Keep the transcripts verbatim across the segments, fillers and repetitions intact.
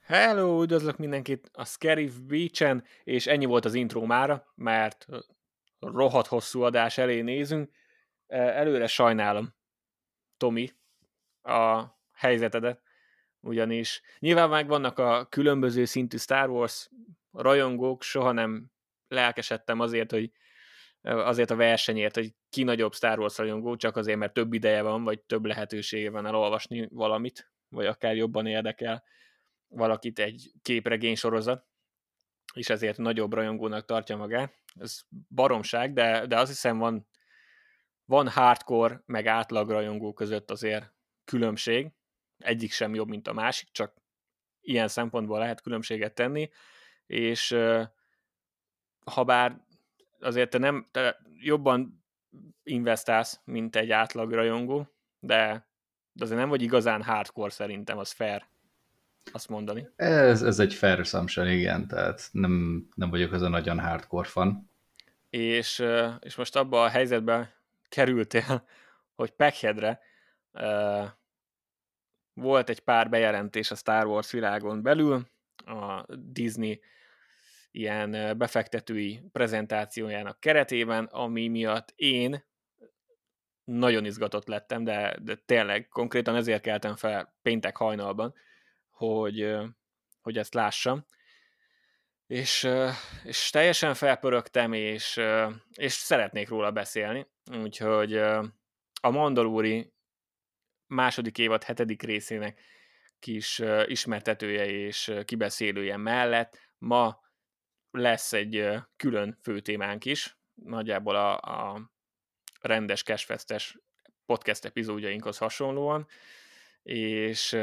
Hello, üdvözlök mindenkit a Scarif Beach-en, és ennyi volt az intro mára, mert rohadt hosszú adás elé nézünk. Előre sajnálom, Tomi, a helyzetedet, ugyanis nyilván meg vannak a különböző szintű Star Wars rajongók, soha nem lelkesedtem azért, hogy azért a versenyért, hogy ki nagyobb Star Wars rajongó, csak azért, mert több ideje van, vagy több lehetősége van elolvasni valamit, vagy akár jobban érdekel valakit egy képregény sorozat, és ezért nagyobb rajongónak tartja magát. Ez baromság, de, de azt hiszem van, van hardcore, meg átlag rajongó között azért különbség. Egyik sem jobb, mint a másik, csak ilyen szempontból lehet különbséget tenni, és ha bár azért te nem te jobban investálsz, mint egy átlag rajongó, de, de azért nem vagy igazán hardcore szerintem, az fair azt mondani. Ez, ez egy fair assumption, igen, tehát nem, nem vagyok az a nagyon hardcore fan. És, és most abba a helyzetben kerültél, hogy Packheadre uh, volt egy pár bejelentés a Star Wars világon belül, a Disney ilyen befektetői prezentációjának keretében, ami miatt én nagyon izgatott lettem, de, de tényleg konkrétan ezért keltem fel péntek hajnalban, hogy, hogy ezt lássam. És, és teljesen felpörögtem, és, és szeretnék róla beszélni. Úgyhogy a Mandalori második évad hetedik részének kis ismertetője és kibeszélője mellett ma lesz egy külön főtémánk is, nagyjából a, a rendes cashfestes podcast epizódjainkhoz hasonlóan, és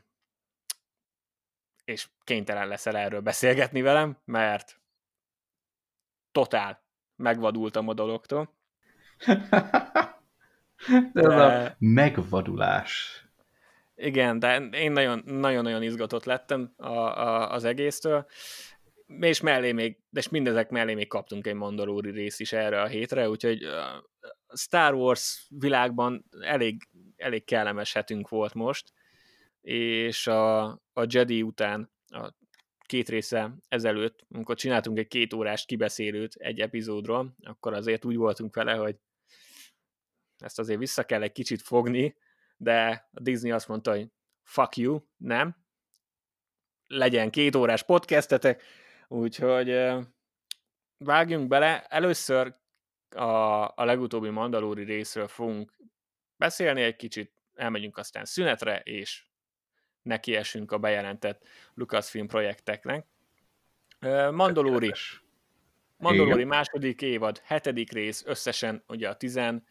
és kénytelen leszel erről beszélgetni velem, mert totál megvadultam a dologtól. De ez a megvadulás. Igen, de én nagyon-nagyon izgatott lettem a, a, az egésztől, és mellé még, de mindezek mellé még kaptunk egy Mandalori rész is erre a hétre, úgyhogy a Star Wars világban elég, elég kellemes hetünk volt most, és a, a Jedi után a két része ezelőtt, amikor csináltunk egy két órás kibeszélőt egy epizódról, akkor azért úgy voltunk vele, hogy ezt azért vissza kell egy kicsit fogni, de a Disney azt mondta, hogy fuck you, nem. Legyen két órás podcastetek, úgyhogy vágjunk bele. Először a, a legutóbbi Mandalori részről fogunk beszélni egy kicsit, elmegyünk aztán szünetre, és nekiesünk a bejelentett Lucasfilm projekteknek. Mandalori. Mandalori Igen. második évad, hetedik rész, összesen ugye a tizenötödik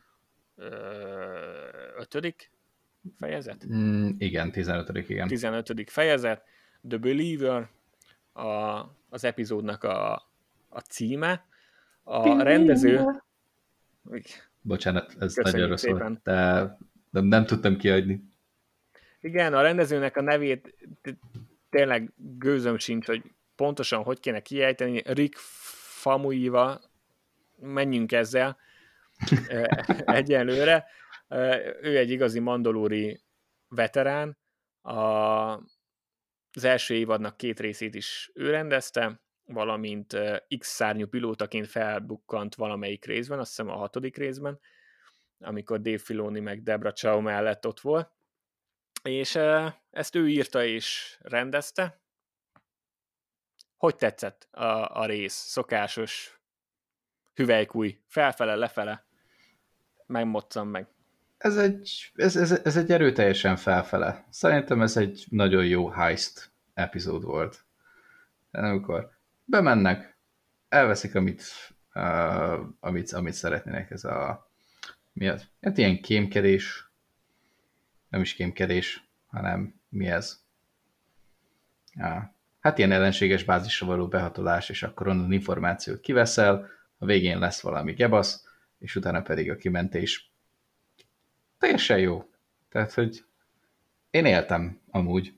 fejezet? Mm, igen, tizenötödik igen. tizenötödik fejezet, The Believer, a, az epizódnak a, a címe. A Believer. rendező... Bocsánat, ez nagyon rossz volt, de nem, nem tudtam kiadni. Igen, a rendezőnek a nevét tényleg gőzöm sincs, hogy pontosan hogy kéne kiejteni. Rick Famuyiwa, menjünk ezzel egyenlőre. Ő egy igazi mandalori veterán, a, az első évadnak két részét is ő rendezte, valamint X-szárnyú pilótaként felbukkant valamelyik részben, azt hiszem a hatodik részben, amikor Dave Filoni meg Deborah Chow mellett ott volt. És ezt ő írta és rendezte. Hogy tetszett a, a rész? Szokásos hüvelykúj, felfele, lefele, megmoccam meg. Ez egy, ez, ez, ez egy erőteljesen felfele. Szerintem ez egy nagyon jó heist epizód volt. Amikor bemennek, elveszik, amit, uh, amit, amit szeretnének. Ez a mi az? Hát ilyen kémkedés, nem is kémkedés, hanem mi ez? Ja. Hát ilyen ellenséges bázisra való behatolás, és akkor onnan információt kiveszel, a végén lesz valami gebasz, és utána pedig a kimentés. Teljesen jó. Tehát, hogy én éltem amúgy.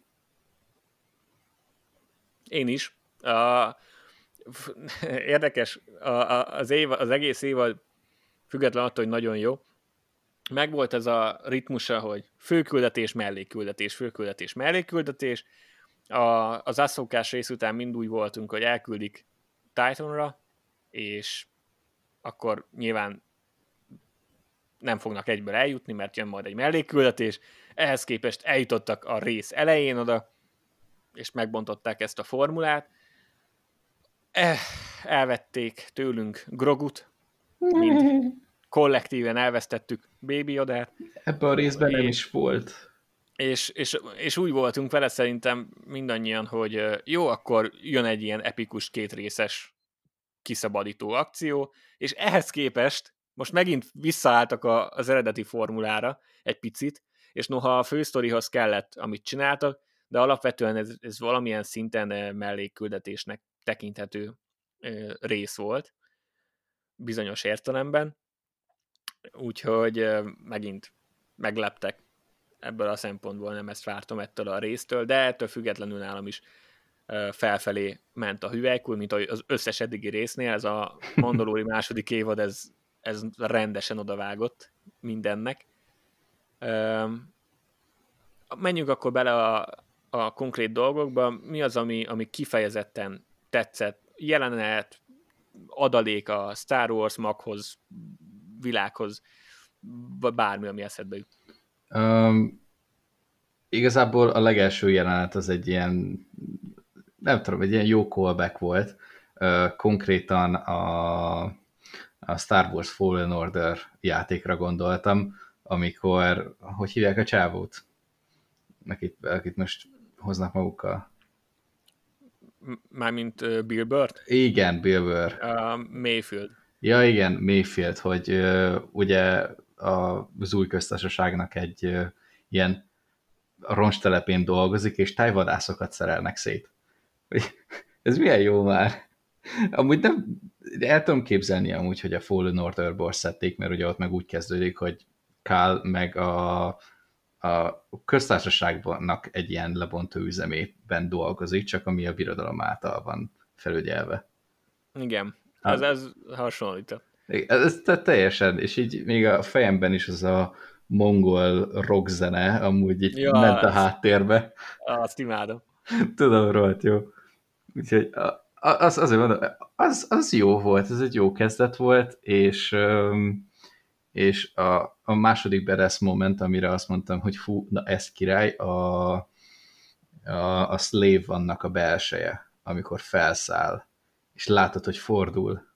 Én is. Uh, érdekes, a, a, az, év, az egész évad független attól, hogy nagyon jó. Megvolt ez a ritmusa, hogy főküldetés, mellékküldetés, főküldetés, mellékküldetés, A, az Ahsoka-s rész után mind úgy voltunk, hogy elküldik Titanra, és akkor nyilván nem fognak egyből eljutni, mert jön majd egy mellékküldetés. Ehhez képest eljutottak a rész elején oda, és megbontották ezt a formulát. Eh, elvették tőlünk Grogut, mind kollektíven elvesztettük Baby Yodát. Ebben a részben nem és, is volt. És, és, és úgy voltunk vele szerintem mindannyian, hogy jó, akkor jön egy ilyen epikus kétrészes kiszabadító akció, és ehhez képest most megint visszaálltak a, az eredeti formulára egy picit, és noha a fősztorihoz kellett, amit csináltak, de alapvetően ez, ez valamilyen szinten mellékküldetésnek tekinthető rész volt, bizonyos értelemben, úgyhogy megint megleptek ebből a szempontból, nem ezt vártam ettől a résztől, de ettől függetlenül nálam is felfelé ment a hüvelykúj, mint az összes eddigi résznél, ez a Mandalori második évad, ez, ez rendesen odavágott mindennek. Menjünk akkor bele a, a konkrét dolgokba. Mi az, ami, ami kifejezetten tetszett? Jelenet, adalék a Star Wars maghoz, világhoz, bármi, ami eszedbe jut. Um, igazából a legelső jelenet az egy ilyen, nem tudom, egy ilyen jó callback volt. Uh, konkrétan a, a Star Wars Fallen Order játékra gondoltam, amikor, hogy hívják a csávót? Akit, akit most hoznak magukkal. Mármint uh, Bill Burr? Igen, Bill Burr. Uh, Mayfield. Ja, igen, Mayfield, hogy uh, ugye az új köztársaságnak egy uh, ilyen roncstelepén dolgozik, és tájvadászokat szerelnek szét. Ez milyen jó már. Amúgy nem, el tudom képzelni amúgy, hogy a Fallen Order-ból szedték, mert ugye ott meg úgy kezdődik, hogy Kál meg a, a köztársaságnak egy ilyen lebontó üzemében dolgozik, csak ami a birodalom által van felügyelve. Igen, ez, ez hasonlított. Ez, ez teljesen, és így még a fejemben is az a mongol rockzene amúgy így ja, ment a háttérbe. Azt imádom. Tudom, rohadt jó. Úgyhogy az, azért mondom, az, az jó volt, ez egy jó kezdet volt, és, és a, a második badass moment, amire azt mondtam, hogy fú, na ez király, a, a, a Slave vannak a belseje, amikor felszáll, és látod, hogy fordul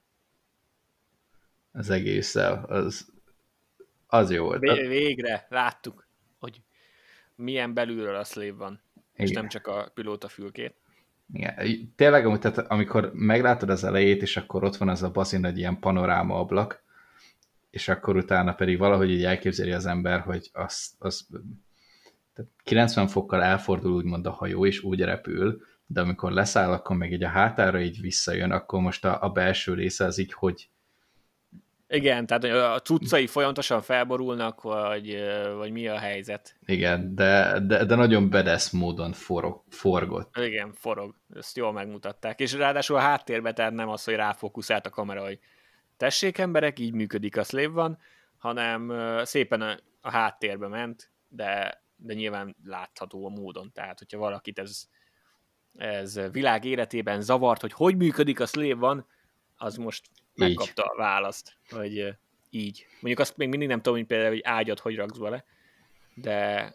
az egésszel, az, az jó volt. Végre láttuk, hogy milyen belülről a Slave van, igen. És nem csak a pilóta fülkét. Igen. Tényleg, amúgy, tehát amikor meglátod az elejét, és akkor ott van az a bazin egy ilyen panoráma ablak, és akkor utána pedig valahogy így elképzeli az ember, hogy az, az tehát kilencven fokkal elfordul úgymond a hajó, és úgy repül, de amikor leszáll, akkor meg így a hátára így visszajön, akkor most a, a belső része az így hogy... Igen, tehát a cuccai folyamatosan felborulnak, vagy, vagy mi a helyzet. Igen, de, de, de nagyon badass módon forog, forgott. Igen, forog. Ezt jól megmutatták. És ráadásul a háttérben, tehát nem az, hogy ráfókuszált a kamera, hogy tessék emberek, így működik a Slave van, hanem szépen a, a háttérbe ment, de, de nyilván látható a módon. Tehát, hogyha valakit ez, ez világ életében zavart, hogy hogy működik a Slave van, az most megkapta a választ, hogy így. Mondjuk azt még mindig nem tudom, hogy például, hogy ágyat hogy raksz vele, de...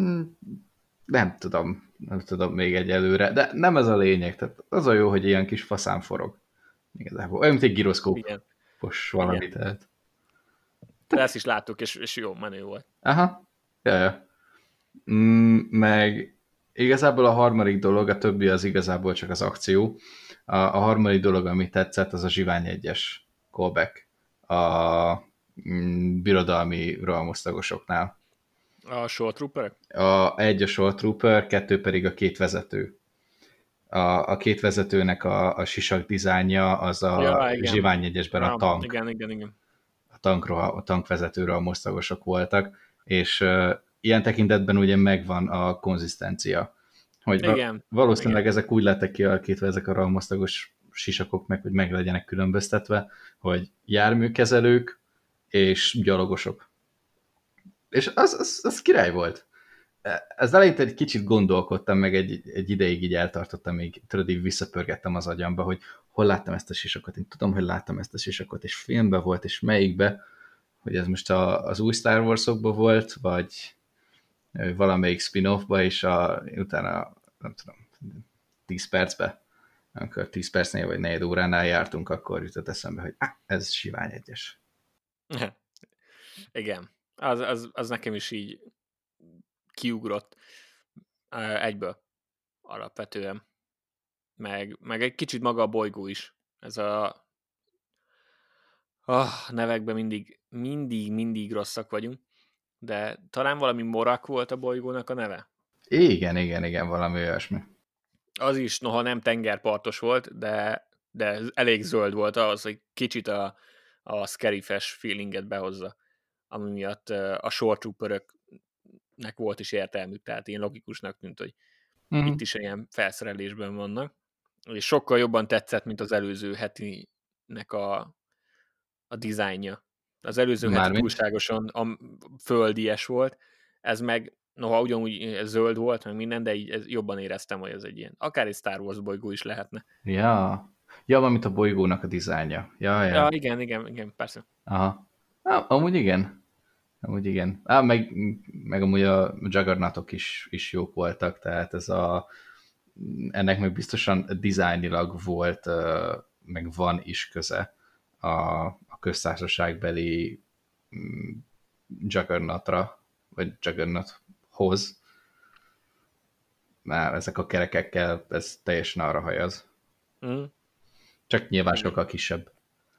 Nem tudom, nem tudom még egyelőre, de nem ez a lényeg, tehát az a jó, hogy ilyen kis faszán forog. Igazából. Olyan, mint egy giroszkópos valami, tehát. De ezt is láttuk, és, és jó, menő volt. Aha, ja, ja. Mm, meg igazából a harmadik dolog, a többi az igazából csak az akció. A, a harmadik dolog, ami tetszett, az a Zsivány egyes callback a mm, birodalmi rohamosztagosoknál. A Short Trooper? A, egy a Short Trooper, kettő pedig a két vezető. A, a két vezetőnek a, a sisak dizájnja az a ja, Zsivány egyesben a tank. Igen, igen, igen. A, tankról, a tankvezetőről a mosztagosok voltak, és uh, ilyen tekintetben ugye megvan a konzisztencia. Hogy igen, valószínűleg igen. ezek úgy lettek kialakítva, ezek a rohamosztagos sisakok meg, hogy meg legyenek különböztetve, hogy járműkezelők és gyalogosok. És az, az, az király volt. Ez eleinte egy kicsit gondolkodtam, meg egy, egy ideig így eltartottam, még tudod, így visszapörgettem az agyamba, hogy hol láttam ezt a sisakot. Én tudom, hogy láttam ezt a sisakot, és filmben volt, és melyikbe, hogy ez most a, az új Star Wars-okban volt, vagy valamelyik spin-offba, és a, utána, nem tudom, tíz percbe, amikor tíz percnél vagy negyed óránál jártunk, akkor jutott eszembe, hogy ah, ez Sivány egyes. Igen. Az, az, az nekem is így kiugrott egyből alapvetően. Meg, meg egy kicsit maga a bolygó is. Ez a ah, nevekben mindig, mindig, mindig rosszak vagyunk, de talán valami Morak volt a bolygónak a neve. Igen, igen, igen, valami olyasmi. Az is, noha nem tengerpartos volt, de, de elég zöld volt ahhoz, hogy kicsit a, a scary-fes feelinget behozza, ami miatt a shore trooperöknek volt is értelmük, tehát én logikusnak tűnt, hogy uh-huh. itt is ilyen felszerelésben vannak, és sokkal jobban tetszett, mint az előző hetinek a, a dizájnja. Az előző heti Mármint? túlságosan a földies volt, ez meg, noha ugyanúgy zöld volt, meg minden, de így ez jobban éreztem, hogy ez egy ilyen, akár egy Star Wars bolygó is lehetne. Ja, ja, van, mint a bolygónak a dizájnja. Ja, ja. Ja, igen, igen, igen, persze. Aha. Ah, amúgy igen. Amúgy igen. Á, meg, meg amúgy a Juggernautok is, is jók voltak, tehát ez a ennek meg biztosan dizájnilag volt, meg van is köze a, a köztársaságbeli Juggernautra, vagy Juggernauthoz. Már ezek a kerekekkel, ez teljesen arra hajaz. Mm. Csak nyilván igen. Sokkal kisebb.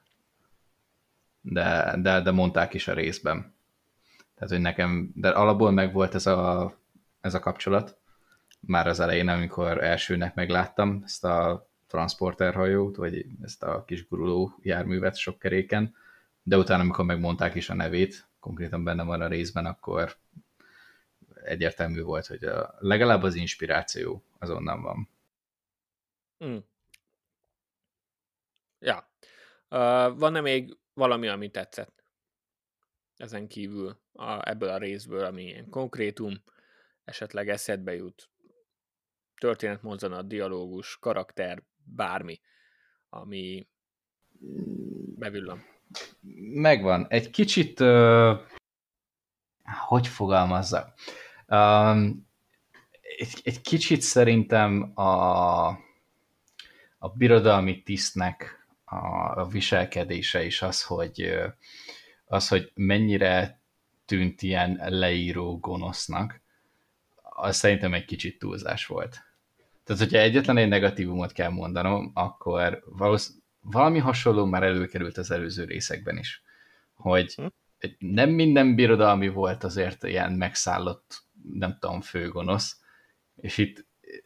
De, de, de mondták is a részben. Tehát, hogy nekem, de alapból meg volt ez a, ez a kapcsolat. Már az elején, amikor elsőnek megláttam ezt a transporter hajót, vagy ezt a kis guruló járművet sok keréken, de utána, amikor megmondták is a nevét, konkrétan benne van a részben, akkor egyértelmű volt, hogy a, legalább az inspiráció azonnan van. Mm. Ja. Uh, van-e még valami, ami tetszett? Ezen kívül a, ebből a részből, ami ilyen konkrétum, esetleg eszedbe jut, történetmozzanat, dialógus, karakter, bármi, ami bevillan. Megvan. Egy kicsit, uh, hogy fogalmazzak? Um, egy, egy kicsit szerintem a, a birodalmi tisztnek a, a viselkedése is az, hogy az, hogy mennyire tűnt ilyen leíró gonosznak, az szerintem egy kicsit túlzás volt. Tehát, hogyha egyetlen egy negatívumot kell mondanom, akkor valósz, valami hasonló már előkerült az előző részekben is. Hogy nem minden birodalmi volt azért ilyen megszállott, nem tudom, főgonosz, és itt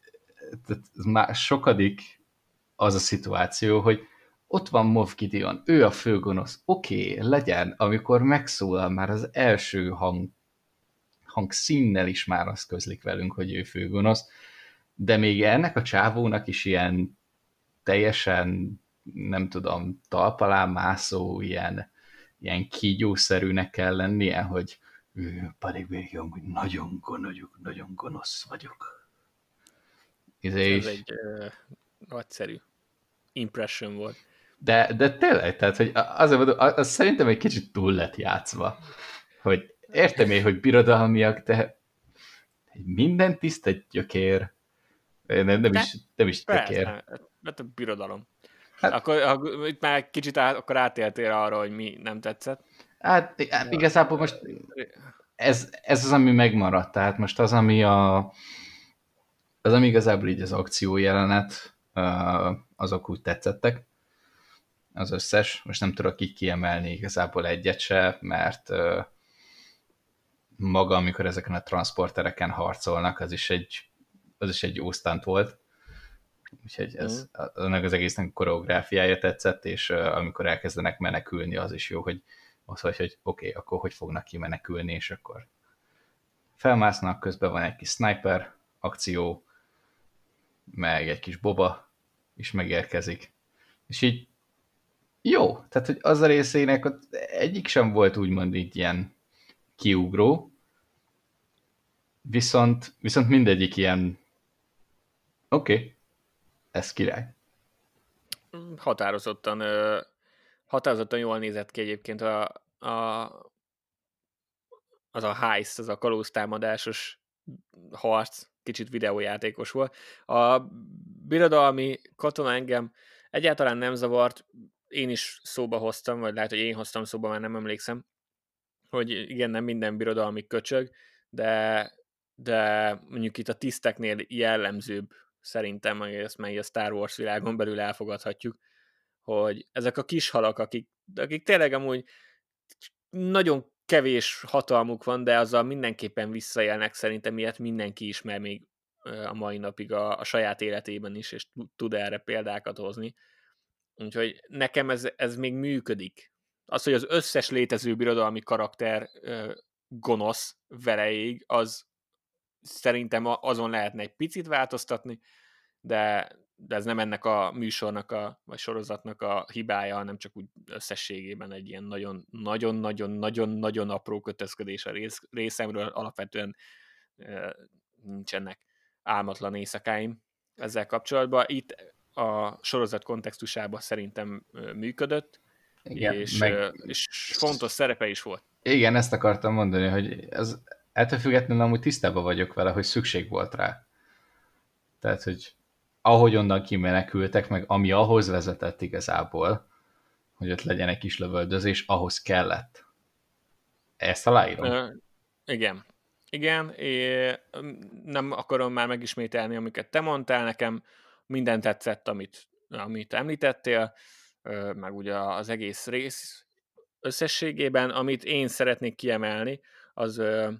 már sokadik az a szituáció, hogy ott van Moff Gideon, ő a főgonosz, oké, okay, legyen, amikor megszólal már az első hang, hangszínnel is már azt közlik velünk, hogy ő főgonosz, de még ennek a csávónak is ilyen teljesen, nem tudom, talpalán mászó, ilyen, ilyen kígyószerűnek kell lennie, hogy ő pedig végig amúgy nagyon, nagyon, nagyon gonosz vagyok. Ez, Ez egy uh, nagyszerű impression volt. De, de tényleg, tehát, hogy az, az, az szerintem egy kicsit túl lett játszva. Hogy értem én, hogy birodalmiak, de minden tiszt egy gyökér. Nem, nem, is, nem is gyökér. Mert a birodalom. Hát, akkor ha, itt már kicsit át, akkor átéltél arra, hogy mi nem tetszett. Hát igazából most ez, ez az, ami megmaradt. Tehát most az, ami a az, ami igazából így az akció jelenet, azok úgy tetszettek. Az összes. Most nem tudok így kiemelni igazából egyet se, mert maga, amikor ezeken a transportereken harcolnak, az is egy, az is egy jó stunt volt. Úgyhogy ez, mm. az egésznek a koreográfiája tetszett, és amikor elkezdenek menekülni, az is jó, hogy az, hogy, hogy oké, okay, akkor hogy fognak kimenekülni, és akkor felmásznak, közben van egy kis sniper akció, meg egy kis boba is megérkezik. És így jó, tehát hogy az a részének egyik sem volt úgymond így ilyen kiugró, Viszont, viszont mindegyik ilyen oké, okay, ez király. Határozottan, ö, határozottan jól nézett ki egyébként a, a, az a heist, az a kalóztámadásos harc, kicsit videójátékos volt. A birodalmi katona engem egyáltalán nem zavart, én is szóba hoztam, vagy lehet, hogy én hoztam szóba, már nem emlékszem, hogy igen, nem minden birodalmi köcsög, de, de mondjuk itt a tiszteknél jellemzőbb szerintem, hogy ezt meg a Star Wars világon belül elfogadhatjuk, hogy ezek a kis halak, akik, akik tényleg amúgy nagyon kevés hatalmuk van, de azzal mindenképpen visszaélnek, szerintem ilyet mindenki ismer még a mai napig a, a saját életében is, és tud erre példákat hozni. Úgyhogy nekem ez, ez még működik. Az, hogy az összes létező birodalmi karakter ö, gonosz veleig, az szerintem azon lehetne egy picit változtatni, de, de ez nem ennek a műsornak, a, vagy sorozatnak a hibája, hanem csak úgy összességében egy ilyen nagyon-nagyon-nagyon-nagyon apró kötözködés a rész, részemről, alapvetően ö, nincsenek álmatlan éjszakáim ezzel kapcsolatban. Itt a sorozat kontextusában szerintem működött, Igen, és, meg és fontos szerepe is volt. igen, ezt akartam mondani, hogy ez, ettől függetlenül amúgy tisztában vagyok vele, hogy szükség volt rá. Tehát, hogy ahogy onnan kimenekültek, meg ami ahhoz vezetett igazából, hogy ott legyen egy kis lövöldözés, ahhoz kellett. Ezt aláírom. Ö, igen. Igen, és nem akarom már megismételni, amiket te mondtál, nekem minden tetszett, amit, amit említettél, meg ugye az egész rész összességében. Amit én szeretnék kiemelni, az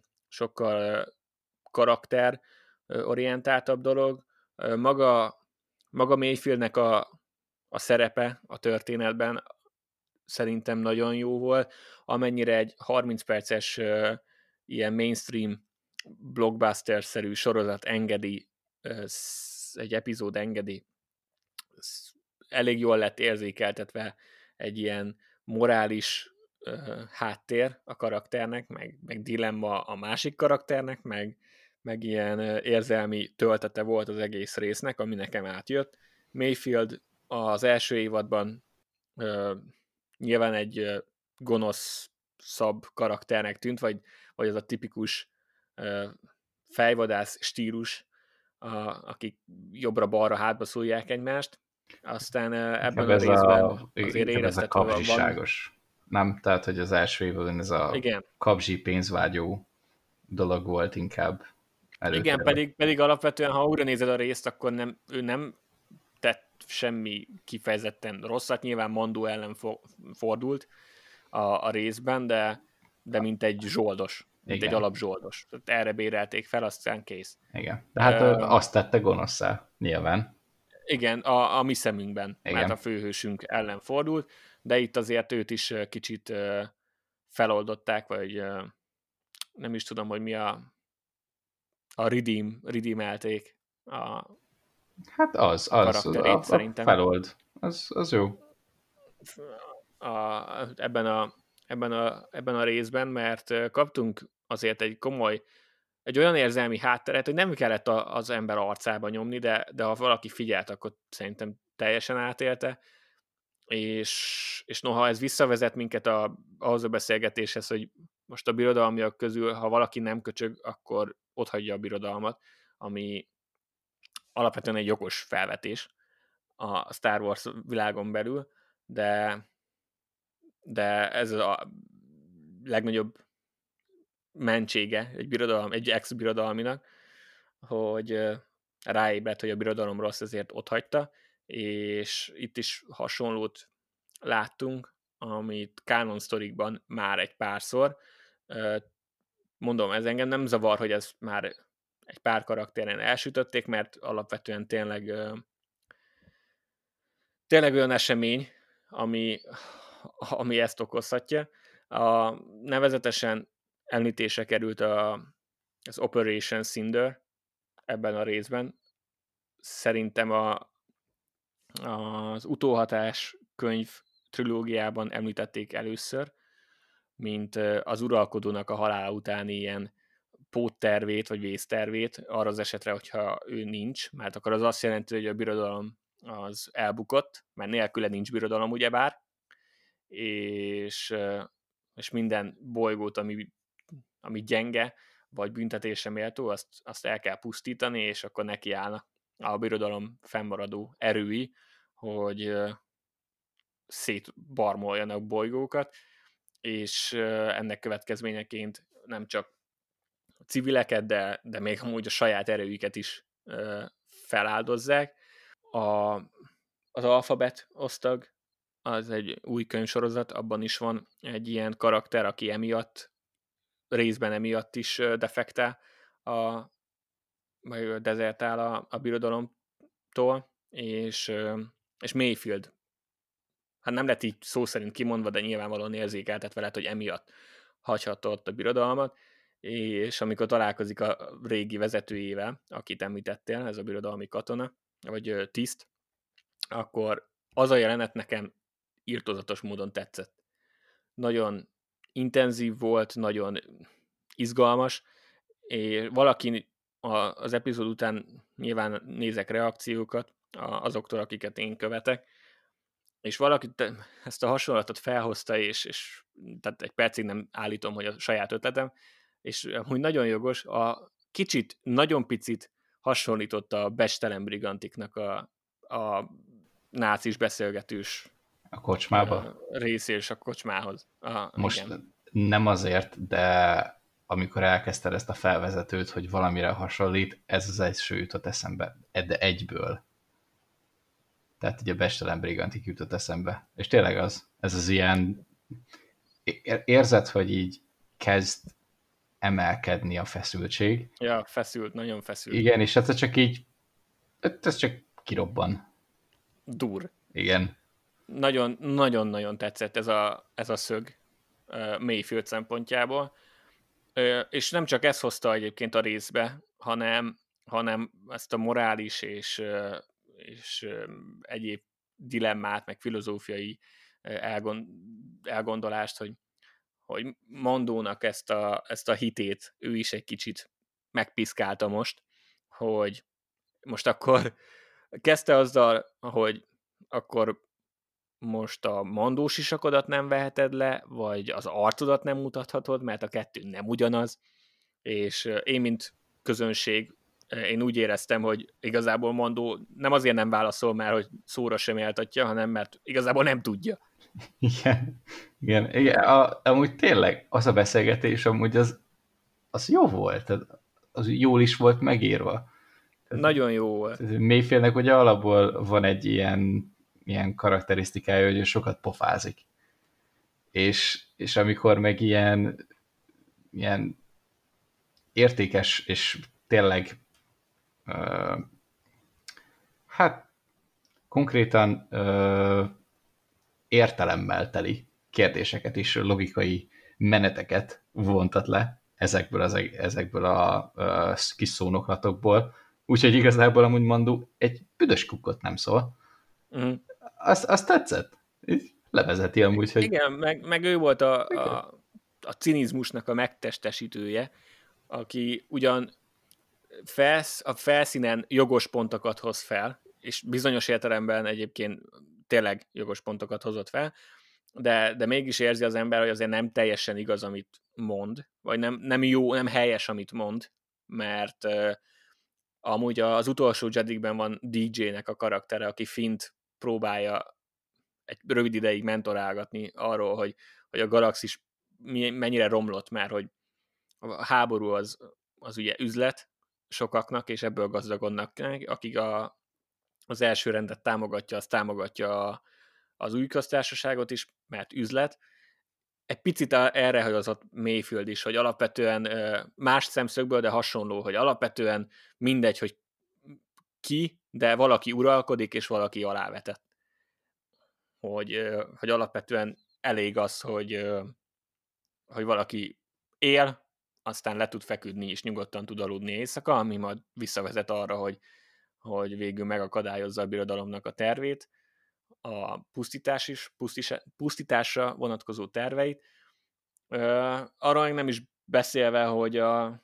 sokkal karakter orientáltabb dolog. Maga, maga Mayfieldnek a, a szerepe a történetben szerintem nagyon jó volt, amennyire egy harminc perces uh, ilyen mainstream blockbuster-szerű sorozat engedi, uh, egy epizód engedi, elég jól lett érzékeltetve egy ilyen morális uh, háttér a karakternek, meg, meg dilemma a másik karakternek, meg, meg ilyen uh, érzelmi töltete volt az egész résznek, ami nekem átjött. Mayfield az első évadban uh, nyilván egy uh, gonosz szab karakternek tűnt, vagy, vagy az a tipikus uh, fejvadász stílus, a, akik jobbra-balra hátba szúrják egymást. Aztán uh, ebben Inkább a ez részben a, azért inkább ez a éreztetve van. kapzsiságos. Nem? Tehát, hogy az első évben ez a Igen. kapzsi pénzvágyó dolog volt inkább előtérbe. Igen, pedig, pedig alapvetően, ha újra nézed a részt, akkor nem, ő nem tett semmi kifejezetten rosszat, nyilván Mandó ellen fo- fordult a, a részben, de, de mint egy zsoldos, mint Igen. egy alapzsoldos. Erre bérelték fel, aztán kész. Igen. De hát Ö, azt tette gonoszszá, nyilván. igen, a, a mi szemünkben, Igen. mert a főhősünk ellen fordult, de itt azért őt is kicsit feloldották, vagy nem is tudom, hogy mi a, a redeem, redeemelték a, Hát az, a az, karakterét a, a szerintem. felold. Az, az jó. A, ebben, a, ebben, a, ebben a részben, mert kaptunk azért egy komoly, egy olyan érzelmi hátteret, hogy nem kellett a, az ember arcába nyomni, de, de ha valaki figyelt, akkor szerintem teljesen átélte, és, és noha ez visszavezet minket a, ahhoz a beszélgetéshez, hogy most a birodalmiak közül, ha valaki nem köcsög, akkor otthagyja a birodalmat, ami alapvetően egy jogos felvetés a Star Wars világon belül, de, de ez a legnagyobb mentsége egy birodalom, egy ex-birodalminak, hogy ráébredt, hogy a birodalom rossz, ezért otthagyta, és itt is hasonlót láttunk, amit Canon Story-ban már egy párszor. Mondom, ez engem nem zavar, hogy ez már egy pár karakteren elsütötték, mert alapvetően tényleg tényleg olyan esemény, ami, ami ezt okozhatja. A, nevezetesen említése került a, az Operation Cinder ebben a részben. Szerintem a, az Utóhatás könyv trilógiában említették először, mint az uralkodónak a halála utáni ilyen póttervét, vagy vésztervét arra az esetre, hogyha ő nincs, mert akkor az azt jelenti, hogy a birodalom az elbukott, mert nélküle nincs birodalom, ugyebár, és, és minden bolygót, ami, ami gyenge, vagy büntetése méltó, azt, azt el kell pusztítani, és akkor nekiállnak a birodalom fennmaradó erői, hogy szétbarmoljanak bolygókat, és ennek következményeként nem csak a civileket, de, de még amúgy a saját erőiket is feláldozzák. A, az Alphabet osztag, az egy új könyvsorozat, abban is van egy ilyen karakter, aki emiatt, részben emiatt is defektál, a, vagy dezertál a, a birodalomtól, és, és Mayfield, hát nem lett így szó szerint kimondva, de nyilvánvalóan érzékeltetve lett, hogy emiatt hagyhatta ott a birodalmat, és amikor találkozik a régi vezetőjével, akit említettél, ez a birodalmi katona, vagy tiszt, akkor az a jelenet nekem irtózatos módon tetszett. Nagyon intenzív volt, nagyon izgalmas, és valaki az epizód után nyilván nézek reakciókat azoktól, akiket én követek, és valaki ezt a hasonlatot felhozta, és, és tehát egy percig nem állítom, hogy a saját ötletem, és amúgy nagyon jogos, a kicsit, nagyon picit hasonlította a Bestelen Brigantiknak a, a nácis beszélgetős a kocsmába? Rész és a kocsmához. A, Most igen. nem azért, de amikor elkezdted ezt a felvezetőt, hogy valamire hasonlít, ez az első jutott eszembe, de egyből. Tehát ugye a Bestelen Brigantik jutott eszembe. És tényleg az, ez az ilyen, érzed, hogy így kezd emelkedni a feszültség. Ja, feszült, nagyon feszült. Igen, és ez csak így, ez csak kirobban. Dur. Igen. Nagyon, nagyon-nagyon tetszett ez a, ez a szög uh, Mayfield szempontjából. Uh, és nem csak ez hozta egyébként a részbe, hanem, hanem ezt a morális és, uh, és uh, egyéb dilemmát, meg filozófiai uh, elgond, elgondolást, hogy, hogy Mandónak ezt a, ezt a hitét ő is egy kicsit megpiszkálta most, hogy most akkor kezdte azzal, hogy akkor most a mandó sisakodat nem veheted le, vagy az arcodat nem mutathatod, mert a kettő nem ugyanaz, és én, mint közönség, én úgy éreztem, hogy igazából Mandó nem azért nem válaszol már, hogy szóra sem éltatja, hanem mert igazából nem tudja. Igen, igen. igen. A, amúgy tényleg az a beszélgetés amúgy az, az jó volt, az jól is volt megírva. Nagyon jó volt. Mayfieldnek ugye alapból van egy ilyen, ilyen karakterisztikája, hogy ő sokat pofázik. És, és amikor meg ilyen, ilyen értékes és tényleg uh, hát konkrétan uh, értelemmel teli kérdéseket is, logikai meneteket vontat le ezekből, az, ezekből a, a kis szónoklatokból. Úgyhogy igazából amúgy Mandó egy büdös kukkot nem szól. Mm. Azt, azt tetszett. Levezeti amúgy, hogy... Igen, meg, meg ő volt a, a, a cinizmusnak a megtestesítője, aki ugyan felsz, a felszínen jogos pontokat hoz fel, és bizonyos értelemben egyébként tényleg jogos pontokat hozott fel, de, de mégis érzi az ember, hogy azért nem teljesen igaz, amit mond, vagy nem, nem jó, nem helyes, amit mond, mert uh, amúgy az utolsó Jedikben van dé dzsének a karaktere, aki Fint próbálja egy rövid ideig mentorálgatni arról, hogy, hogy a galaxis mennyire romlott már, hogy a háború az, az ugye üzlet sokaknak, és ebből gazdagodnak, akik a, az első rendet támogatja, az támogatja a, az új köztársaságot is, mert üzlet. Egy picit erre hajozott Mayfield is, hogy alapvetően más szemszögből, de hasonló, hogy alapvetően mindegy, hogy ki, de valaki uralkodik, és valaki alávetett. Hogy, hogy alapvetően elég az, hogy, hogy valaki él, aztán le tud feküdni, és nyugodtan tud aludni éjszaka, ami majd visszavezet arra, hogy, hogy végül megakadályozza a birodalomnak a tervét, a pusztítás is, pusztításra vonatkozó terveit. Arra még nem is beszélve, hogy a,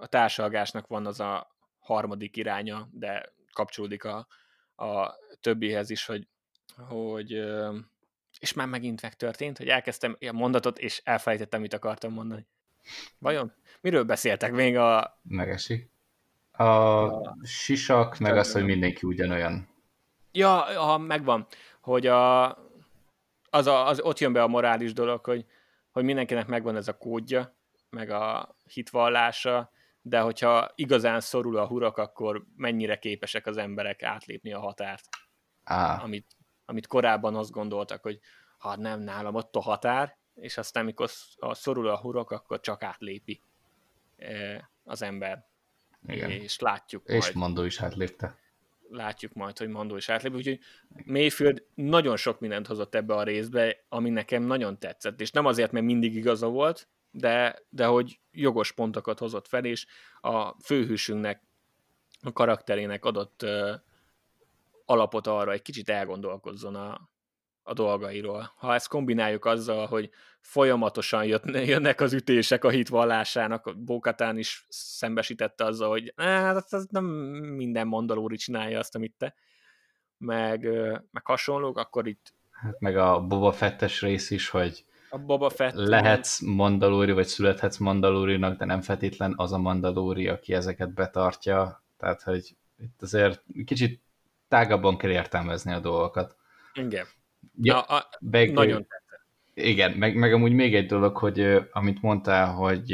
a társalgásnak van az a harmadik iránya, de kapcsolódik a, a többihez is, hogy, hogy és már megint megtörtént, hogy elkezdtem a mondatot, és elfelejtettem, mit akartam mondani. Vajon? Miről beszéltek még a... Megesik. A, a sisak, meg az, hogy mindenki ugyanolyan. Ja, ha megvan, hogy a, az, a, az ott jön be a morális dolog, hogy, hogy mindenkinek megvan ez a kódja, meg a hitvallása, de hogyha igazán szorul a hurak, akkor mennyire képesek az emberek átlépni a határt. Á. Amit, amit korábban azt gondoltak, hogy ha nem, nálam ott a határ, és aztán mikor szorul a hurok, akkor csak átlépi az ember. Igen. És látjuk és majd. Mandó is átlépte. Látjuk majd, hogy Mandó is átlép, úgyhogy Mayfield nagyon sok mindent hozott ebbe a részbe, ami nekem nagyon tetszett, és nem azért, mert mindig igaza volt, de, de hogy jogos pontokat hozott fel, és a főhősünknek, a karakterének adott uh, alapot arra, egy kicsit elgondolkozzon a, a dolgairól. Ha ezt kombináljuk azzal, hogy folyamatosan jött, jönnek az ütések a hitvallásának, Bo-Katan is szembesítette azzal, hogy hát az nem minden mandalóri csinálja azt, amit te, meg, meg hasonlók, akkor itt... Hát meg a Boba Fettes rész is, hogy a Boba Fett, lehetsz igen. mandalóri, vagy születhetsz mandalórinak, de nem feltétlen az a mandalóri, aki ezeket betartja. Tehát, hogy itt azért kicsit tágabban kell értelmezni a dolgokat. Igen. Ja, a, a, meg, nagyon tetszett. Igen, meg, meg amúgy még egy dolog, hogy amit mondtál, hogy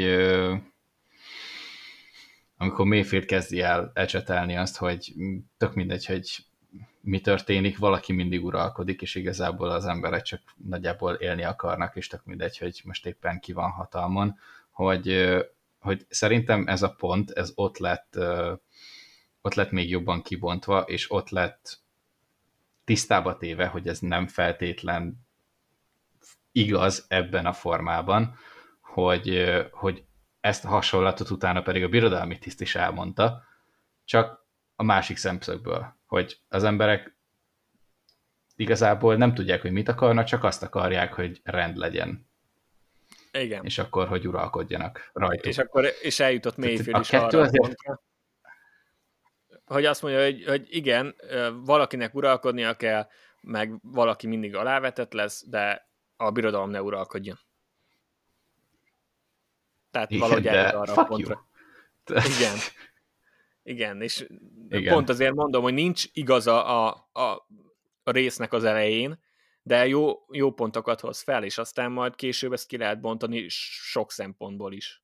amikor Mayfield kezdi el ecsetelni azt, hogy tök mindegy, hogy mi történik, valaki mindig uralkodik, és igazából az emberek csak nagyjából élni akarnak, és tök mindegy, hogy most éppen ki van hatalmon, hogy, hogy szerintem ez a pont, ez ott lett, ott lett még jobban kibontva, és ott lett tisztába téve, hogy ez nem feltétlen igaz ebben a formában, hogy, hogy ezt a hasonlatot utána pedig a birodalmi tiszt is elmondta, csak a másik szemszögből, hogy az emberek igazából nem tudják, hogy mit akarnak, csak azt akarják, hogy rend legyen. Igen. És akkor, hogy uralkodjanak rajtuk. És akkor és eljutott Mayfield is a arra azért... pontra, hogy azt mondja, hogy, hogy igen, valakinek uralkodnia kell, meg valaki mindig alávetett lesz, de a birodalom ne uralkodjon. Tehát igen, valahogy eljut arra a pontra. Igen. Igen, és igen. Pont azért mondom, hogy nincs igaza a, a, a résznek az elején, de jó, jó pontokat hoz fel, és aztán majd később ezt ki lehet bontani sok szempontból is.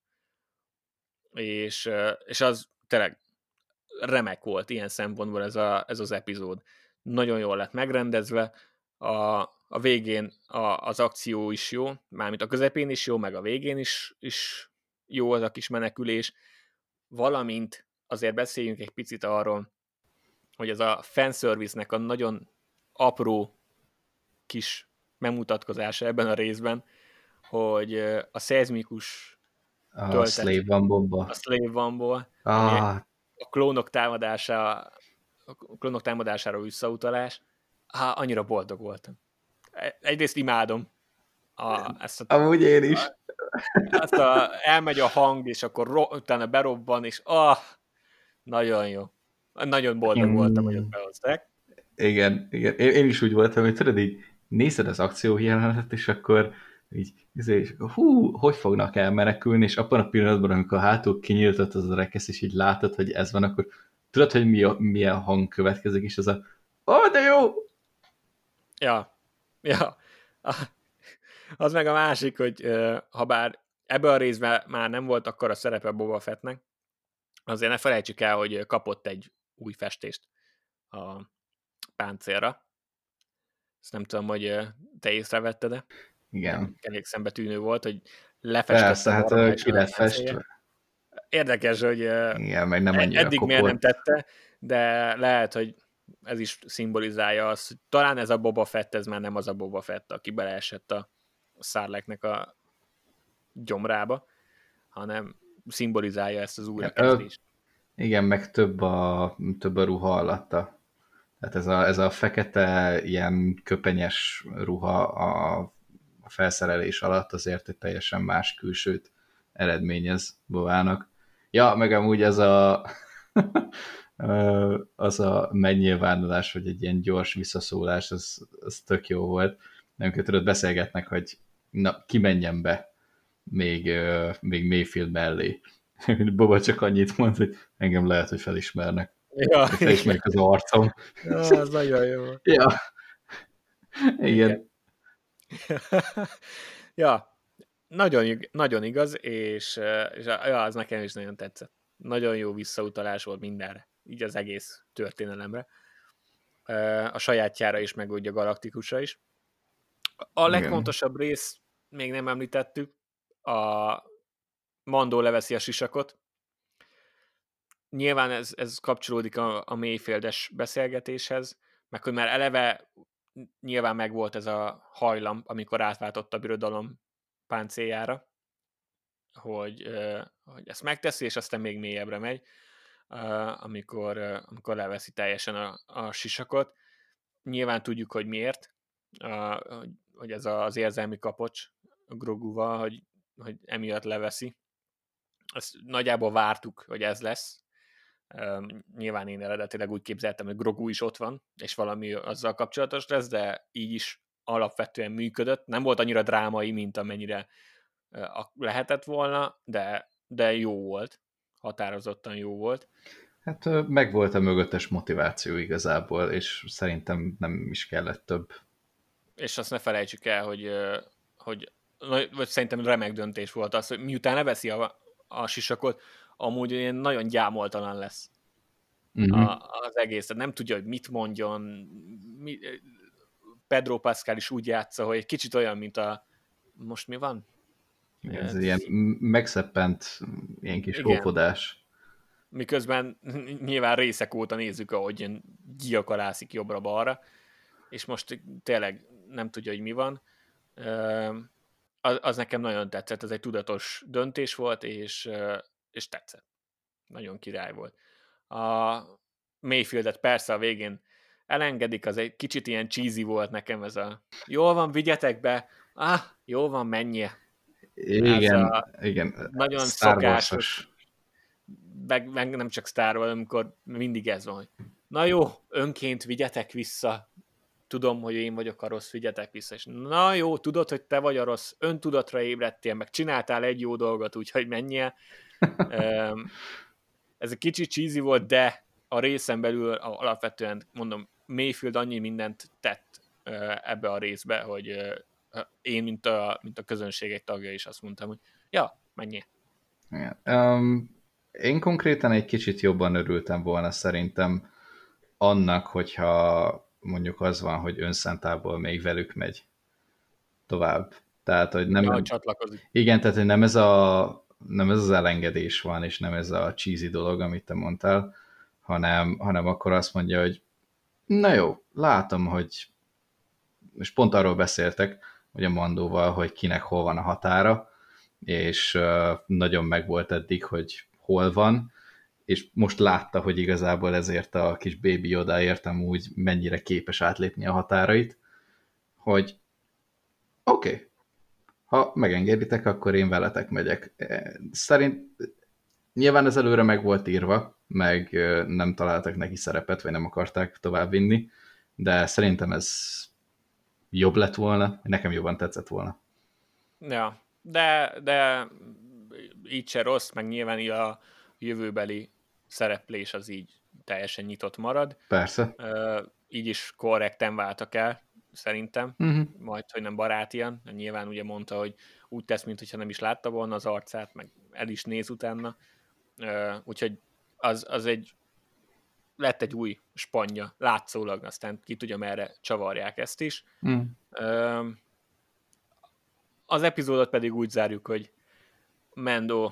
És, és az tényleg remek volt ilyen szempontból ez, a, ez az epizód. Nagyon jól lett megrendezve, a, a végén a, az akció is jó, mármint a közepén is jó, meg a végén is, is jó az a kis menekülés, valamint azért beszéljünk egy picit arról, hogy ez a fanservice-nek a nagyon apró kis bemutatkozása ebben a részben, hogy a szeizmikus a töltet, Slave One Bomba. A Slave One-ból, ah. a klónok támadása, a klónok támadására visszautalás, há, annyira boldog voltam. Egyrészt imádom a, ezt a... Amúgy én is. Azt a, elmegy a hang, és akkor ro, utána berobban, és ah, nagyon jó. Nagyon boldog mm. voltam, hogy ezt behozták. Igen, igen. Én is úgy voltam, hogy tudod, így nézed az akciójelenetet, és akkor így, és akkor, hú, hogy fognak elmenekülni, és abban a pillanatban, amikor hátul kinyíltott az a rekesz, és így látod, hogy ez van, akkor tudod, hogy mi a, milyen hang következik, és az a, ó, oh, de jó! Ja, ja. Az meg a másik, hogy ha bár ebben a részben már nem volt akkor a szerepe Boba Fettnek, azért ne felejtsük el, hogy kapott egy új festést a páncélra. Ezt nem tudom, hogy te észrevetted-e? Igen. Elég szembetűnő volt, hogy lefestette. Persze, hát ki lett festve. Érdekes, hogy igen, meg nem annyira eddig kopott. miért nem tette, de lehet, hogy ez is szimbolizálja azt, hogy talán ez a Boba Fett, ez már nem az a Boba Fett, aki beleesett a Sarlaccnek a gyomrába, hanem szimbolizálja ezt az újrakezdést. Igen, meg több a, több a ruha alatta. Tehát ez a, ez a fekete, ilyen köpenyes ruha a, a felszerelés alatt azért egy teljesen más külsőt eredményez Bovának. Ja, meg amúgy ez a az a megnyilvánulás, hogy egy ilyen gyors visszaszólás, az, az tök jó volt. Amikor tudod, beszélgetnek, hogy na, ki menjen be még, még Mayfield mellé. Boba csak annyit mond, hogy engem lehet, hogy felismernek. Ja, Hogy felismerik az arcom. ja, az nagyon jó. Ja, igen. Igen. Ja, nagyon, nagyon igaz, és, és ja, az nekem is nagyon tetszett. Nagyon jó visszautalás volt mindenre, így az egész történelemre. A sajátjára is, meg úgy a galaktikusra is. A legfontosabb Igen. rész, még nem említettük, a Mandó leveszi a sisakot. Nyilván ez, ez kapcsolódik a, a Mayfieldes beszélgetéshez, meg hogy már eleve nyilván megvolt ez a hajlam, amikor átváltott a birodalom páncéljára, hogy, hogy ezt megteszi, és aztán még mélyebbre megy, amikor, amikor leveszi teljesen a, a sisakot. Nyilván tudjuk, hogy miért, hogy ez az érzelmi kapocs a Groguval, hogy, hogy emiatt leveszi. Ezt nagyjából vártuk, hogy ez lesz. Nyilván én eredetileg úgy képzeltem, hogy Grogu is ott van, és valami azzal kapcsolatos lesz, de így is alapvetően működött. Nem volt annyira drámai, mint amennyire lehetett volna, de, de jó volt. Határozottan jó volt. Hát meg volt a mögöttes motiváció igazából, és szerintem nem is kellett több. És azt ne felejtsük el, hogy, hogy vagy szerintem remek döntés volt az, hogy miután leveszi a, a sisakot, amúgy ilyen nagyon gyámoltalan lesz uh-huh. a, az egész. Nem tudja, hogy mit mondjon. Mi, Pedro Pascal is úgy játsza, hogy egy kicsit olyan, mint a... Most mi van? Ez, ez ilyen megszeppent, ilyen kis hófodás. Miközben nyilván részek óta nézzük, ahogy ilyen gyilkolászik jobbra-balra, és most tényleg nem tudja, hogy mi van. Az, az nekem nagyon tetszett, ez egy tudatos döntés volt, és, és tetszett. Nagyon király volt. A Mayfieldet persze a végén elengedik, az egy kicsit ilyen cheesy volt nekem ez a jól van, vigyetek be, ah, jól van, menjél. Igen, igen. Nagyon szokásos. Meg, meg nem csak Star Wars, amikor mindig ez van, hogy na jó, önként vigyetek vissza, tudom, hogy én vagyok a rossz, vigyetek vissza, és na jó, tudod, hogy te vagy a rossz, öntudatra ébredtél, meg csináltál egy jó dolgot, úgyhogy menjél. Ez egy kicsit cheesy volt, de a részen belül alapvetően, mondom, Mayfield annyi mindent tett ebbe a részbe, hogy én, mint a, mint a közönség egy tagja is azt mondtam, hogy ja, menjél. Igen. Um, én konkrétan egy kicsit jobban örültem volna szerintem annak, hogyha mondjuk az van, hogy önszentából még velük megy tovább. Tehát, hogy nem... Ja, csatlakozik. Igen, tehát, hogy nem ez, a, nem ez az elengedés van, és nem ez a cheesy dolog, amit te mondtál, hanem, hanem akkor azt mondja, hogy na jó, látom, hogy és pont arról beszéltek, hogy a Mandóval, hogy kinek hol van a határa, és uh, nagyon megvolt eddig, hogy hol van, és most látta, hogy igazából ezért a kis Baby Yodáért amúgy mennyire képes átlépni a határait, hogy oké, okay, ha megengeditek, akkor én veletek megyek. Szerint nyilván ez előre meg volt írva, meg nem találtak neki szerepet, vagy nem akarták továbbvinni, de szerintem ez jobb lett volna, nekem jobban tetszett volna. Ja, de, de így se rossz, meg nyilván a jövőbeli szereplés az így teljesen nyitott marad. Persze. Uh, így is korrekten váltak el, szerintem, uh-huh. majd, hogy nem barátian. Nyilván ugye mondta, hogy úgy tesz, mintha nem is látta volna az arcát, meg el is néz utána. Uh, úgyhogy az, az egy lett egy új spanja, látszólag, aztán ki tudja, merre csavarják ezt is. Uh-huh. Uh, az epizódot pedig úgy zárjuk, hogy Mando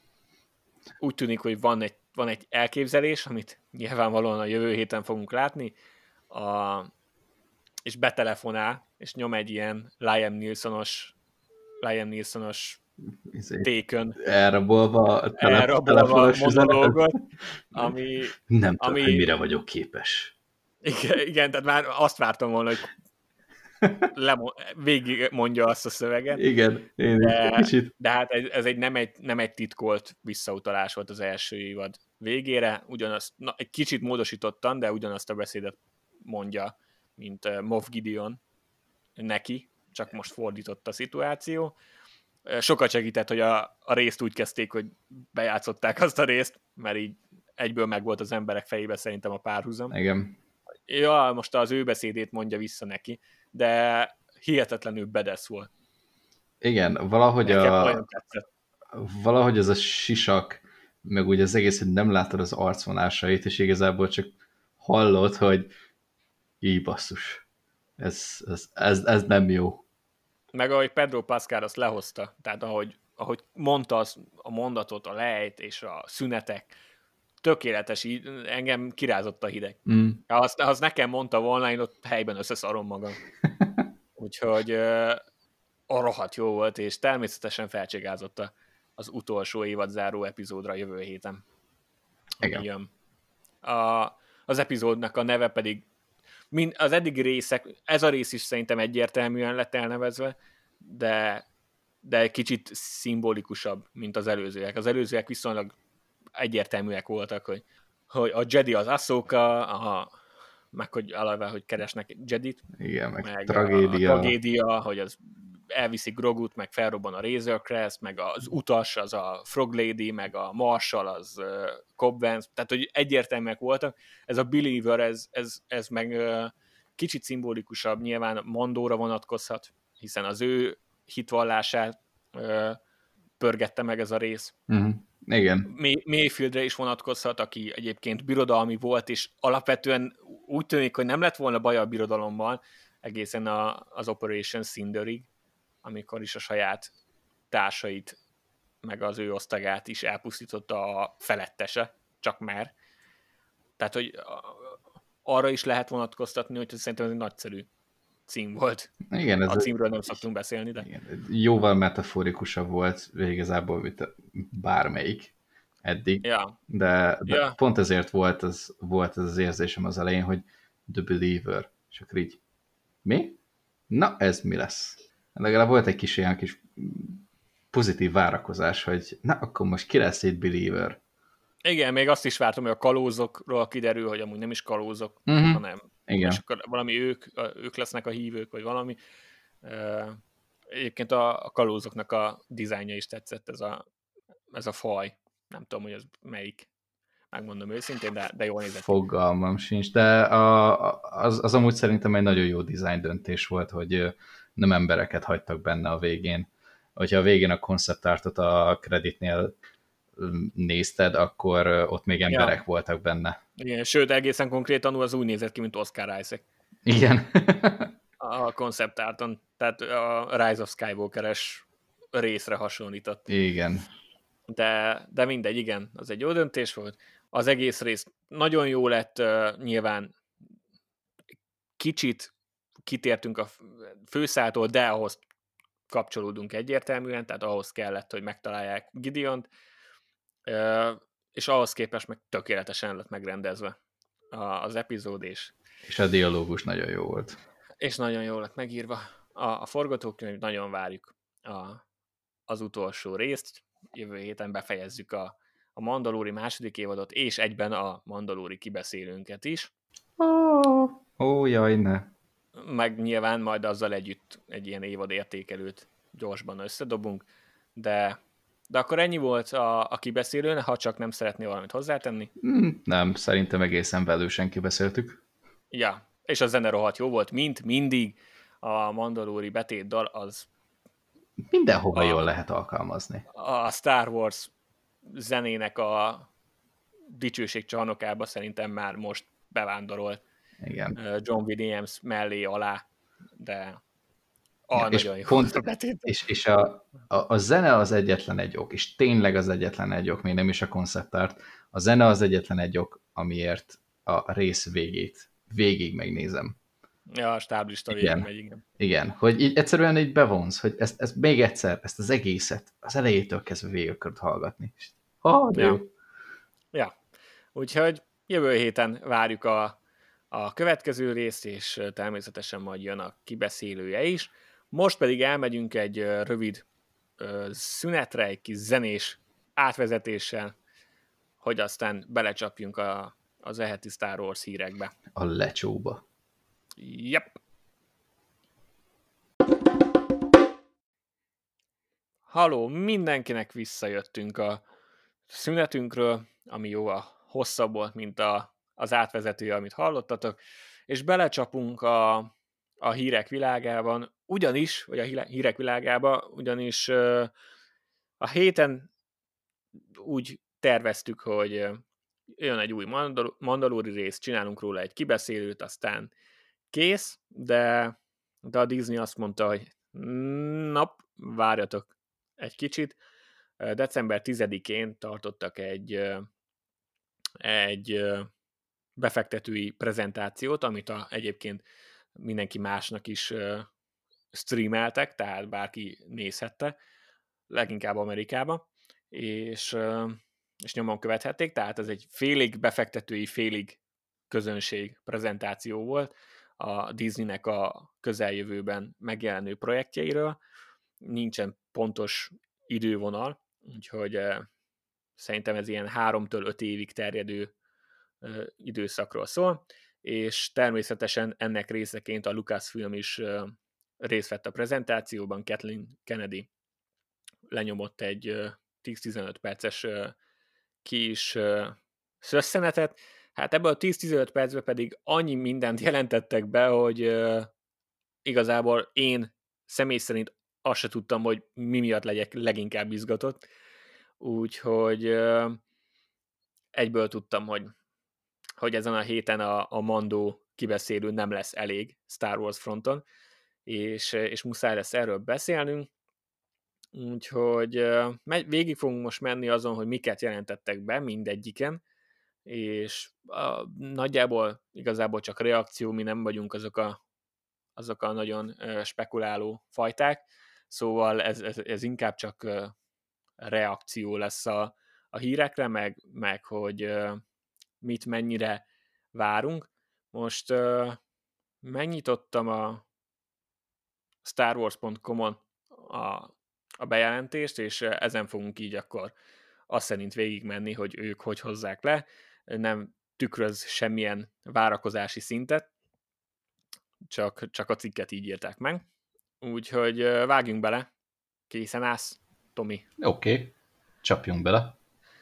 úgy tűnik, hogy van egy, van egy elképzelés, amit nyilvánvalóan a jövő héten fogunk látni, a, és betelefonál, és nyom egy ilyen Liam Neesonos Liam Neesonos tékön. Elrabolva a tele- elrabolva monológot, ami... Nem tudom, ami, hogy mire vagyok képes. Igen, igen, tehát már azt vártam volna, hogy lemo- végig mondja azt a szöveget. Igen, én is egy De, kicsit. de hát ez, ez egy nem, egy nem egy titkolt visszautalás volt az első évad végére, ugyanazt, na, egy kicsit módosítottan, de ugyanazt a beszédet mondja, mint uh, Moff Gideon neki, csak most fordított a szituáció. Sokat segített, hogy a, a részt úgy kezdték, hogy bejátszották azt a részt, mert így egyből megvolt az emberek fejébe szerintem a párhuzam. Igen. Ja, most az ő beszédét mondja vissza neki, de hihetetlenül bedesz volt. Igen, valahogy Nekem a... nagyon tetszett. Valahogy ez a sisak, meg ugye az egész, hogy nem látod az arcvonásait, és igazából csak hallod, hogy így basszus. Ez, ez, ez, ez nem jó. Meg ahogy Pedro Pascal azt lehozta, tehát ahogy, ahogy mondta az, a mondatot, a lejt és a szünetek, tökéletes, így engem kirázott a hideg. Mm. Ha azt, ha azt nekem mondta volna, én ott helyben összeszarom magam. Úgyhogy uh, a rohadt jó volt, és természetesen felcsigázott az utolsó évad záró epizódra jövő héten. Igen. Jön. A, az epizódnak a neve pedig mind, az eddigi részek, ez a rész is szerintem egyértelműen lett elnevezve, de, de kicsit szimbolikusabb, mint az előzőek. Az előzőek viszonylag egyértelműek voltak, hogy, hogy a Jedi az Ahsoka, a, meg hogy alapvetően, hogy keresnek Jedit, Igen, meg, meg tragédia. A, a tragédia, hogy az elviszik Grogut, meg felrobban a Razor Crest, meg az utas, az a Frog Lady, meg a Marshall, az uh, Cobb Vanth, tehát hogy egyértelműek voltak. Ez a Believer, ez, ez, ez meg uh, kicsit szimbolikusabb, nyilván Mandóra vonatkozhat, hiszen az ő hitvallását uh, pörgette meg ez a rész. Uh-huh. Igen. May- Mayfieldre is vonatkozhat, aki egyébként birodalmi volt, és alapvetően úgy tűnik, hogy nem lett volna baj a birodalommal, egészen a, az Operation Cinderig, amikor is a saját társait, meg az ő osztagát is elpusztította a felettese, csak már. Tehát, hogy arra is lehet vonatkoztatni, hogy szerintem ez egy nagyszerű cím volt. Igen, ez a címről nem szoktunk beszélni, de... Igen, jóval metaforikusabb volt igazából, mint bármelyik eddig, ja. de, de ja. pont ezért volt az, volt az, az érzésem az elején, hogy The Believer, és akkor így, mi? Na, ez mi lesz? Legalább volt egy kis ilyen kis pozitív várakozás, hogy na, akkor most ki lesz egy Believer? Igen, még azt is vártam, hogy a kalózokról kiderül, hogy amúgy nem is kalózok, uh-huh. hanem Igen. és akkor valami ők, ők lesznek a hívők, vagy valami. Egyébként a, a kalózoknak a dizájnja is tetszett, ez a, ez a faj. Nem tudom, hogy ez melyik. Megmondom őszintén, de, de jól nézett. Fogalmam sincs, de a, az, az amúgy szerintem egy nagyon jó design döntés volt, hogy nem embereket hagytak benne a végén. Hogyha a végén a konceptártot a kreditnél nézted, akkor ott még emberek ja. voltak benne. Igen, sőt, egészen konkrétan az úgy nézett ki, mint Oscar Isaac. Igen. a konceptárton, tehát a Rise of Skywalker-es részre hasonlított. Igen. De, de mindegy, igen, az egy jó döntés volt. Az egész rész nagyon jó lett, uh, nyilván kicsit kitértünk a főszáltól, de ahhoz kapcsolódunk egyértelműen, tehát ahhoz kellett, hogy megtalálják Gideont, uh, és ahhoz képest meg tökéletesen lett megrendezve az epizód, és és a dialógus nagyon jó volt. És nagyon jól lett megírva. A, a forgatókönyv, nagyon várjuk a, az utolsó részt. Jövő héten befejezzük a, a Mandalori második évadot, és egyben a Mandalori kibeszélőnket is. Ó, oh, oh, jaj, ne. Meg nyilván majd azzal együtt egy ilyen évad értékelőt gyorsban összedobunk, de, de akkor ennyi volt a, a kibeszélőn, ha csak nem szeretné valamit hozzátenni. Mm, nem, szerintem egészen velősen kibeszéltük. Ja, és a zene rohadt jó volt, mint mindig. A Mandalori betétdal az mindenhova a, jól lehet alkalmazni. A Star Wars zenének a dicsőség csarnokába szerintem már most bevándorolt. Igen. John Williams mellé alá, de a ja, nagyon és jó. Pont, és és a, a, a zene az egyetlen egy ok, és tényleg az egyetlen egy ok, még nem is a konceptárt. A zene az egyetlen egy ok, amiért a rész végét végig megnézem. Ja, a stáblista végig megy, igen. Igen, hogy így egyszerűen így bevonsz, hogy ezt, ezt még egyszer, ezt az egészet az elejétől kezdve végig akarod hallgatni. Oh, de ja. jó. Ja, úgyhogy jövő héten várjuk a, a következő részt, és természetesen majd jön a kibeszélője is. Most pedig elmegyünk egy rövid szünetre, egy kis zenés átvezetéssel, hogy aztán belecsapjunk a, az eheti Star Wars hírekbe. A lecsóba. Yep. Halló, mindenkinek visszajöttünk a szünetünkről, ami jóval hosszabb volt, mint a, az átvezető, amit hallottatok, és belecsapunk a, a hírek világában, ugyanis, vagy a hírek világába, ugyanis a héten úgy terveztük, hogy jön egy új Mandal- Mandalori rész, csinálunk róla egy kibeszélőt, aztán kész, de, de a Disney azt mondta, hogy nap, várjatok egy kicsit. december tizedikén tartottak egy, egy befektetői prezentációt, amit a, egyébként mindenki másnak is streameltek, tehát bárki nézhette, leginkább Amerikába, és, és nyomon követhették, tehát ez egy félig befektetői, félig közönség prezentáció volt a Disneynek a közeljövőben megjelenő projektjeiről. Nincsen pontos idővonal, úgyhogy szerintem ez ilyen háromtól öt évig terjedő időszakról szól, és természetesen ennek részeként a Lucasfilm is részt vett a prezentációban. Kathleen Kennedy lenyomott egy tíz-tizenöt perces kis szösszenetet. Hát ebből a tíz-tizenöt percben pedig annyi mindent jelentettek be, hogy igazából én személy szerint azt se tudtam, hogy mi miatt legyek leginkább izgatott. Úgyhogy egyből tudtam, hogy, hogy ezen a héten a, a Mando kibeszélő nem lesz elég Star Wars fronton, és, és muszáj lesz erről beszélnünk. Úgyhogy végig fogunk most menni azon, hogy miket jelentettek be mindegyiken, és a, nagyjából igazából csak reakció, mi nem vagyunk azok a, azok a nagyon spekuláló fajták, szóval ez, ez, ez inkább csak reakció lesz a, a hírekre, meg, meg hogy mit mennyire várunk. Most megnyitottam a Star Wars pont com-on a a bejelentést, és ezen fogunk így akkor azt szerint végigmenni, hogy ők hogy hozzák le, nem tükröz semmilyen várakozási szintet, csak, csak a cikket így írták meg. Úgyhogy vágjunk bele. Készen állsz, Tomi? Oké, okay. Csapjunk bele.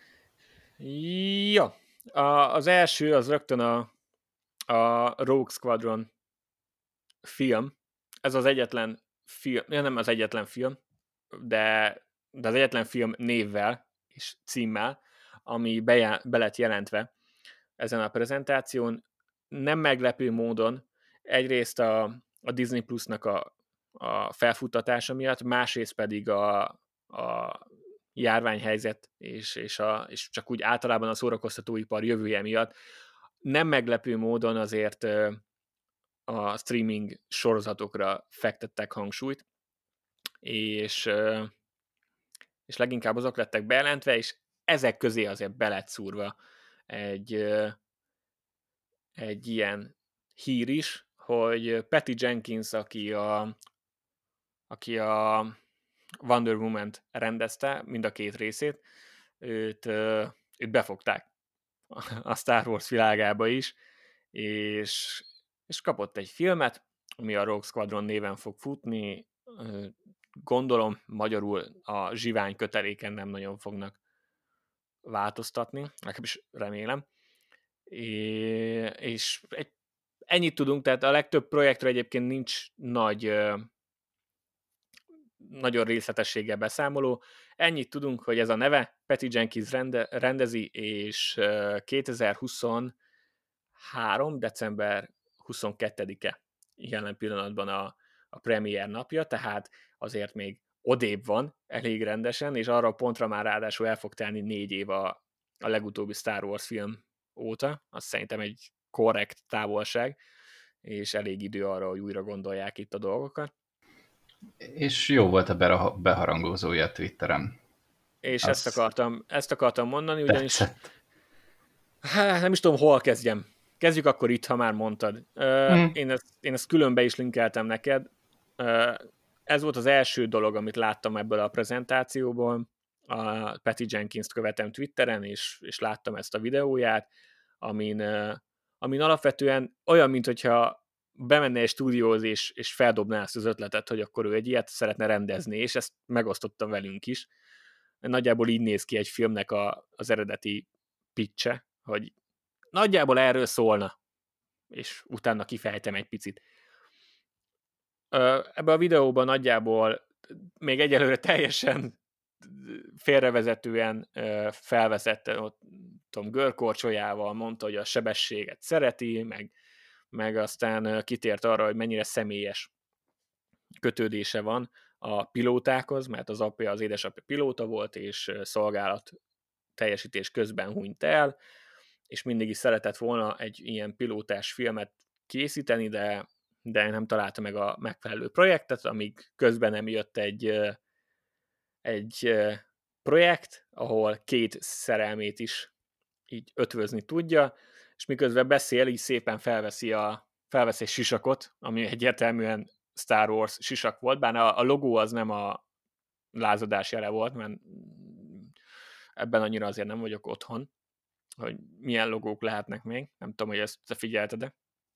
Ja, a, az első az rögtön a, a Rogue Squadron film. Ez az egyetlen film, nem az egyetlen film, de, de az egyetlen film névvel és címmel, ami be, be lett jelentve ezen a prezentáción. Nem meglepő módon egyrészt a, a Disney Plus-nak a, a felfuttatása miatt, másrészt pedig a, a járványhelyzet és, és, a, és csak úgy általában a szórakoztatóipar jövője miatt nem meglepő módon azért a streaming sorozatokra fektettek hangsúlyt, és, és leginkább azok lettek bejelentve, és ezek közé azért be lett szúrva egy, egy ilyen hír is, hogy Patty Jenkins, aki a, aki a Wonder Woman-t rendezte, mind a két részét, őt, őt befogták a Star Wars világába is, és, és kapott egy filmet, ami a Rogue Squadron néven fog futni. Gondolom magyarul a zsivány köteléken nem nagyon fognak változtatni, nekem is remélem. É, és egy, ennyit tudunk, tehát a legtöbb projektről egyébként nincs nagy nagyon részletességgel beszámoló. Ennyit tudunk, hogy ez a neve, Patty Jenkins rende, rendezi, és kétezer-huszonhárom. december huszonkettedike jelen pillanatban a, a premier napja, tehát azért még odébb van elég rendesen, és arra a pontra már ráadásul el fog telni négy év a, a legutóbbi Star Wars film óta. Azt szerintem egy korrekt távolság, és elég idő arra, hogy újra gondolják itt a dolgokat. És jó volt a beharangozója a Twitteren. És ezt akartam, ezt akartam mondani, ugyanis tetszett. hát, nem is tudom, hol kezdjem. kezdjük akkor itt, ha már mondtad. Uh, Mm. én, ezt, én ezt különbe is linkeltem neked. Uh, ez volt az első dolog, amit láttam ebből a prezentációból. A Patty Jenkins-t követem Twitteren, és, és láttam ezt a videóját, amin, uh, amin alapvetően olyan, mint hogyha bemenne egy stúdióhoz, és, és feldobná ezt az ötletet, hogy akkor ő egy ilyet szeretne rendezni, és ezt megosztotta velünk is. Nagyjából így néz ki egy filmnek a, az eredeti pitche, hogy nagyjából erről szólna, és utána kifejtem egy picit. Ebben a videóban nagyjából még egyelőre teljesen félrevezetően felvezette ott Tom görkorcsolyával, mondta, hogy a sebességet szereti, meg, meg aztán kitért arra, hogy mennyire személyes kötődése van a pilótákhoz, mert az apja, az édesapja pilóta volt, és szolgálat teljesítés közben hunyt el, és mindig is szeretett volna egy ilyen pilótás filmet készíteni, de, de nem találta meg a megfelelő projektet, amíg közben nem jött egy, egy projekt, ahol két szerelmét is így ötvözni tudja, és miközben beszél, így szépen felveszi, a, felveszi egy sisakot, ami egyértelműen Star Wars sisak volt, bár a, a logó az nem a lázadás jele volt, mert ebben annyira azért nem vagyok otthon, hogy milyen logók lehetnek még. Nem tudom, hogy ezt te figyelted-e.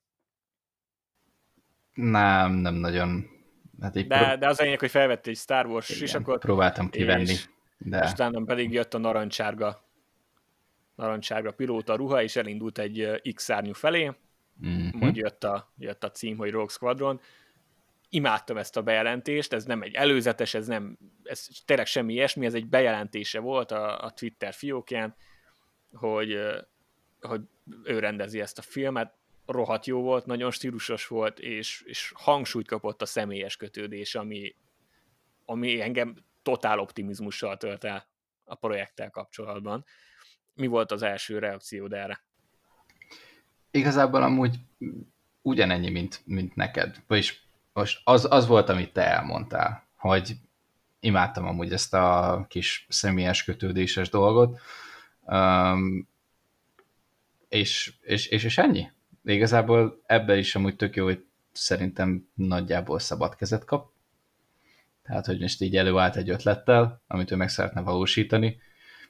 Nem, nem nagyon. Hát így de, pró- de az lényeg, hogy felvette egy Star Wars igen, sisakot. próbáltam kivenni. És, de... és utána pedig jött a narancsárga narancsárga pilóta ruha, és elindult egy X-szárnyú felé, mm-hmm. majd jött a, jött a cím, hogy Rogue Squadron. Imádtam ezt a bejelentést, ez nem egy előzetes, ez nem, ez tényleg semmi ilyesmi, ez egy bejelentése volt a, a Twitter fiókján, hogy, hogy ő rendezi ezt a filmet, rohadt jó volt, nagyon stílusos volt, és, és hangsúlyt kapott a személyes kötődés, ami, ami engem totál optimizmussal tölt el a projekttel kapcsolatban. Mi volt az első reakciód erre? Igazából amúgy ugyanennyi, mint, mint neked. Vagyis most az, az volt, amit te elmondtál, hogy imádtam amúgy ezt a kis személyes kötődéses dolgot, um, és, és, és, és ennyi. De igazából ebben is amúgy tök jó, hogy szerintem nagyjából szabad kezet kap. Tehát, hogy most így előállt egy ötlettel, amit ő meg szeretne valósítani.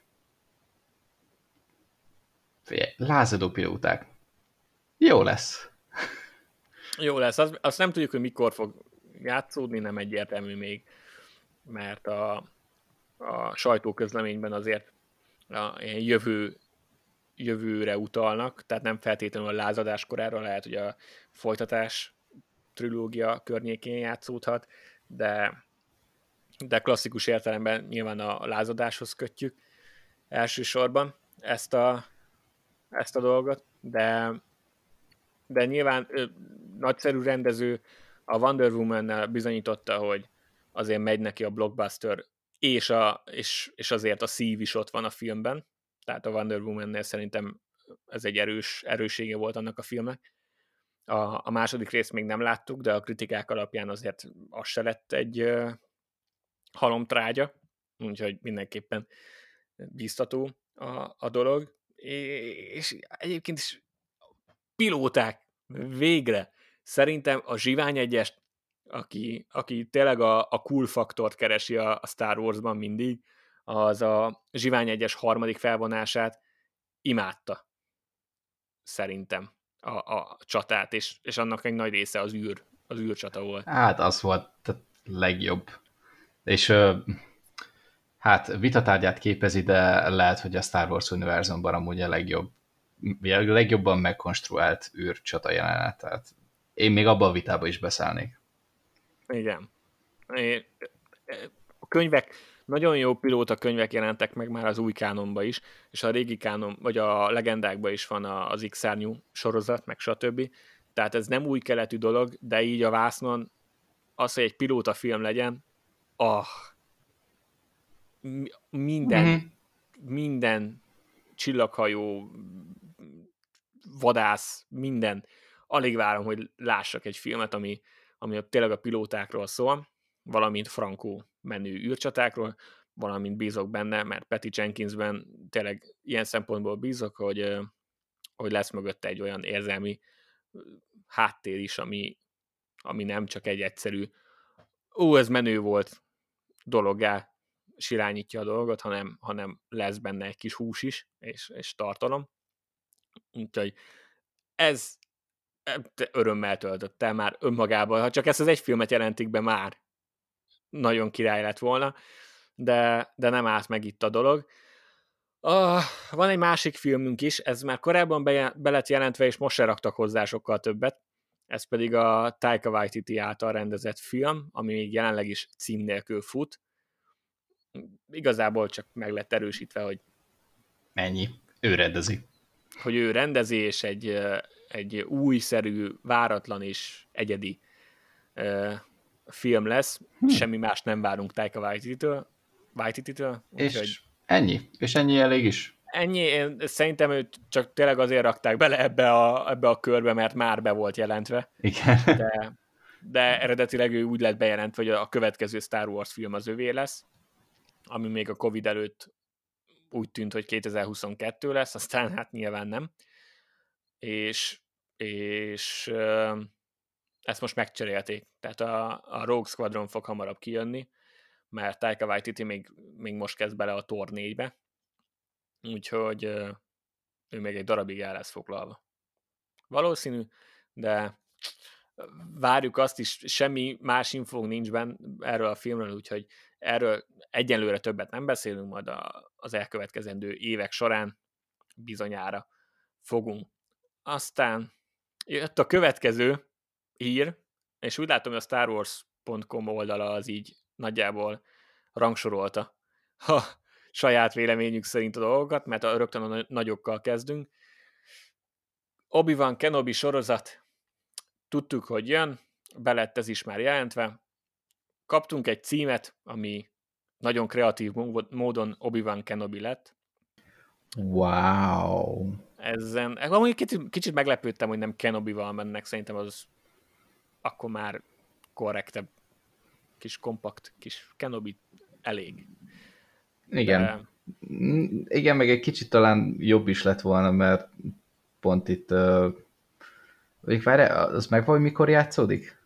Lázadó pilóták. Jó lesz. Jó lesz. Azt, azt nem tudjuk, hogy mikor fog játszódni, nem egyértelmű még, mert a, a sajtóközleményben azért a, ilyen jövő, jövőre utalnak, tehát nem feltétlenül a lázadás korára, lehet, hogy a folytatás trilógia környékén játszódhat, de, de klasszikus értelemben nyilván a lázadáshoz kötjük elsősorban ezt a, ezt a dolgot, de de nyilván ö, nagyszerű rendező, a Wonder Woman-nel bizonyította, hogy azért megy neki a blockbuster, és, a, és, és azért a szív is ott van a filmben, tehát a Wonder Woman-nél szerintem ez egy erős erőssége volt annak a filmnek. A, a második részt még nem láttuk, de a kritikák alapján azért az se lett egy ö, halomtrágya, úgyhogy mindenképpen bíztató a, a dolog. És egyébként is pilóták, végre. Szerintem a Zsivány egyest, aki, aki tényleg a, a cool faktort keresi a, a Star Warsban mindig, az a Zsivány egyes harmadik felvonását imádta. Szerintem a, a csatát, és, és annak egy nagy része az űr, az űrcsata volt. Hát az volt a legjobb. És hát vitatárgyát képezi, de lehet, hogy a Star Wars univerzumban amúgy a legjobb, a legjobban megkonstruált űrcsata jelenet. Tehát én még abban a vitában is beszállnék. Igen. A könyvek, nagyon jó pilóta könyvek jelentek meg már az új kánonba is, és a régi kánon, vagy a legendákban is van az X-szárnyú sorozat, meg stb. Tehát ez nem új keletű dolog, de így a vásznon az, hogy egy pilóta film legyen, ah, minden, mm-hmm. minden csillaghajó, vadász, minden. Alig várom, hogy lássak egy filmet, ami, ami tényleg a pilótákról szól, valamint frankó menő űrcsatákról, valamint bízok benne, mert Patty Jenkinsben tényleg ilyen szempontból bízok, hogy, hogy lesz mögötte egy olyan érzelmi háttér is, ami, ami nem csak egy egyszerű ó, ez menő volt dologgá sirányítja a dolgot, hanem, hanem lesz benne egy kis hús is, és, és tartalom. Úgyhogy ez örömmel töltött el már önmagában. Ha csak ezt az egy filmet jelentik be, már nagyon király lett volna, de, de nem állt meg itt a dolog. Uh, van egy másik filmünk is, ez már korábban be, be lett jelentve, és most se raktak hozzá sokkal többet. Ez pedig a Taika Waititi által rendezett film, ami még jelenleg is cím nélkül fut. Igazából csak meg lett erősítve, hogy Ennyi. Ő rendezi. Hogy ő rendezi, és egy, egy újszerű, váratlan és egyedi uh, film lesz. Hm. Semmi más nem várunk Taika Waitititől. Waitititől és úgyhogy... ennyi. És ennyi elég is. Ennyi, én szerintem őt csak tényleg azért rakták bele ebbe a, ebbe a körbe, mert már be volt jelentve. Igen. De, de eredetileg ő úgy lett bejelentve, hogy a következő Star Wars film az övé lesz, ami még a Covid előtt úgy tűnt, hogy kétezer-huszonkettő lesz, aztán hát nyilván nem. És, és ezt most megcserélték. Tehát a, a Rogue Squadron fog hamarabb kijönni, mert Taika Waititi még, még most kezd bele a Thor négybe. Úgyhogy ő még egy darabig el lesz foglalva. Valószínű, de várjuk azt is, semmi más infónk nincs benne erről a filmről, úgyhogy erről egyenlőre többet nem beszélünk, majd a, az elkövetkezendő évek során bizonyára fogunk. Aztán jött a következő hír, és úgy látom, hogy a Star Wars pont com oldala az így nagyjából rangsorolta a saját véleményük szerint a dolgokat, mert a, rögtön a nagyokkal kezdünk. Obi-Wan Kenobi sorozat, tudtuk, hogy jön, belett ez is már jelentve. Kaptunk egy címet, ami nagyon kreatív módon Obi-Wan Kenobi lett. Wow! Ezen, amúgy kicsit, kicsit meglepődtem, hogy nem Kenobi-val mennek, szerintem az akkor már korrektebb, kis kompakt, kis Kenobi elég. Igen. De... Igen, meg egy kicsit talán jobb is lett volna, mert pont itt uh... várj, az megvan, hogy mikor játszódik?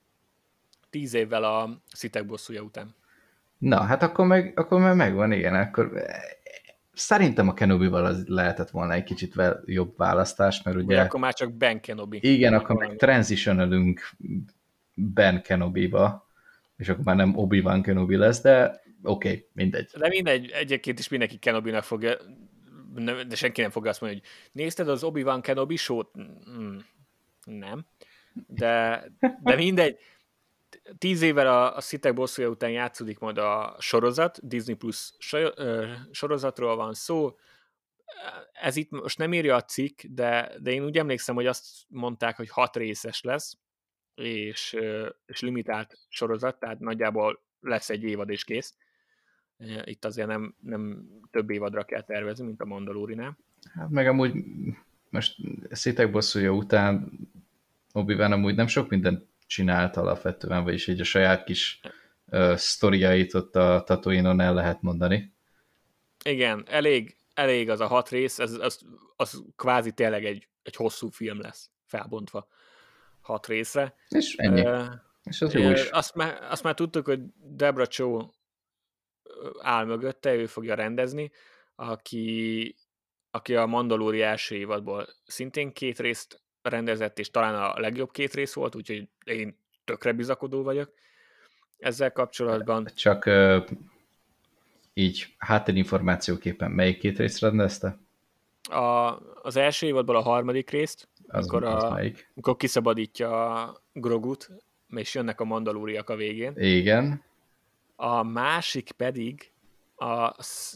Tíz évvel a Szitek bosszúja után. Na, hát akkor meg, akkor meg megvan, igen. Akkor szerintem a Kenobi-val az lehetett volna egy kicsit jobb választás, mert ugye... Vagy akkor már csak Ben Kenobi. Igen, akkor meg transitionelünk Ben Kenobi-ba, és akkor már nem Obi-Wan Kenobi lesz, de oké, okay, mindegy. De mindegy, egyébként is mindenki Kenobi-nak fogja, de senki nem fogja azt mondani, hogy nézted az Obi-Wan Kenobi show-t? Nem. De, de mindegy. Tíz évvel a, a Szitek bosszúja után játszódik majd a sorozat, Disney Plus sorozatról van szó. Ez itt most nem írja a cikk, de, de én úgy emlékszem, hogy azt mondták, hogy hat részes lesz, és, és limitált sorozat, tehát nagyjából lesz egy évad és kész. Itt azért nem, nem több évadra kell tervezni, mint a Mandalorianál. Hát meg amúgy most Szitek bosszúja után Obi-Wan amúgy nem sok mindent csinált alapvetően, vagyis így a saját kis uh, sztoriait ott a Tatooine-on el lehet mondani. Igen, elég, elég az a hat rész, ez, az, az kvázi tényleg egy, egy hosszú film lesz, felbontva hat részre. És ennyi. Uh, És az jó is. Azt már, azt már tudtuk, hogy Deborah Chow áll mögötte, ő fogja rendezni, aki, aki a Mandalori első évadból szintén két részt rendezett, és talán a legjobb két rész volt, úgyhogy én tökre bizakodó vagyok ezzel kapcsolatban. Csak uh, így háttérinformációképpen melyik két részt rendezte? A, az első évadból a harmadik részt, az, amikor, az a, melyik? amikor kiszabadítja a Grogut, és jönnek a mandalóriak a végén. Igen. A másik pedig a...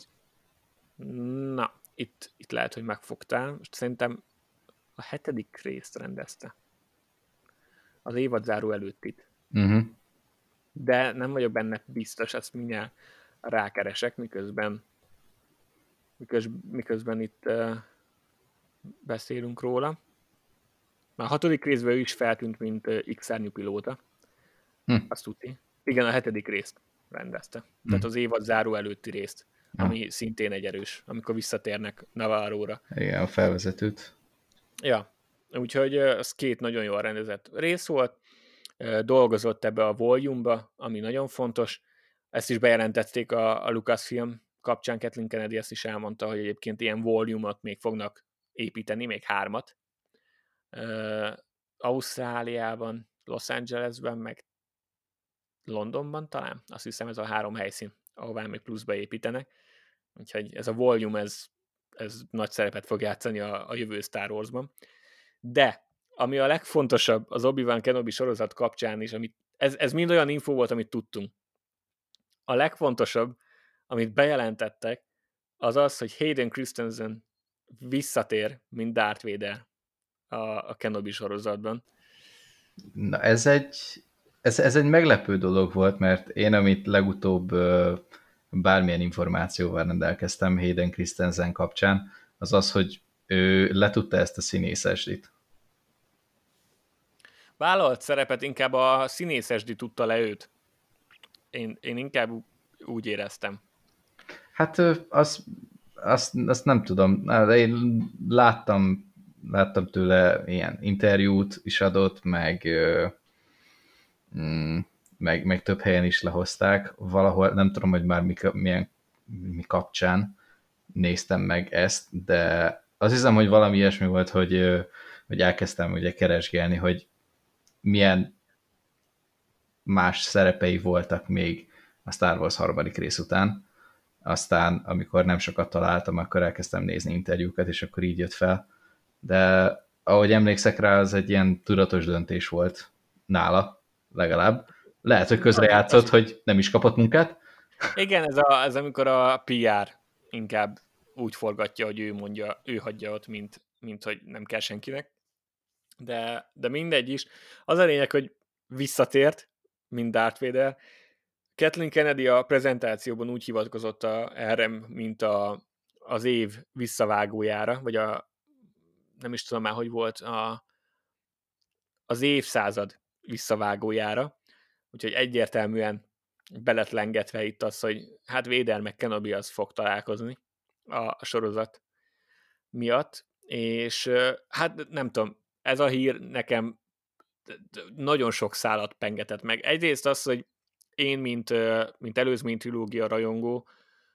Na, itt, itt lehet, hogy megfogtál. Most szerintem a hetedik részt rendezte. Az évadzáró előttit. Uh-huh. De nem vagyok benne biztos, ezt mindjárt rákeresek, miközben miközben, miközben itt uh, beszélünk róla. Már a hatodik részben ő is feltűnt, mint uh, X-árnyú pilóta. Hm. Azt tudni. Igen, a hetedik részt rendezte. Hm. Tehát az évadzáró előtti részt, ami ha. szintén egy erős, amikor visszatérnek Navarro-ra. Igen, a felvezetőt. Ja, úgyhogy ez két nagyon jól rendezett rész volt, dolgozott ebbe a volume-ba, ami nagyon fontos. Ezt is bejelentették a, a Lucasfilm kapcsán, Kathleen Kennedy ezt is elmondta, hogy egyébként ilyen volume-ot még fognak építeni, még hármat. Uh, Ausztráliában, Los Angelesben, meg Londonban talán, azt hiszem ez a három helyszín, ahová még pluszba építenek. Úgyhogy ez a volume, ez, ez nagy szerepet fog játszani a, a jövő Star Warsban. De, ami a legfontosabb az Obi-Wan Kenobi sorozat kapcsán is, amit, ez, ez mind olyan info volt, amit tudtunk. A legfontosabb, amit bejelentettek, az az, hogy Hayden Christensen visszatér, mint Darth Vader a, a Kenobi sorozatban. Na ez egy, ez, ez egy meglepő dolog volt, mert én, amit legutóbb bármilyen információval rendelkeztem Hayden Christensen kapcsán, az az, hogy ő letudta ezt a színészesdit. Vállalt szerepet inkább a színészesdi tudta le őt. Én, én inkább úgy éreztem. Hát azt, azt, azt nem tudom. Én láttam, láttam tőle ilyen interjút is adott, meg, meg, meg több helyen is lehozták. Valahol, nem tudom, hogy már mi, milyen, mi kapcsán néztem meg ezt, de azt hiszem, hogy valami ilyesmi volt, hogy, hogy elkezdtem ugye keresgélni, hogy milyen más szerepei voltak még a Star Wars harmadik rész után. Aztán, amikor nem sokat találtam, akkor elkezdtem nézni interjúkat, és akkor így jött fel. De ahogy emlékszek rá, az egy ilyen tudatos döntés volt nála, legalább. Lehet, hogy közrejátszott, hogy nem is kapott munkát. Igen, ez, a, ez amikor a pé er inkább úgy forgatja, hogy ő mondja, ő hagyja ott, mint, mint hogy nem kell senkinek. De, de mindegy is. Az a lényeg, hogy visszatért, mint Darth Vader. Kathleen Kennedy a prezentációban úgy hivatkozott a, erre, mint a, az év visszavágójára, vagy a, nem is tudom már, hogy volt, a, az évszázad visszavágójára. Úgyhogy egyértelműen belet lengetve itt az, hogy hát Vader meg Kenobi az fog találkozni a sorozat miatt, és hát nem tudom, ez a hír nekem nagyon sok szálat pengetett meg. Egyrészt az, hogy én, mint, mint előzmény trilógia rajongó,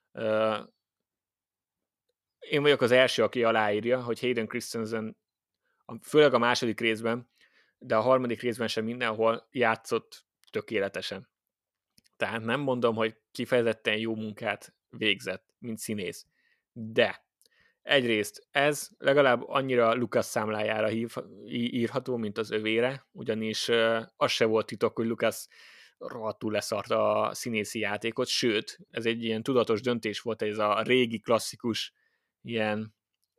én vagyok az első, aki aláírja, hogy Hayden Christensen, főleg a második részben, de a harmadik részben sem mindenhol játszott tökéletesen. Tehát nem mondom, hogy kifejezetten jó munkát végzett, mint színész. De egyrészt ez legalább annyira Lucas számlájára hív, írható, mint az övére, ugyanis az se volt titok, hogy Lucas rohadtul leszart a színészi játékot, sőt, ez egy ilyen tudatos döntés volt, ez a régi klasszikus ilyen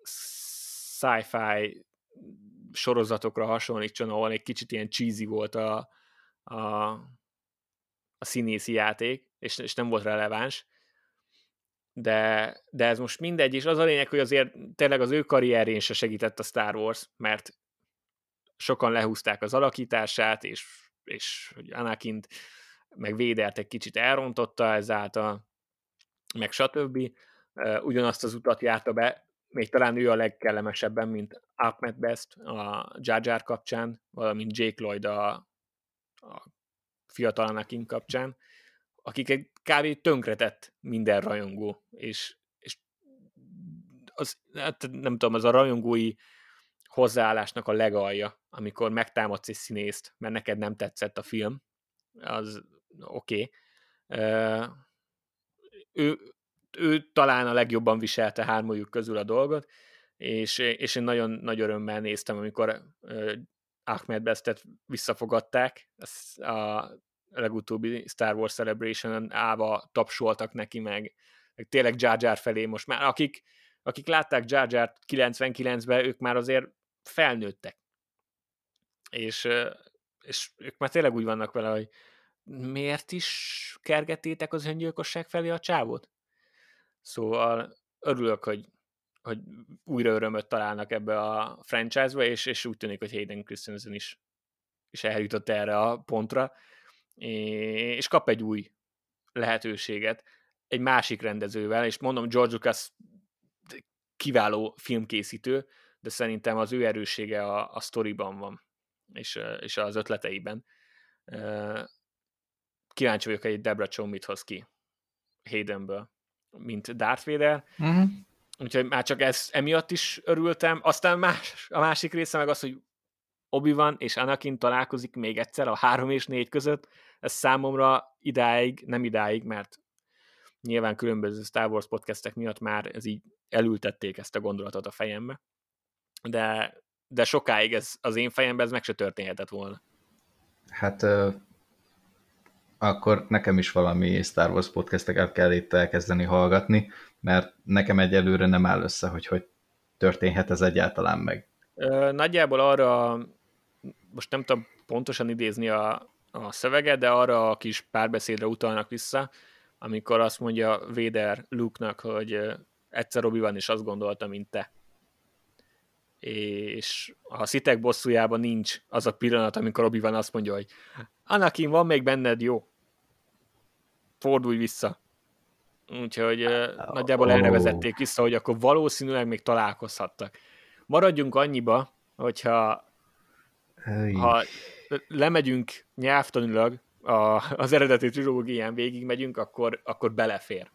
sci-fi sorozatokra hasonlítson, ahol egy kicsit ilyen cheesy volt a, a, a színészi játék, és, és nem volt releváns. De, de ez most mindegy, és az a lényeg, hogy azért tényleg az ő karrierjén se segített a Star Wars, mert sokan lehúzták az alakítását, és, és hogy Anakint meg Védert egy kicsit elrontotta ezáltal, meg stb. Ugyanazt az utat járta be, még talán ő a legkellemesebben, mint Ahmed Best a Jar Jar kapcsán, valamint Jake Lloyd a, a fiatal Anakin kapcsán, akik kb. Tönkretett minden rajongó, és, és az, hát nem tudom, az a rajongói hozzáállásnak a legalja, amikor megtámadsz egy színészt, mert neked nem tetszett a film, az oké. Okay. Ő, ő talán a legjobban viselte hármójuk közül a dolgot, és, és én nagyon nagy örömmel néztem, amikor Ahmed Bestet visszafogadták, ezt a legutóbbi Star Wars Celebration-en állva tapsoltak neki, meg, meg tényleg Jar Jar felé most már, akik, akik látták Jar Jar kilencvenkilencben, ők már azért felnőttek. És, és ők már tényleg úgy vannak vele, hogy miért is kergettétek az öngyilkosság felé a csávót? Szóval örülök, hogy, hogy újra örömöt találnak ebbe a franchise-ba, és, és úgy tűnik, hogy Hayden Christensen is, is eljutott erre a pontra, és kap egy új lehetőséget egy másik rendezővel, és mondom, George Lucas kiváló filmkészítő, de szerintem az ő erőssége a, a sztoriban van, és, és az ötleteiben. Kíváncsi vagyok, hogy Deborah Chow mit hoz ki Haydenből, mint Darth Vader. Uh-huh. Úgyhogy már csak ez, emiatt is örültem. Aztán más, a másik része meg az, hogy Obi-Wan és Anakin találkozik még egyszer a három és négy között. Ez számomra idáig, nem idáig, mert nyilván különböző Star Wars podcastek miatt már ez így elültették ezt a gondolatot a fejembe. De, de sokáig ez az én fejemben ez meg se történhetett volna. Hát uh, akkor nekem is valami Star Wars podcasteket kell itt elkezdeni hallgatni, mert nekem egyelőre nem áll össze, hogy hogy történhet ez egyáltalán meg. Nagyjából arra, most nem tudom pontosan idézni a, a szöveget, de arra a kis párbeszédre utalnak vissza, amikor azt mondja Vader Luke-nak, hogy egyszer Obi-Wan is azt gondolta, mint te. És a szitek bosszújában nincs az a pillanat, amikor Obi-Wan azt mondja, hogy Anakin, van még benned, jó? Fordulj vissza. Úgyhogy uh, nagyjából oh. erre vezették vissza, hogy akkor valószínűleg még találkozhattak. Maradjunk annyiba, hogyha hey. ha lemegyünk nyelvtanilag a, az eredeti trilógián végig megyünk, akkor, akkor belefér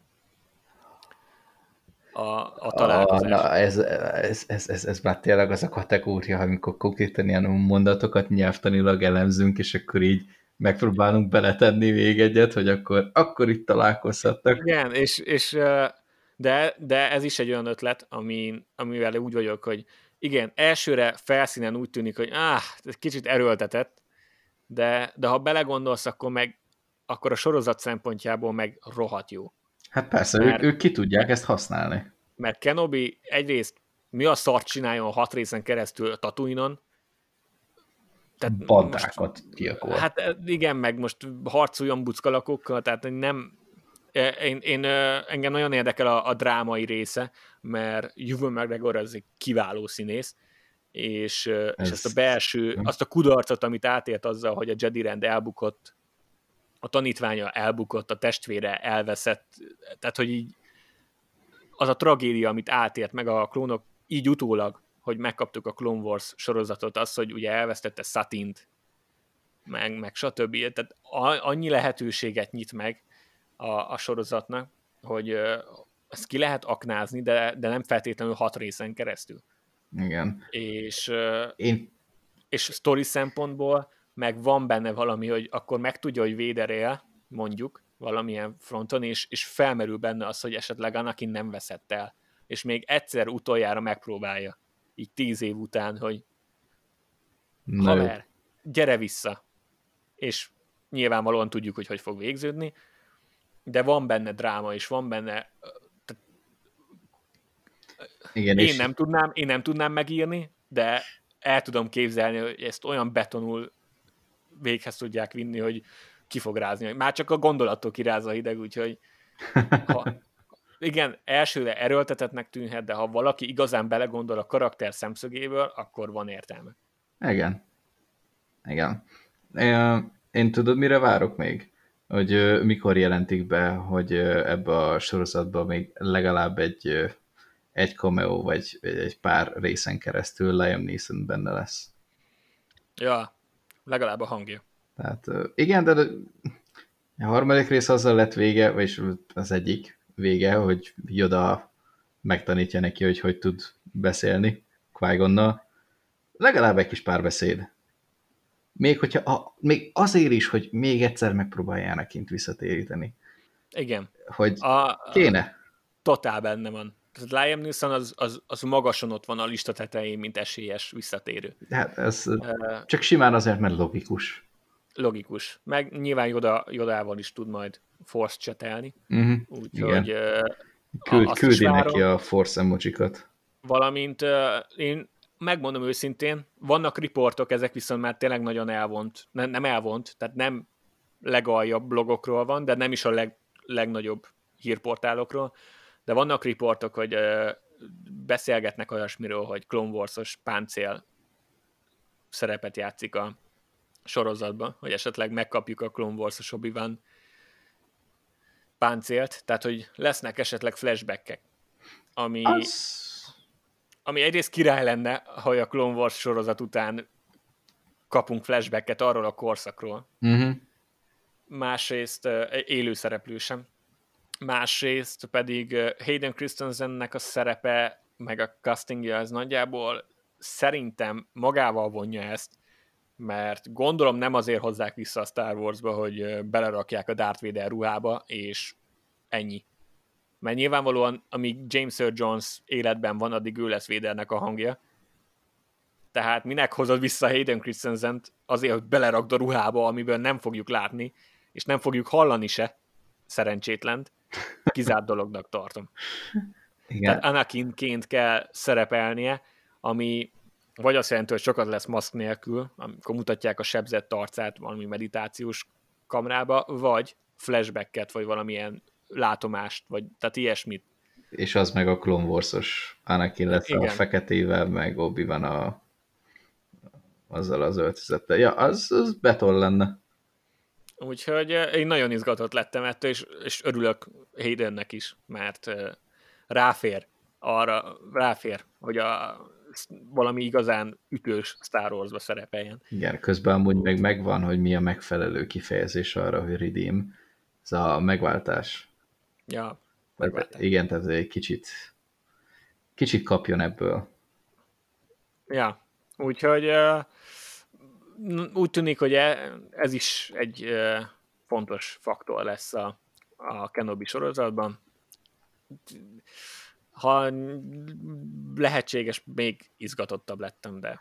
a, a találkozás. Oh, na, ez, ez, ez, ez, ez már tényleg az a kategória, amikor konkrétan ilyen mondatokat nyelvtanilag elemzünk, és akkor így megpróbálunk beletenni még egyet, hogy akkor, akkor itt találkozhattak. Igen, és, és de, de ez is egy olyan ötlet, ami, amivel úgy vagyok, hogy igen, elsőre felszínen úgy tűnik, hogy áh, ez kicsit erőltetett, de, de ha belegondolsz, akkor meg akkor a sorozat szempontjából meg rohadt jó. Hát persze, mert, ők, ők ki tudják ezt használni. Mert Kenobi egyrészt mi a szart csináljon hat részen keresztül a Tatooine-on, tehát bandákat kiakol. Hát igen, meg most harcoljon buckalakokkal, tehát nem... Én, én, engem nagyon érdekel a, a drámai része, mert Ewan McGregor az egy kiváló színész, és, és ezt a belső, azt a kudarcot, amit átélt azzal, hogy a Jedi rend elbukott, a tanítványa elbukott, a testvére elveszett, tehát hogy így az a tragédia, amit átért meg a klónok, így utólag, hogy megkaptuk a Clone Wars sorozatot, az, hogy ugye elvesztette Satint, meg, meg stb. Tehát annyi lehetőséget nyit meg a, a sorozatnak, hogy uh, ezt ki lehet aknázni, de, de nem feltétlenül hat részen keresztül. Igen. És, uh, Én... és sztori szempontból meg van benne valami, hogy akkor megtudja, hogy Vader él, mondjuk, valamilyen fronton, és, és felmerül benne az, hogy esetleg Anakin nem veszett el. És még egyszer utoljára megpróbálja, így tíz év után, hogy haver, gyere vissza. És nyilvánvalóan tudjuk, hogy hogy fog végződni, de van benne dráma, és van benne... Igen, én, és... nem tudnám, én nem tudnám megírni, de el tudom képzelni, hogy ezt olyan betonul véghez tudják vinni, hogy ki fog rázni. Már csak a gondolattól kirázza a hideg, úgyhogy ha, igen, elsőre erőltetetnek tűnhet, de ha valaki igazán belegondol a karakter szemszögéből, akkor van értelme. Igen. Igen. Én, én tudod, mire várok még? Hogy mikor jelentik be, hogy ebbe a sorozatban még legalább egy, egy cameo, vagy egy pár részen keresztül Liam Neeson benne lesz. Ja, legalább a hangja. Tehát igen, de a harmadik rész azzal lett vége, vagyis az egyik vége, hogy Yoda megtanítja neki, hogy hogy tud beszélni Qui-Gonnal. Legalább egy kis párbeszéd. Még, hogyha a, még azért is, hogy még egyszer megpróbáljának kint visszatéríteni. Igen. Hogy a, kéne. Totál benne van. Tehát Liam Neeson az, az, az magason ott van a lista tetején, mint esélyes visszatérő. Hát ez uh, csak simán azért, mert logikus. Logikus. Meg nyilván Yoda, Yodával is tud majd force csetelni. Uh-huh. Úgyhogy uh, Küld, küldi neki a force emojikat. Valamint uh, én megmondom őszintén, vannak riportok, ezek viszont már tényleg nagyon elvont, nem, nem elvont, tehát nem legaljabb blogokról van, de nem is a leg, legnagyobb hírportálokról, de vannak riportok, hogy uh, beszélgetnek olyasmiről, hogy Clone Wars-os páncél szerepet játszik a sorozatban, hogy esetleg megkapjuk a Clone Wars-os Obi-Wan páncélt, tehát hogy lesznek esetleg flashbackek, ami... Az... ami egyrészt király lenne, hogy a Clone Wars sorozat után kapunk flashbacket arról a korszakról. Uh-huh. Másrészt uh, élő szereplő sem. Másrészt pedig uh, Hayden Christensennek a szerepe, meg a castingja az nagyjából szerintem magával vonja ezt, mert gondolom nem azért hozzák vissza a Star Warsba, hogy belerakják a Darth Vader ruhába, és ennyi. Mert nyilvánvalóan, amíg James Earl Jones életben van, addig ő lesz Vadernek a hangja. Tehát minek hozod vissza Hayden Christensent azért, hogy belerakd a ruhába, amiből nem fogjuk látni, és nem fogjuk hallani se, szerencsétlent. Kizárt dolognak tartom. Igen. Tehát Anakinként kell szerepelnie, ami vagy azt jelenti, hogy sokat lesz maszk nélkül, amikor mutatják a sebzett arcát valami meditációs kamrába, vagy flashbacket, vagy valamilyen látomást, vagy tehát ilyesmit. És az meg a Clone Wars-os Anakin lesz. Igen. A feketével, meg Obi-Wan a azzal az öltözettel. Ja, az, az beton lenne. Úgyhogy én nagyon izgatott lettem ettől, és, és örülök Haydennek is, mert ráfér arra, ráfér, hogy a valami igazán ütős Star Wars-ba szerepeljen. Igen, közben amúgy meg megvan, hogy mi a megfelelő kifejezés arra, hogy redeem. Ez a megváltás. Ja, megváltás. Tehát, igen, tehát egy kicsit kicsit kapjon ebből. Ja, úgyhogy úgy tűnik, hogy ez is egy fontos faktor lesz a, a Kenobi sorozatban. Ha lehetséges, még izgatottabb lettem, de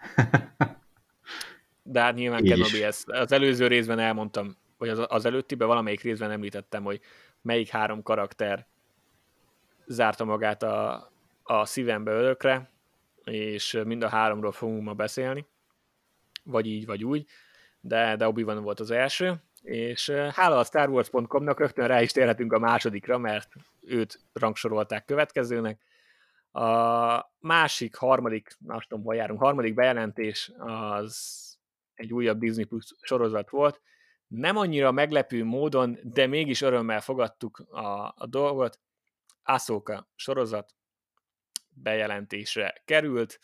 de hát nyilván Így Kenobi, ezt az előző részben elmondtam, vagy az, az előttiben valamelyik részben említettem, hogy melyik három karakter zárta magát a, a szívembe örökre, és mind a háromról fogunk ma beszélni, vagy így, vagy úgy, de, de Obi-Wan volt az első, és hála a Star Wars pont com-nak rögtön rá is térhetünk a másodikra, mert őt rangsorolták következőnek. A másik, harmadik, nem tudom, hol járunk, harmadik bejelentés az egy újabb Disney Plus sorozat volt. Nem annyira meglepő módon, de mégis örömmel fogadtuk a, a dolgot. Ahsoka sorozat bejelentésre került.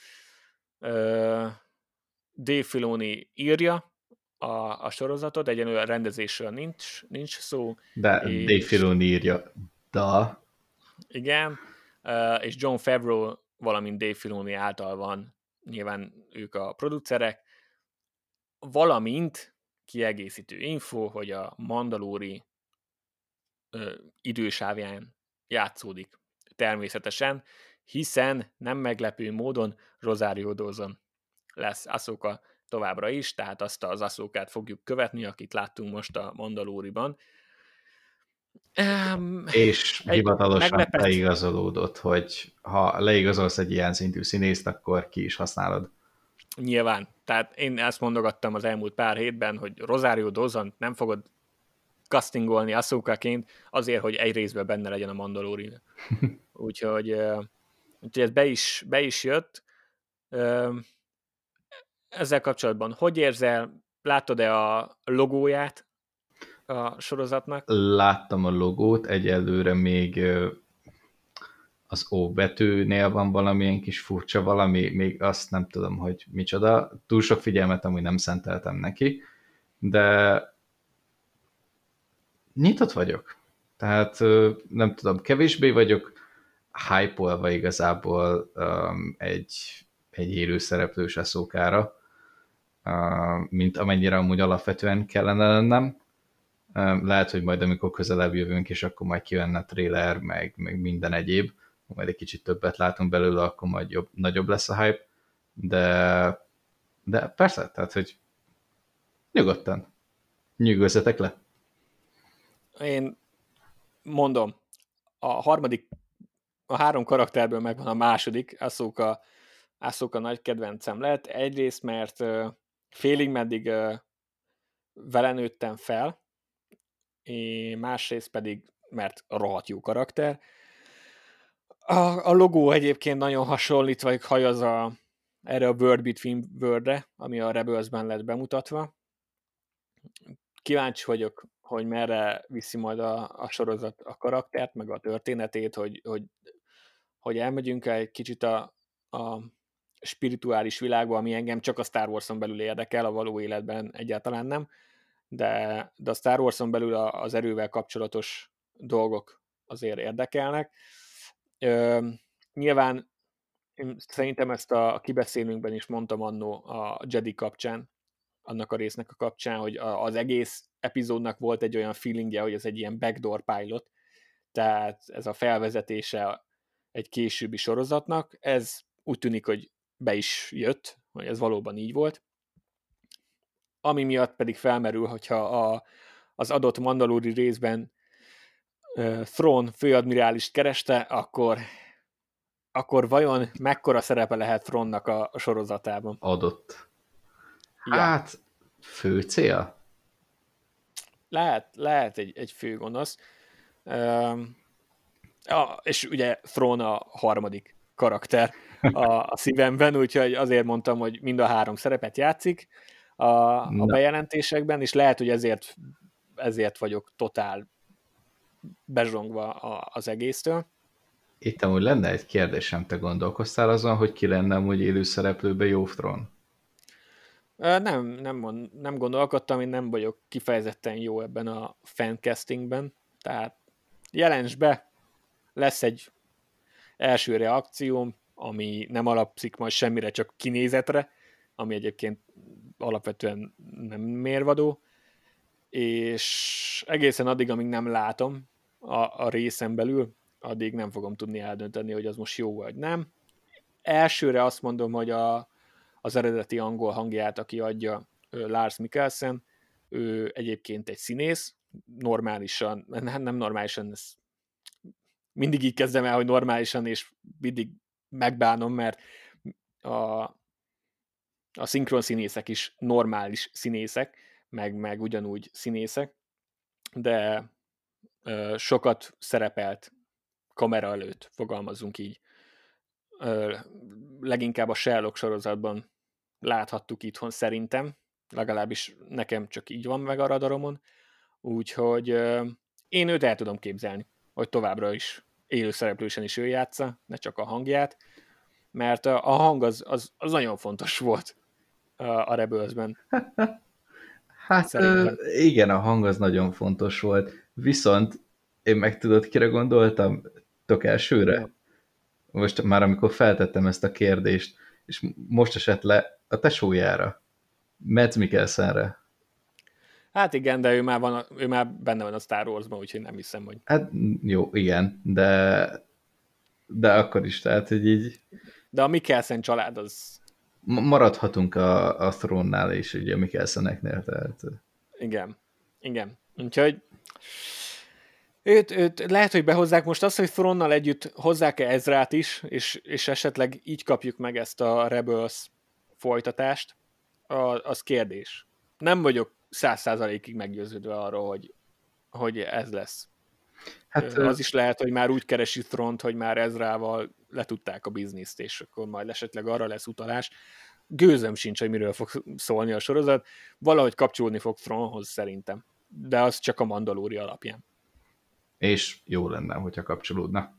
Dave Filoni írja a, a sorozatot, egyenlően rendezésről nincs, nincs szó. De és, Dave Filoni írja, da. Igen, és Jon Favreau, valamint Dave Filoni által van, nyilván ők a producerek, valamint kiegészítő info, hogy a Mandalori ö, idősávján játszódik természetesen, hiszen nem meglepő módon Rosario Dawson lesz Ahsoka továbbra is, tehát azt az Ahsokát fogjuk követni, akit láttunk most a Mandaloriban. Um, és hivatalosan meglepett... leigazolódott, hogy ha leigazolsz egy ilyen szintű színészt, akkor ki is használod. Nyilván. Tehát én ezt mondogattam az elmúlt pár hétben, hogy Rosario Dawson nem fogod castingolni Ahsokaként azért, hogy egy részben benne legyen a Mandalorian. úgyhogy, úgyhogy ez be is, be is jött. Ezzel kapcsolatban hogy érzel? Láttad-e a logóját a sorozatnak? Láttam a logót, egyelőre még az O betűnél van valamilyen kis furcsa valami, még azt nem tudom, hogy micsoda. Túl sok figyelmet amúgy nem szenteltem neki, de nyitott vagyok. Tehát nem tudom, kevésbé vagyok hype-olva igazából um, egy, egy élő szereplős Ahsokára, uh, mint amennyire amúgy alapvetően kellene lennem. Um, lehet, hogy majd amikor közelebb jövünk, és akkor majd kijönne a trailer, meg, meg minden egyéb, majd egy kicsit többet látunk belőle, akkor majd jobb, nagyobb lesz a hype, de, de persze, tehát, hogy nyugodtan, nyugodjatok le. Én mondom, a harmadik, a három karakterből megvan a második, Ahsoka, Ahsoka nagy kedvencem lett. Egyrészt, mert uh, félig meddig uh, vele nőttem fel, és másrészt pedig, mert rohadt jó karakter. A, a logó egyébként nagyon hasonlít, vagy hajaz a, erre a Word Between Wordre, ami a Rebelsben lett bemutatva. Kíváncsi vagyok, hogy merre viszi majd a, a sorozat a karaktert, meg a történetét, hogy, hogy, hogy elmegyünk egy kicsit a, a spirituális világba, ami engem csak a Star Wars-on belül érdekel, a való életben egyáltalán nem, de, de a Star Wars-on belül az erővel kapcsolatos dolgok azért érdekelnek. Ö, nyilván én szerintem ezt a kibeszélőnkben is mondtam annó a Jedi kapcsán, annak a résznek a kapcsán, hogy az egész epizódnak volt egy olyan feelingje, hogy ez egy ilyen backdoor pilot, tehát ez a felvezetése egy későbbi sorozatnak, ez úgy tűnik, hogy be is jött, hogy ez valóban így volt. Ami miatt pedig felmerül, hogyha a, az adott mandalóri részben uh, Thrawn főadmirálist kereste, akkor, akkor vajon mekkora szerepe lehet Thrawnnak a, a sorozatában? Adott. Ja. Hát, fő cél? Lehet, lehet egy, egy főgonosz. Um, ja, és ugye Thrawn a harmadik karakter a, a szívemben, úgyhogy azért mondtam, hogy mind a három szerepet játszik a, a bejelentésekben, és lehet, hogy ezért, ezért vagyok totál bezsongva a, az egésztől. Itt amúgy lenne egy kérdésem, te gondolkoztál azon, hogy ki lenne amúgy élő szereplőbe jó Thrawn? Nem, nem, nem gondolkodtam, én nem vagyok kifejezetten jó ebben a fancastingben, tehát jelents be, lesz egy első reakcióm, ami nem alapszik majd semmire, csak kinézetre, ami egyébként alapvetően nem mérvadó, és egészen addig, amíg nem látom a, a részen belül, addig nem fogom tudni eldönteni, hogy az most jó vagy nem. Elsőre azt mondom, hogy a, az eredeti angol hangját, aki adja, Lars Mikkelsen, ő egyébként egy színész, normálisan, nem normálisan, ez mindig így kezdem el, hogy normálisan, és mindig megbánom, mert a, a szinkron színészek is normális színészek, meg, meg ugyanúgy színészek, de ö, sokat szerepelt kamera előtt, fogalmazunk így. Ö, leginkább a Sherlock sorozatban láthattuk itthon szerintem, legalábbis nekem csak így van meg a radaromon, úgyhogy ö, én őt el tudom képzelni, hogy továbbra is élőszereplősen is ő játsza, ne csak a hangját, mert a, a hang az, az, az nagyon fontos volt a, a Rebelsben. Hát ö, igen, a hang az nagyon fontos volt, viszont én meg tudod, kire gondoltam? Tök elsőre? Ja. Most már amikor feltettem ezt a kérdést, és most esett le a tesójára, Mads Mikkelsenre. Hát igen, de ő már, van, ő már benne van a Star Wars-ban, úgyhogy nem hiszem, hogy... Hát jó, igen, de de akkor is, tehát, hogy így... De a Mikkelsen család az... Maradhatunk a, a Throne-nál és ugye a Mikkelseneknél, tehát... Igen, igen. Úgyhogy őt, őt lehet, hogy behozzák most azt, hogy Throne-nal együtt hozzák-e Ezrát is, és, és esetleg így kapjuk meg ezt a Rebels folytatást, a, az kérdés. Nem vagyok száz százalékig meggyőződve arról, hogy, hogy ez lesz. Hát, az is lehet, hogy már úgy keresi Thront, hogy már Ezrával letudták a bizniszt, és akkor majd esetleg arra lesz utalás. Gőzöm sincs, hogy miről fog szólni a sorozat. Valahogy kapcsolódni fog Thronhoz szerintem. De az csak a Mandalóri alapján. És jó lenne, hogyha kapcsolódna.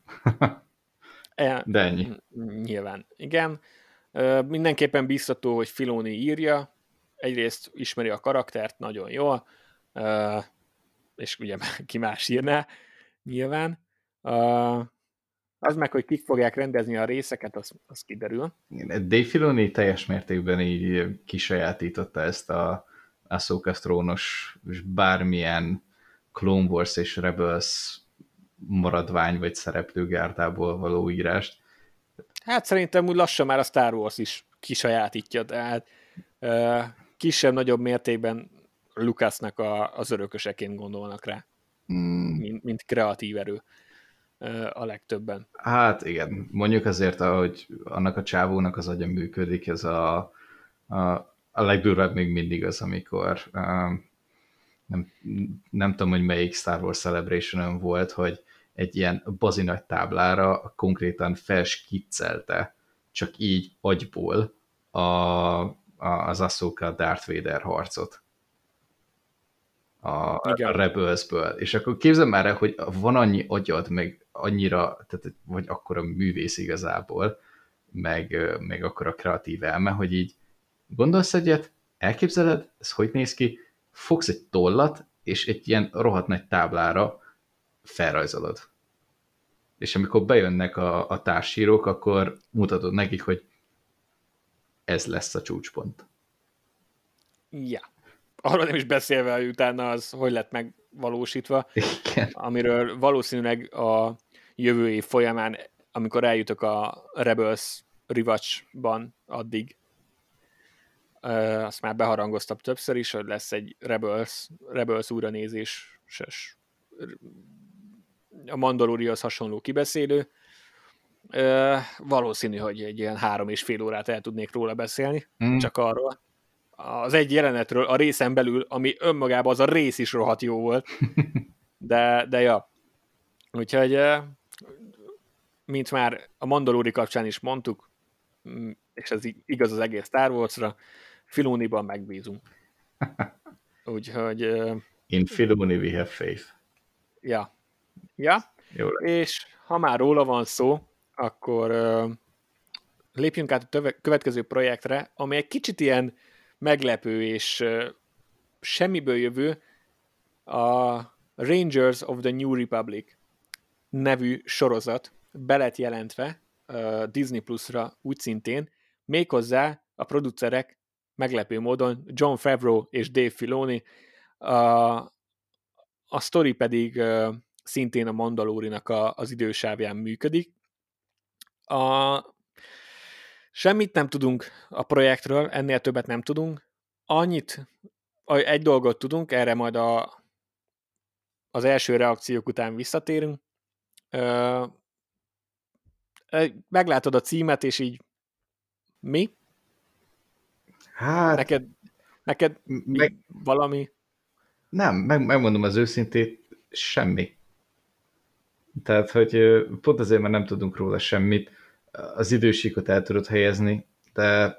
E, De ennyi. Nyilván. Igen. Mindenképpen biztató, hogy Filoni írja. Egyrészt ismeri a karaktert nagyon jól, és ugye ki más írná, nyilván. Uh, az meg, hogy kik fogják rendezni a részeket, az, az kiderül. Dave Filoni teljes mértékben így kisajátította ezt a Ahsoka Trónos és bármilyen Clone Wars és Rebels maradvány vagy szereplőgárdából való írást. Hát szerintem úgy lassan már a Star Wars is kisajátítja, tehát uh, kisebb-nagyobb mértékben Lucasnak a, az örököseként gondolnak rá, hmm. mint, mint kreatív erő a legtöbben. Hát igen, mondjuk azért, ahogy annak a csávónak az agya működik, ez a, a, a legdurvább még mindig az, amikor um, nem, nem tudom, hogy melyik Star Wars Celebration-ön volt, hogy egy ilyen bazi nagy táblára konkrétan felskiccelte csak így agyból a, a, az Ahsoka Darth Vader harcot. A, a Rebelsből. És akkor képzeld már el, hogy van annyi agyad, meg annyira, tehát, vagy akkora művész igazából, meg, meg akkor a kreatív elme, hogy így gondolsz egyet, elképzeled, ez hogy néz ki, fogsz egy tollat, és egy ilyen rohadt nagy táblára felrajzolod. És amikor bejönnek a, a társírók, akkor mutatod nekik, hogy ez lesz a csúcspont. Ja. Arról nem is beszélve, hogy utána az hogy lett megvalósítva, Igen. amiről valószínűleg a jövő év folyamán, amikor eljutok a Rebels Rewatch-ban addig, azt már beharangoztam többször is, hogy lesz egy Rebels, Rebels újranézéses a Mandalorianhoz hasonló kibeszélő. Valószínű, hogy egy ilyen három és fél órát el tudnék róla beszélni, mm. csak arról. Az egy jelenetről a részen belül, ami önmagában az a rész is rohadt jó volt. De, de ja. Úgyhogy mint már a Mandalori kapcsán is mondtuk, és ez igaz az egész Star Wars-ra, Filoniban megbízunk. Úgyhogy... In Filoni we have faith. Ja. Ja. Jó lesz. És ha már róla van szó, akkor uh, lépjünk át a töve- következő projektre, ami egy kicsit ilyen meglepő és uh, semmiből jövő, a Rangers of the New Republic nevű sorozat be lett jelentve uh, Disney Plus-ra úgy szintén, méghozzá a producerek meglepő módon Jon Favreau és Dave Filoni, a, a sztori pedig uh, szintén a Mandalorinak a, az idősávján működik. A, semmit nem tudunk a projektről, ennél többet nem tudunk. Annyit, egy dolgot tudunk, erre majd a, az első reakciók után visszatérünk. Ö, meglátod a címet, és így mi? Hát... Neked, neked meg, valami? Nem, meg, megmondom az őszintét, semmi. Tehát, hogy pont azért, mert nem tudunk róla semmit, az idősíkot el tudod helyezni, de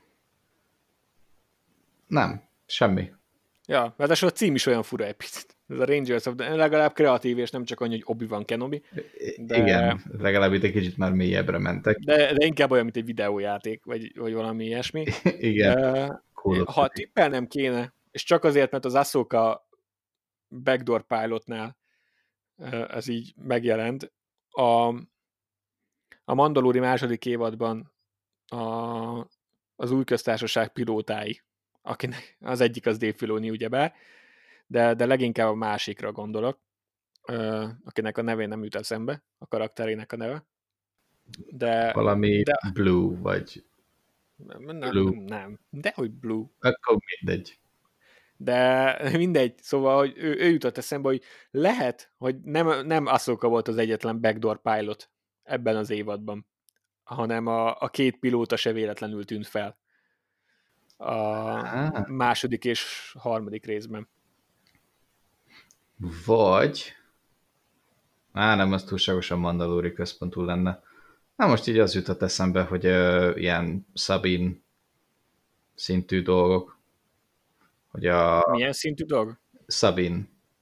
nem, semmi. Ja, mert a cím is olyan fura egy picit. Ez a Rangers of the... legalább kreatív, és nem csak annyi, hogy Obi-Wan Kenobi. De... Igen, legalább itt egy kicsit már mélyebbre mentek. De, de inkább olyan, mint egy videójáték, vagy, vagy valami ilyesmi. Igen. Uh, ha tippelnem kéne, és csak azért, mert az Ahsoka Backdoor Pilotnál uh, ez így megjelent, a, a Mandalori második évadban a, az új köztársaság pilótái, akinek az egyik az Dave Filoni, ugyebár, de, de leginkább a másikra gondolok, uh, akinek a nevén nem jut eszembe, a karakterének a neve. De, valami de, Blue, vagy nem, Blue. nem, dehogy Blue. Akkor mindegy. De mindegy, szóval, hogy ő, ő jutott eszembe, hogy lehet, hogy nem, nem Ahsoka volt az egyetlen backdoor pilot ebben az évadban, hanem a, a két pilóta se véletlenül tűnt fel a ah. második és harmadik részben. Vagy á, nem, az túlságosan Mandalori központú lenne. Na most így az jutott eszembe, hogy uh, ilyen Sabine szintű dolgok. Hogy a... Milyen szintű dolg? Sabine.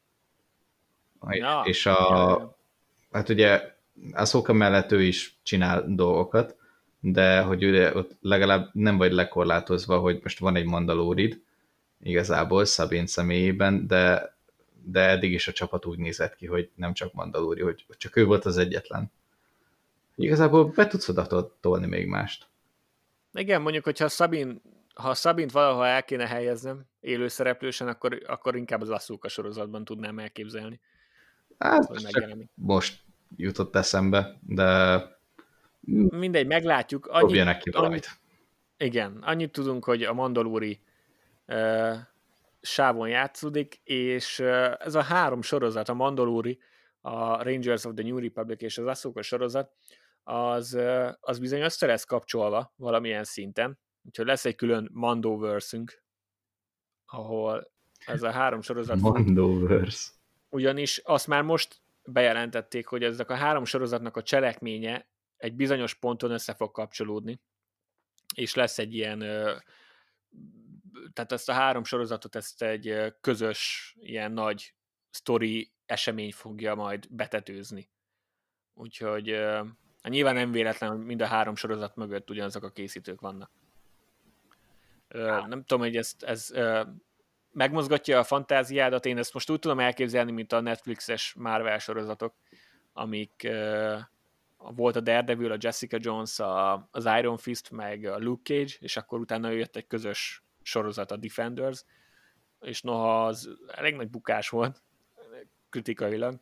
Ja. És a... Ja. Hát ugye Ahsoka mellett ő is csinál dolgokat, de hogy ugye ott legalább nem vagy lekorlátozva, hogy most van egy Mandalorid, igazából Sabine személyében, de, de eddig is a csapat úgy nézett ki, hogy nem csak Mandalori, hogy csak ő volt az egyetlen. Igazából be tudsz oda tolni még mást. Igen, mondjuk, hogyha Sabine, ha Sabint valahol el kéne helyeznem élőszereplősen, akkor, akkor inkább az Ahsoka sorozatban tudnám elképzelni. Hát, most jutott eszembe, de mindegy, meglátjuk. Annyit, neki valamit. Annyit, igen, annyit tudunk, hogy a Mandalori uh, sávon játszódik, és uh, ez a három sorozat, a Mandalori, a Rangers of the New Republic és az Ahsoka sorozat, az, uh, az bizony össze lesz kapcsolva valamilyen szinten, úgyhogy lesz egy külön Mandoverse-ünk, ahol ez a három sorozat Mandoverse. Ugyanis azt már most bejelentették, hogy ezek a három sorozatnak a cselekménye egy bizonyos ponton össze fog kapcsolódni, és lesz egy ilyen, tehát ezt a három sorozatot, ezt egy közös, ilyen nagy sztori esemény fogja majd betetőzni. Úgyhogy Nyilván nem véletlen, hogy mind a három sorozat mögött ugyanazok a készítők vannak. Ö, nem tudom, hogy ezt, ez ö, megmozgatja a fantáziádat, én ezt most úgy tudom elképzelni, mint a Netflixes Marvel sorozatok, amik ö, volt a Daredevil, a Jessica Jones, a, az Iron Fist, meg a Luke Cage, és akkor utána jött egy közös sorozat, a Defenders, és noha az elég nagy bukás volt kritikailag,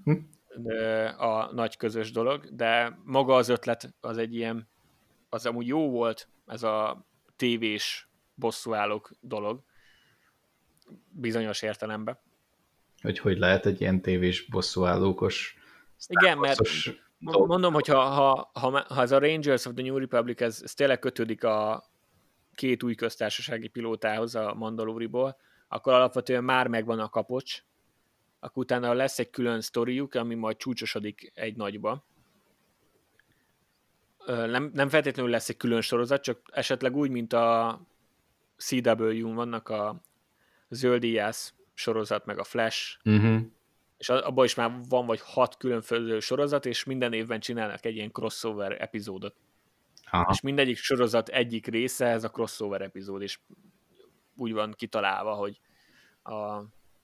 a nagy közös dolog, de maga az ötlet az egy ilyen, az amúgy jó volt, ez a tévés bosszúállók dolog, bizonyos értelemben. Hogy hogy lehet egy ilyen tévés bosszúállókos Igen, mert dolog. mondom, hogy ha, ha, ha, ha ez a Rangers of the New Republic, ez, ez tényleg kötődik a két új köztársasági pilótához a Mandaloriból, akkor alapvetően már megvan a kapocs, akkor utána lesz egy külön sztoriuk, ami majd csúcsosodik egy nagyba. Nem, nem feltétlenül lesz egy külön sorozat, csak esetleg úgy, mint a cé dupla vé-n vannak a zöldíjász sorozat, meg a Flash, uh-huh. és abban is már van vagy hat különböző sorozat, és minden évben csinálnak egy ilyen crossover epizódot. Aha. És mindegyik sorozat egyik része ez a crossover epizód, és úgy van kitalálva, hogy a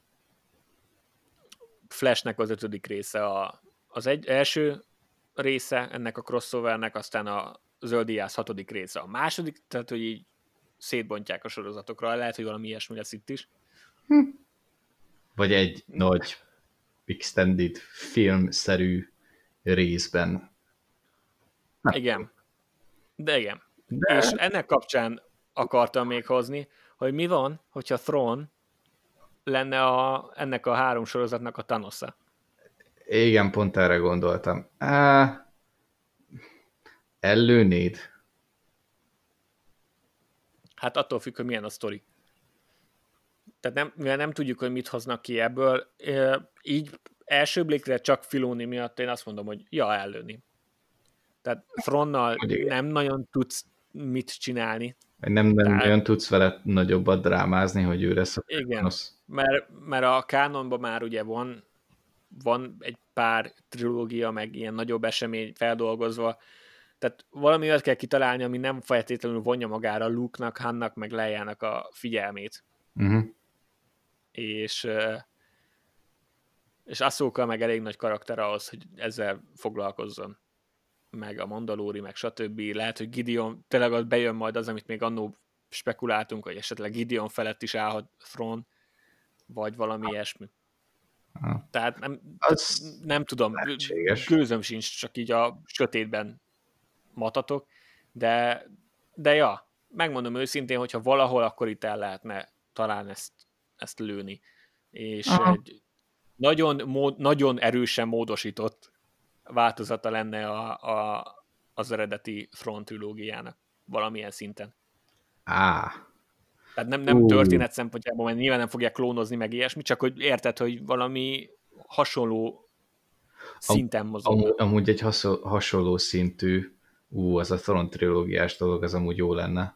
Flashnek az ötödik része a, az egy, első része ennek a crossovernek, aztán a zöldíjász hatodik része a második, tehát hogy így szétbontják a sorozatokra, lehet, hogy valami ilyesmi lesz itt is. Hm. Vagy egy nagy extended filmszerű részben. Nem. Igen. De igen. De... És ennek kapcsán akartam még hozni, hogy mi van, hogyha Thrawn lenne a, ennek a három sorozatnak a Thanosza. Igen, pont erre gondoltam. Á, ellőnéd? Hát attól függ, hogy milyen a sztori. Tehát nem, mivel nem tudjuk, hogy mit hoznak ki ebből, így első blikre csak Filoni miatt én azt mondom, hogy ja, ellőni. Tehát Thronnal nem nagyon tudsz mit csinálni. Nem, nem Tehát... nagyon tudsz vele nagyobbat drámázni, hogy ő lesz a Igen, mert, mert a kánonban már ugye van, van egy pár trilógia, meg ilyen nagyobb esemény feldolgozva, tehát valami olyat kell kitalálni, ami nem feltétlenül vonja magára Luke-nak, Han-nak, meg Leia-nak a figyelmét. Uh-huh. És és Ahsoka meg elég nagy karakter ahhoz, hogy ezzel foglalkozzon. Meg a Mandalori, meg stb. Lehet, hogy Gideon, tényleg az bejön majd az, amit még annó spekuláltunk, hogy esetleg Gideon felett is állhat Thrawn, vagy valami ilyesmi. Ha. Tehát nem, az nem tudom, lehetséges. Gőzöm sincs, csak így a sötétben matatok, de, de ja, megmondom őszintén, hogyha valahol, akkor itt el lehetne talán ezt, ezt lőni. És Aha. egy nagyon, mód, nagyon erősen módosított változata lenne a, a, az eredeti Thrawn trilógiának valamilyen szinten. Á. Tehát nem, nem uh. történet szempontjából, mert nyilván nem fogják klónozni meg ilyesmi, csak hogy érted, hogy valami hasonló szinten mozog. Am, amúgy egy hasonló, hasonló szintű, ú, az a Thrawn trilógiás dolog, az amúgy jó lenne.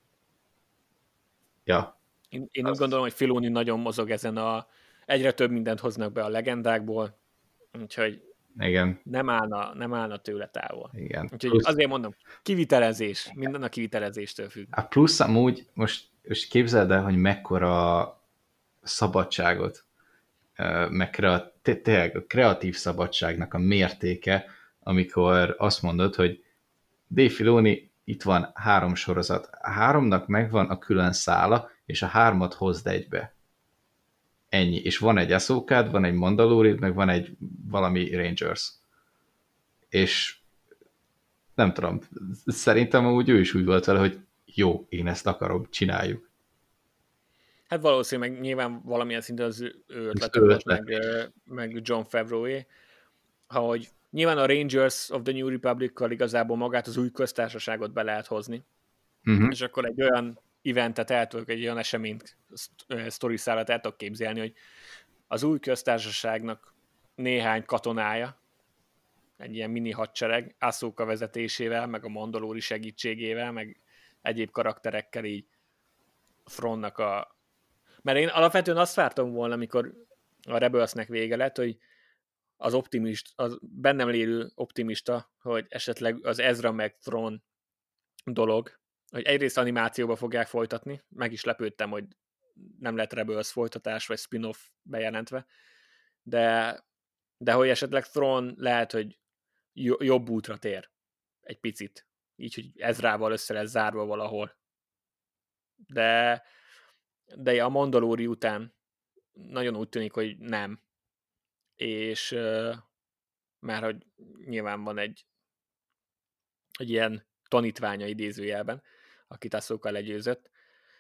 Ja. Én, én úgy gondolom, hogy Filoni nagyon mozog ezen a egyre több mindent hoznak be a legendákból, úgyhogy igen. Nem, állna, nem állna tőle távol. Igen. Úgyhogy plusz... azért mondom, kivitelezés, minden a kivitelezéstől függ. A plusz amúgy, most, most képzeld el, hogy mekkora szabadságot, meg kreatív, tényleg a kreatív szabadságnak a mértéke, amikor azt mondod, hogy Dave Filoni, itt van három sorozat. A háromnak megvan a külön szála, és a hármat hozd egybe. Ennyi. És van egy Ahsokád, van egy Mandalorid, meg van egy valami Rangers. És nem tudom, szerintem úgy ő is úgy volt vele, hogy jó, én ezt akarom, csináljuk. Hát valószínűleg meg nyilván valamilyen szinten az ő ötlet volt, meg, meg Jon Favreaué, hogy nyilván a Rangers of the New Republic-kal igazából magát az új köztársaságot be lehet hozni, uh-huh. és akkor egy olyan eventet el tudok, egy olyan eseményt, sztori szállat el tudok képzelni, hogy az új köztársaságnak néhány katonája, egy ilyen mini hadsereg, Ahsoka vezetésével, meg a Mandalori segítségével, meg egyéb karakterekkel így Thrawnnak a... Mert én alapvetően azt vártam volna, amikor a Rebelsnek vége lett, hogy az optimist, az bennem lévő optimista, hogy esetleg az Ezra meg Thrawn dolog, hogy egyrészt animációba fogják folytatni, meg is lepődtem, hogy nem lett Rebels folytatás, vagy spin-off bejelentve, de, de hogy esetleg Thrawn lehet, hogy jobb útra tér. Egy picit. Így, hogy Ezrával össze lesz zárva valahol. De, de a Mandalori után nagyon úgy tűnik, hogy nem. És már hogy nyilván van egy, egy ilyen tanítványa idézőjelben, akit Ahsoka legyőzött.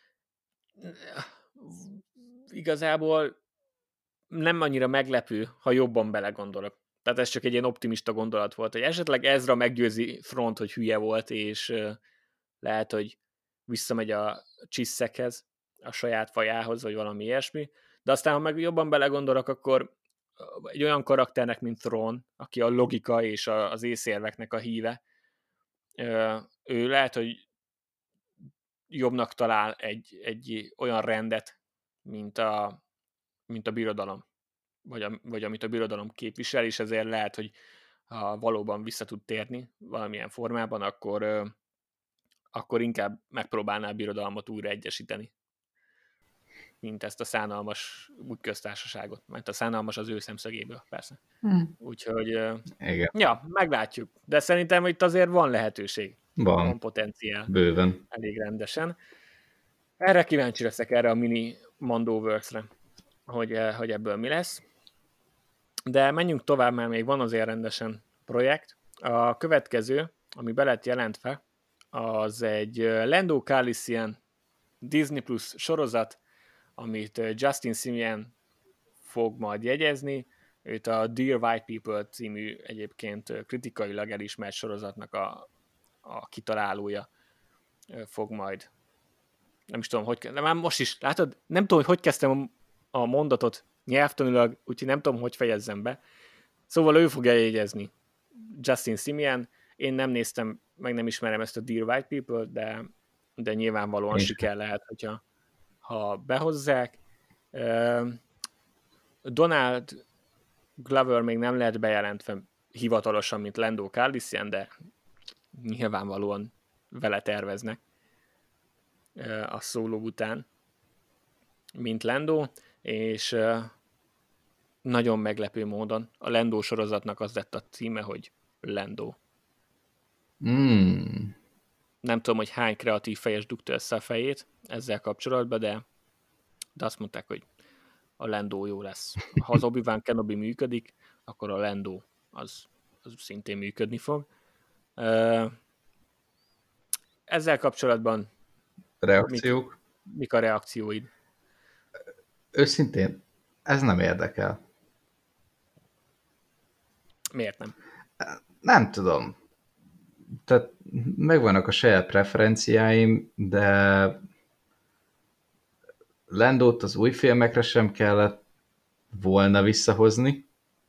Igazából nem annyira meglepő, ha jobban belegondolok. Tehát ez csak egy ilyen optimista gondolat volt, hogy esetleg Ezra meggyőzi Front, hogy hülye volt, és lehet, hogy visszamegy a csisszekhez, a saját fajához, vagy valami ilyesmi. De aztán, ha meg jobban belegondolok, akkor egy olyan karakternek, mint Thrawn, aki a logika és az észérveknek a híve, ő lehet, hogy jobbnak talál egy, egy olyan rendet, mint a, mint a birodalom, vagy, a, vagy amit a birodalom képvisel, és ezért lehet, hogy ha valóban vissza tud térni valamilyen formában, akkor, akkor inkább megpróbálná a birodalmat újra egyesíteni, mint ezt a szánalmas úgy köztársaságot. Mert a szánalmas az ő szemszögéből, persze. Hmm. Úgyhogy, igen. Ja, meglátjuk. De szerintem itt azért van lehetőség. Van. Van potenciál. Bőven. Elég rendesen. Erre kíváncsi leszek, erre a mini Mandoverse-re, hogy, hogy ebből mi lesz. De menjünk tovább, mert még van azért rendesen projekt. A következő, ami be lett jelentve, az egy Lando Calrissian Disney Plus sorozat, amit Justin Simien fog majd jegyezni. Őt a Dear White People című egyébként kritikailag elismert sorozatnak a, a kitalálója fog majd. Nem is tudom, hogy de már most is, látod? Nem tudom, hogy hogy kezdtem a mondatot nyelvtanilag, úgyhogy nem tudom, hogy fejezzem be. Szóval ő fogja jegyezni. Justin Simien. Én nem néztem, meg nem ismerem ezt a Dear White People, de, de nyilvánvalóan Én siker lehet, hogyha ha behozzák. Donald Glover még nem lehet bejelentve hivatalosan, mint Lando Calrissian, de nyilvánvalóan vele terveznek a szóló után, mint Lando, és nagyon meglepő módon a Lando sorozatnak az lett a címe, hogy Lando. Mm. Nem tudom, hogy hány kreatív fejes dugta össze a fejét ezzel kapcsolatban, de, de azt mondták, hogy a Lando jó lesz. Ha az Obi-Wan Kenobi működik, akkor a Lando az, az szintén működni fog. Ezzel kapcsolatban reakciók? Mik, mik a reakcióid? Őszintén, ez nem érdekel. Miért nem? Nem tudom. Tehát megvannak a saját preferenciáim, de Landót az új filmekre sem kellett volna visszahozni.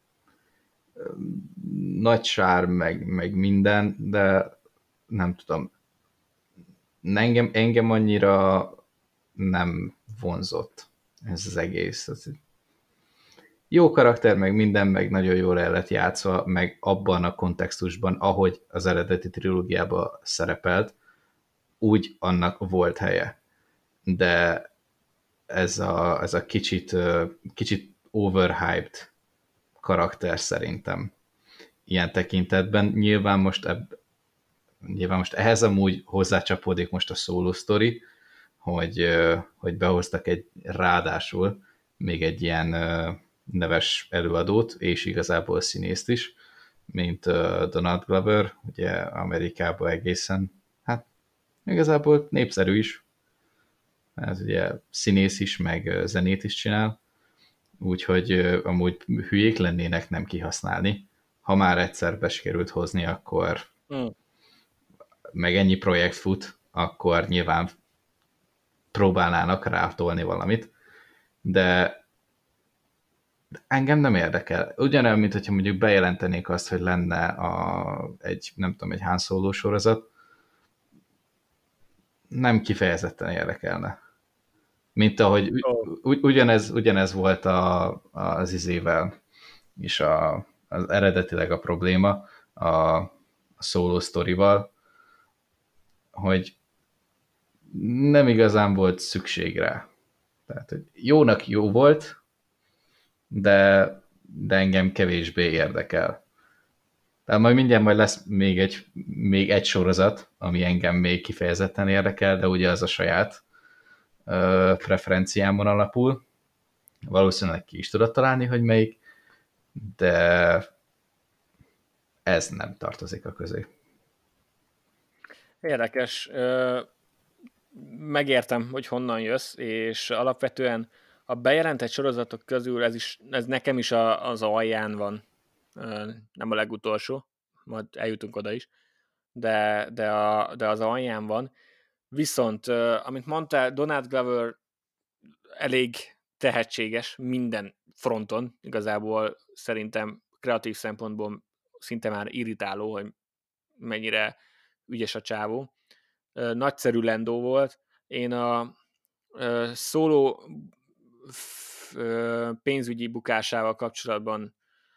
Nagy sár, meg, meg minden, de nem tudom. Engem, engem annyira nem vonzott ez az egész. Jó karakter, meg minden, meg nagyon jól el lett játszva, meg abban a kontextusban, ahogy az eredeti trilógiában szerepelt, úgy annak volt helye. De ez a, ez a kicsit, kicsit overhyped karakter szerintem ilyen tekintetben. Nyilván most, ebb, nyilván most ehhez amúgy hozzácsapódik most a solo story, hogy, hogy behoztak egy ráadásul még egy ilyen neves előadót, és igazából színészt is, mint Donald Glover, ugye Amerikában egészen, hát igazából népszerű is, ez ugye színész is, meg zenét is csinál, úgyhogy amúgy hülyék lennének nem kihasználni. Ha már egyszer be sikerült hozni, akkor mm. meg ennyi projekt fut, akkor nyilván próbálnának rátolni valamit, de engem nem érdekel. Ugyanolyan, mint hogyha mondjuk bejelentenék azt, hogy lenne a, egy, nem tudom, egy Han Solo sorozat, nem kifejezetten érdekelne. Mint ahogy oh. ugyanez, ugyanez volt a, az izével is a az eredetileg a probléma a, a solo sztorival, hogy nem igazán volt szükség rá. Tehát, hogy jónak jó volt, de, de engem kevésbé érdekel. Tehát majd mindjárt majd lesz még egy, még egy sorozat, ami engem még kifejezetten érdekel, de ugye az a saját ö, preferenciámon alapul. Valószínűleg ki is tudod találni, hogy melyik, de ez nem tartozik a közé. Érdekes. Ö, megértem, hogy honnan jössz, és alapvetően a bejelentett sorozatok közül ez, is, ez nekem is a, az alján van. Ö, nem a legutolsó, majd eljutunk oda is, de, de, a, de az alján van. Viszont, ö, amint mondtál, Donald Glover elég tehetséges minden fronton, igazából szerintem kreatív szempontból szinte már irritáló, hogy mennyire ügyes a csávó. Nagyszerű Lendó volt. Én a szóló pénzügyi bukásával kapcsolatban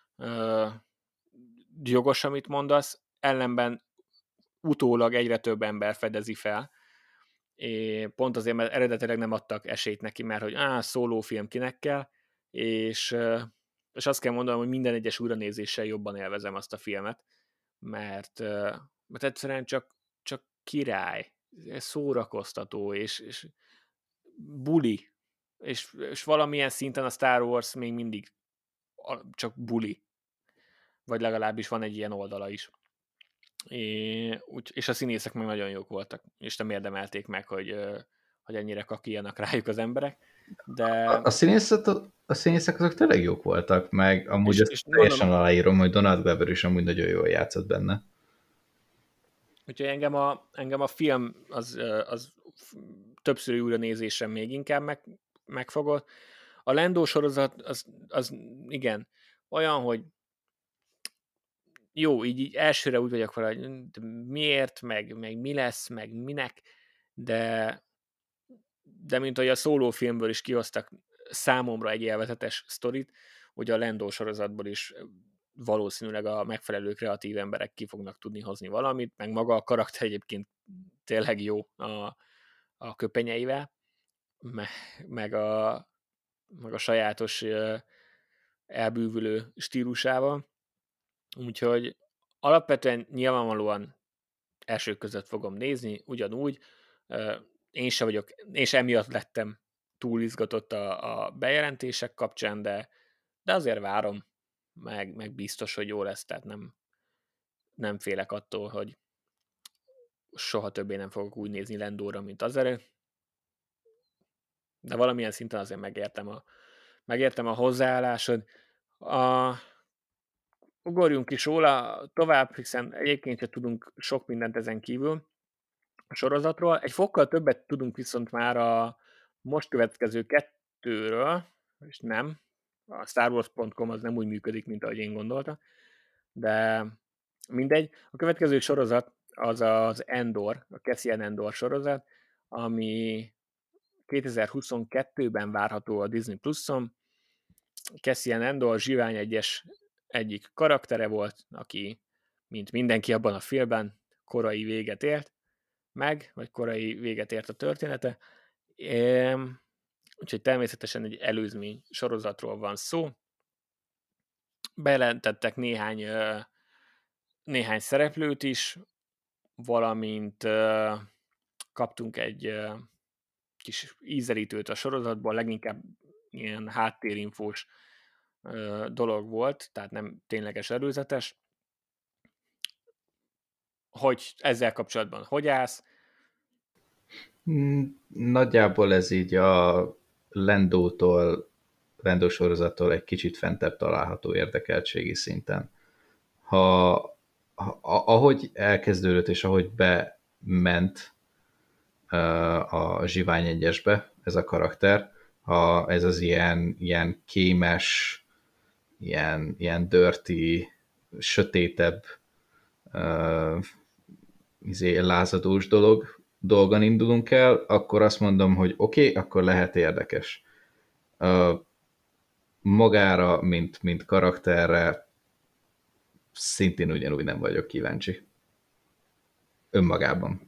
jogos, amit mondasz, ellenben utólag egyre több ember fedezi fel. És pont azért, mert eredetileg nem adtak esélyt neki, mert hogy áh, szólófilm kinek kell, és, és azt kell mondanom, hogy minden egyes újranézéssel jobban élvezem azt a filmet, mert, mert egyszerűen csak, csak király, szórakoztató, és, és buli, és, és valamilyen szinten a Star Wars még mindig csak buli, vagy legalábbis van egy ilyen oldala is. É, úgy, és a színészek meg nagyon jók voltak, és nem érdemelték meg, hogy, hogy ennyire kakiljanak rájuk az emberek, de... A, a, színészek, a színészek azok tényleg jók voltak, meg amúgy és, ezt és teljesen mondom, aláírom, hogy Donald Glover is amúgy nagyon jól játszott benne. úgyhogy engem a, engem a film az, az többször újra nézésen még inkább meg, megfogott. A Lando sorozat az, az igen, olyan, hogy jó, így, így elsőre úgy vagyok vele, hogy miért, meg, meg mi lesz, meg minek, de de mint ahogy a szólófilmből is kihoztak számomra egy élvezetes sztorit, hogy a Lando sorozatból is valószínűleg a megfelelő kreatív emberek ki fognak tudni hozni valamit, meg maga a karakter egyébként tényleg jó a, a köpenyeivel, meg, meg, a, meg a sajátos elbűvülő stílusával. Úgyhogy alapvetően nyilvánvalóan elsők között fogom nézni, ugyanúgy. Én sem vagyok, én sem emiatt lettem túl izgatott a, a bejelentések kapcsán, de, de azért várom, meg, meg biztos, hogy jó lesz, tehát nem, nem félek attól, hogy soha többé nem fogok úgy nézni Lendóra, mint az elő. De valamilyen szinten azért megértem a, megértem a hozzáállásod. A, ugorjunk is róla tovább, hiszen egyébként sem tudunk sok mindent ezen kívül a sorozatról. Egy fokkal többet tudunk viszont már a most következő kettőről, és nem, a Star Wars pont com az nem úgy működik, mint ahogy én gondoltam, de mindegy. A következő sorozat az az Endor, a Cassian Endor sorozat, ami kétezer-huszonkettőben várható a Disney Pluson. Cassian Endor Zsivány egyes egyik karaktere volt, aki, mint mindenki abban a filmben, korai véget ért meg, vagy korai véget ért a története. É, úgyhogy természetesen egy előzmény sorozatról van szó. Bejelentettek néhány, néhány szereplőt is, valamint kaptunk egy kis ízelítőt a sorozatból, leginkább ilyen háttérinfós dolog volt, tehát nem tényleges előzetes. Hogy ezzel kapcsolatban hogy állsz? Nagyjából ez így a Lendótól, Lendó sorozattól egy kicsit fentebb található érdekeltségi szinten. Ha, ha ahogy elkezdődött és ahogy bement a Zsivány egyesbe ez a karakter, ha ez az ilyen, ilyen kémes, ilyen, ilyen dirty, sötétebb uh, izé, lázadós dolog, dolgon indulunk el, akkor azt mondom, hogy oké, okay, akkor lehet érdekes. Uh, magára, mint, mint karakterre szintén ugyanúgy nem vagyok kíváncsi. Önmagában.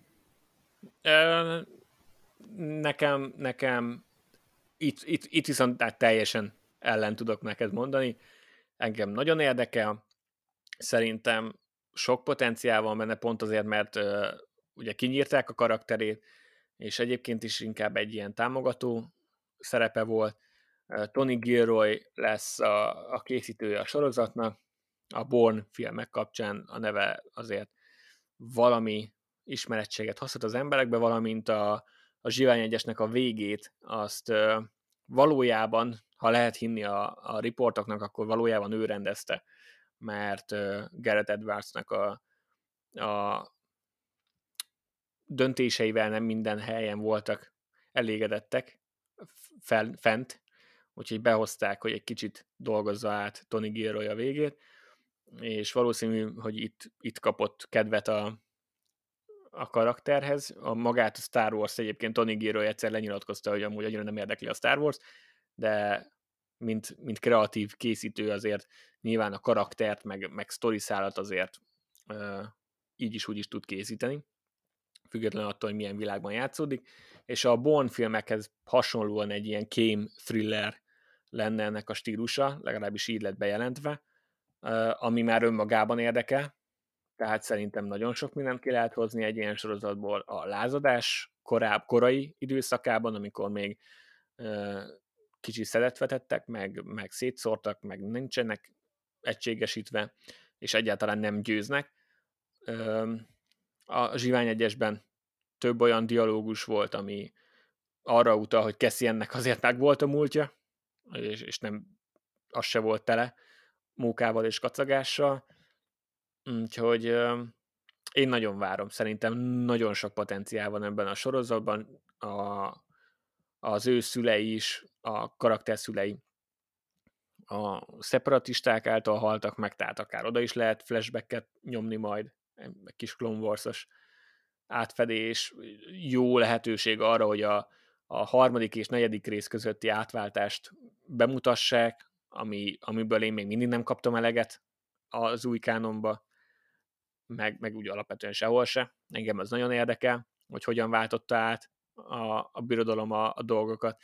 Ö, nekem, nekem itt, itt, itt viszont hát teljesen ellen tudok neked mondani. Engem nagyon érdekel. Szerintem sok potenciál van benne, pont azért, mert uh, ugye kinyírták a karakterét, és egyébként is inkább egy ilyen támogató szerepe volt. Uh, Tony Gilroy lesz a, a készítője a sorozatnak. A Bourne filmek kapcsán a neve azért valami ismerettséget hozhat az emberekbe, valamint a, a Zsivány egyesnek a végét, azt uh, valójában, ha lehet hinni a, a riportoknak, akkor valójában ő rendezte, mert uh, Gareth Edwardsnak a, a döntéseivel nem minden helyen voltak elégedettek fel, fent, úgyhogy behozták, hogy egy kicsit dolgozza át Tony Gilroy a végét, és valószínű, hogy itt, itt kapott kedvet a, a karakterhez. A magát a Star Wars egyébként Tony Gilroy egyszer lenyilatkozta, hogy amúgy annyira nem érdekli a Star Wars, de mint, mint kreatív készítő azért nyilván a karaktert, meg, meg sztori szállat azért uh, így is úgy is tud készíteni, függetlenül attól, hogy milyen világban játszódik, és a Bourne filmekhez hasonlóan egy ilyen kém thriller lenne ennek a stílusa, legalábbis így lett bejelentve, uh, ami már önmagában érdekel, tehát szerintem nagyon sok mindent ki lehet hozni egy ilyen sorozatból a lázadás korább, korai időszakában, amikor még uh, kicsi szedet vetettek, meg, meg szétszórtak, meg nincsenek egységesítve, és egyáltalán nem győznek. Uh, a Zsivány egyesben több olyan dialógus volt, ami arra utal, hogy Cassiannek azért meg volt a múltja, és, és nem az se volt tele mókával és kacagással. Úgyhogy uh, én nagyon várom. Szerintem nagyon sok potenciál van ebben a sorozatban. A, az ő szülei is, a karakter szülei a szeparatisták által haltak meg, tehát akár oda is lehet flashbacket nyomni majd, egy kis Clone Wars-os átfedés, jó lehetőség arra, hogy a, a harmadik és negyedik rész közötti átváltást bemutassák, ami, amiből én még mindig nem kaptam eleget az új kánonba, meg, meg úgy alapvetően sehol se. Engem az nagyon érdekel, hogy hogyan váltotta át a, a birodalom a, a dolgokat.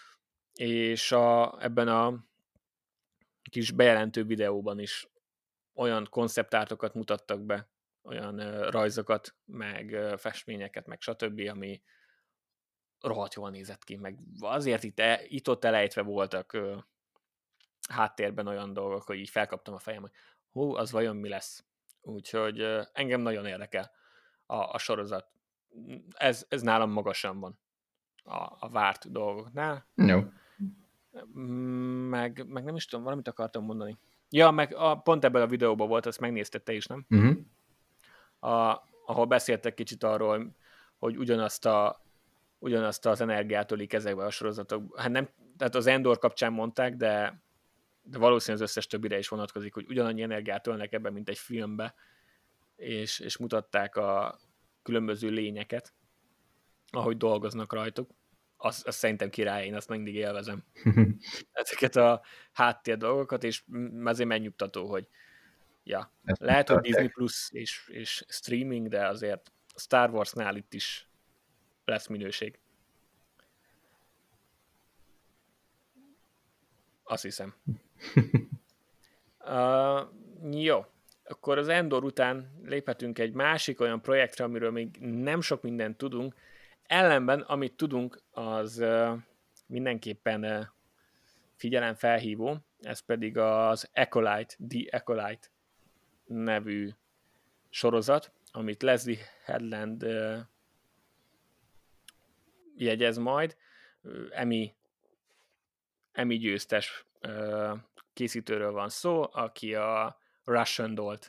És a, ebben a kis bejelentő videóban is olyan konceptártokat mutattak be, olyan uh, rajzokat, meg uh, festményeket, meg stb., ami rohadt jól nézett ki, meg azért itt, e, itt ott elejtve voltak uh, háttérben olyan dolgok, hogy így felkaptam a fejem, hogy hú, az vajon mi lesz. Úgyhogy uh, engem nagyon érdekel a, a sorozat. Ez, ez nálam magasan van a, a várt dolgoknál. Jó. Meg, meg nem is tudom, valamit akartam mondani. Ja, meg a, pont ebben a videóban volt, azt megnézted te is, nem? Uh-huh. A, ahol beszéltek kicsit arról, hogy ugyanazt, a, ugyanazt az energiát ölik ezekben a sorozatok. Hát nem, tehát az Endor kapcsán mondták, de, de valószínűleg az összes többire is vonatkozik, hogy ugyanannyi energiát ölnek ebben, mint egy filmbe, és, és mutatták a különböző lényeket, ahogy dolgoznak rajtuk. Azt, azt szerintem király, én azt mindig élvezem. Ezeket a háttér dolgokat, és azért megnyugtató, hogy ja, Ezt lehet, hogy tartják. Disney Plus és, és streaming, de azért Star Warsnál itt is lesz minőség. Azt hiszem. uh, jó, akkor az Endor után léphetünk egy másik olyan projektre, amiről még nem sok mindent tudunk. Ellenben, amit tudunk, az uh, mindenképpen uh, figyelemfelhívó, ez pedig az Acolyte, The Acolyte nevű sorozat, amit Leslie Headland uh, jegyez majd. Uh, Emmy, Emmy győztes uh, készítőről van szó, aki a Russian Doll-t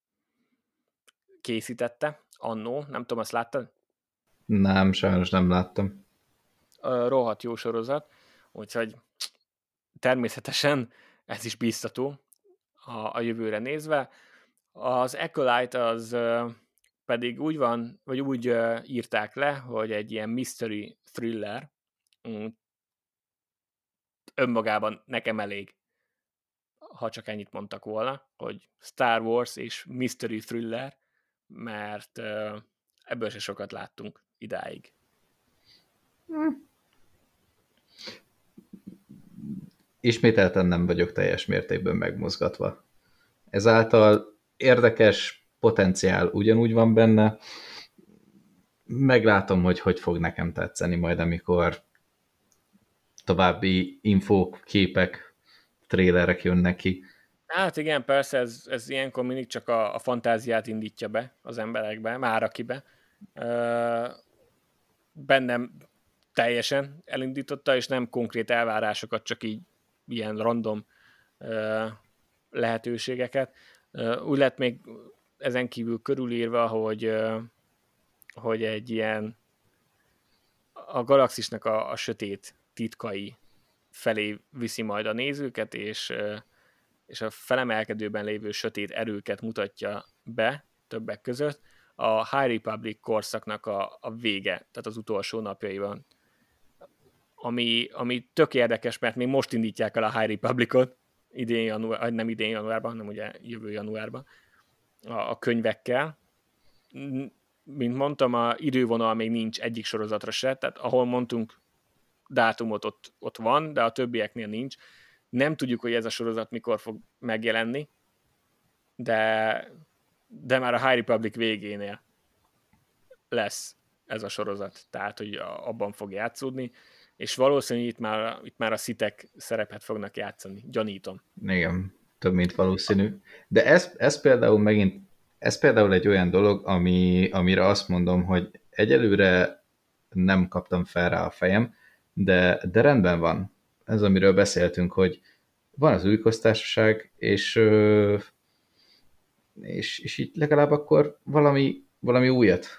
készítette annó. Nem tudom, azt láttad? Nem, sajnos nem láttam. Uh, rohadt jó sorozat, úgyhogy természetesen ez is bíztató a, a jövőre nézve. Az Acolyte az uh, pedig úgy van, vagy úgy uh, írták le, hogy egy ilyen mystery thriller, mm, önmagában nekem elég. ha csak ennyit mondtak volna, hogy Star Wars és mystery thriller, mert ebből se sokat láttunk idáig. Hmm. Ismételten nem vagyok teljes mértékben megmozgatva. Ezáltal érdekes potenciál ugyanúgy van benne, meglátom, hogy hogy fog nekem tetszeni majd, amikor további infók, képek, trélerek jönnek ki. Hát igen, persze, ez, ez ilyenkor mindig csak a, a fantáziát indítja be az emberekbe, már akibe. Ö, bennem teljesen elindította, és nem konkrét elvárásokat, csak így ilyen random ö, lehetőségeket. Ö, úgy lett még ezen kívül körülírva, hogy, ö, hogy egy ilyen a galaxisnak a, a sötét titkai felé viszi majd a nézőket, és ö, és a felemelkedőben lévő sötét erőket mutatja be többek között a High Republic korszaknak a, a vége, tehát az utolsó napjaiban. Ami, ami tök érdekes, mert még most indítják el a High Republicot, idén január, nem idén januárban, hanem ugye jövő januárban, a, a könyvekkel. Mint mondtam, a idővonal még nincs egyik sorozatra se, tehát ahol mondtunk dátumot, ott, ott van, de a többieknél nincs. Nem tudjuk, hogy ez a sorozat mikor fog megjelenni, de, de már a High Republic végénél lesz ez a sorozat, tehát, hogy abban fog játszódni, és valószínűleg itt már, itt már a szitek szerepet fognak játszani, gyanítom. Igen, több mint valószínű. De ez, ez például megint, ez például egy olyan dolog, ami, amire azt mondom, hogy egyelőre nem kaptam fel rá a fejem, de, de rendben van. Ez, amiről beszéltünk, hogy van az új köztársaság, és, és, és így legalább akkor valami, valami újat.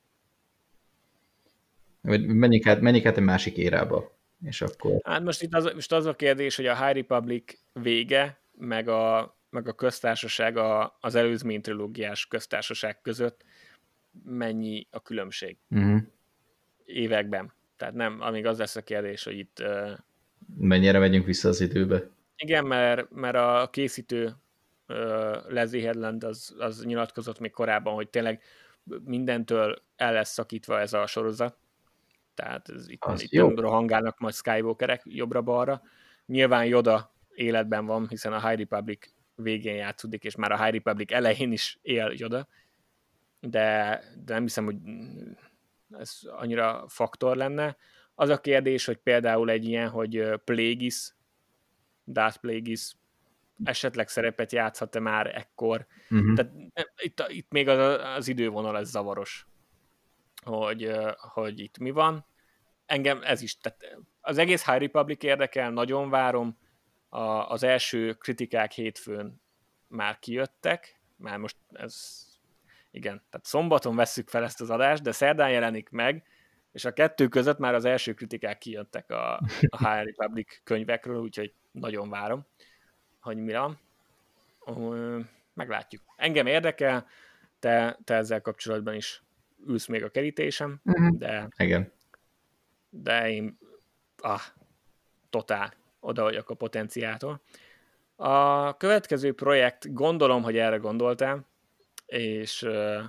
Vagy menjünk át, menjünk át egy másik érába, és akkor... Hát most itt az, most az a kérdés, hogy a High Republic vége, meg a, meg a köztársaság, a, az előzmény trilógiás köztársaság között mennyi a különbség uh-huh. években. Tehát nem, amíg az lesz a kérdés, hogy itt... Uh, mennyire megyünk vissza az időbe? Igen, mert, mert a készítő uh, Leslie Headland az, az nyilatkozott még korábban, hogy tényleg mindentől el lesz szakítva ez a sorozat. Tehát ez itt, itt nem rohangálnak majd Skywalkerek jobbra-balra. Nyilván Yoda életben van, hiszen a High Republic végén játszódik, és már a High Republic elején is él Yoda. De, de nem hiszem, hogy ez annyira faktor lenne. Az a kérdés, hogy például egy ilyen, hogy Plagueis, Darth Plagueis esetleg szerepet játszhat-e már ekkor. Uh-huh. Tehát itt, itt még az, az idővonal ez zavaros, hogy, hogy itt mi van. Engem ez is, tehát az egész High Republic érdekel, nagyon várom. A, az első kritikák hétfőn már kijöttek, már most ez, igen, tehát szombaton vesszük fel ezt az adást, de szerdán jelenik meg, és a kettő között már az első kritikák kijöttek a, a High Republic könyvekről, úgyhogy nagyon várom, hogy mi van. Meglátjuk. Engem érdekel, te, te ezzel kapcsolatban is ülsz még a kerítésem, uh-huh. de, igen. de én ah, totál oda vagyok a potenciától. A következő projekt, gondolom, hogy erre gondoltál, és,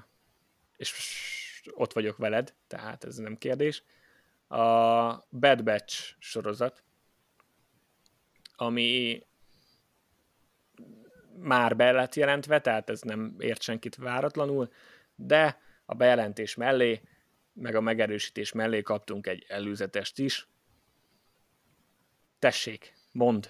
és ott vagyok veled, tehát ez nem kérdés. A Bad Batch sorozat, ami már be lett jelentve, tehát ez nem ért senkit váratlanul, de a bejelentés mellé, meg a megerősítés mellé kaptunk egy előzetest is. Tessék, mondd!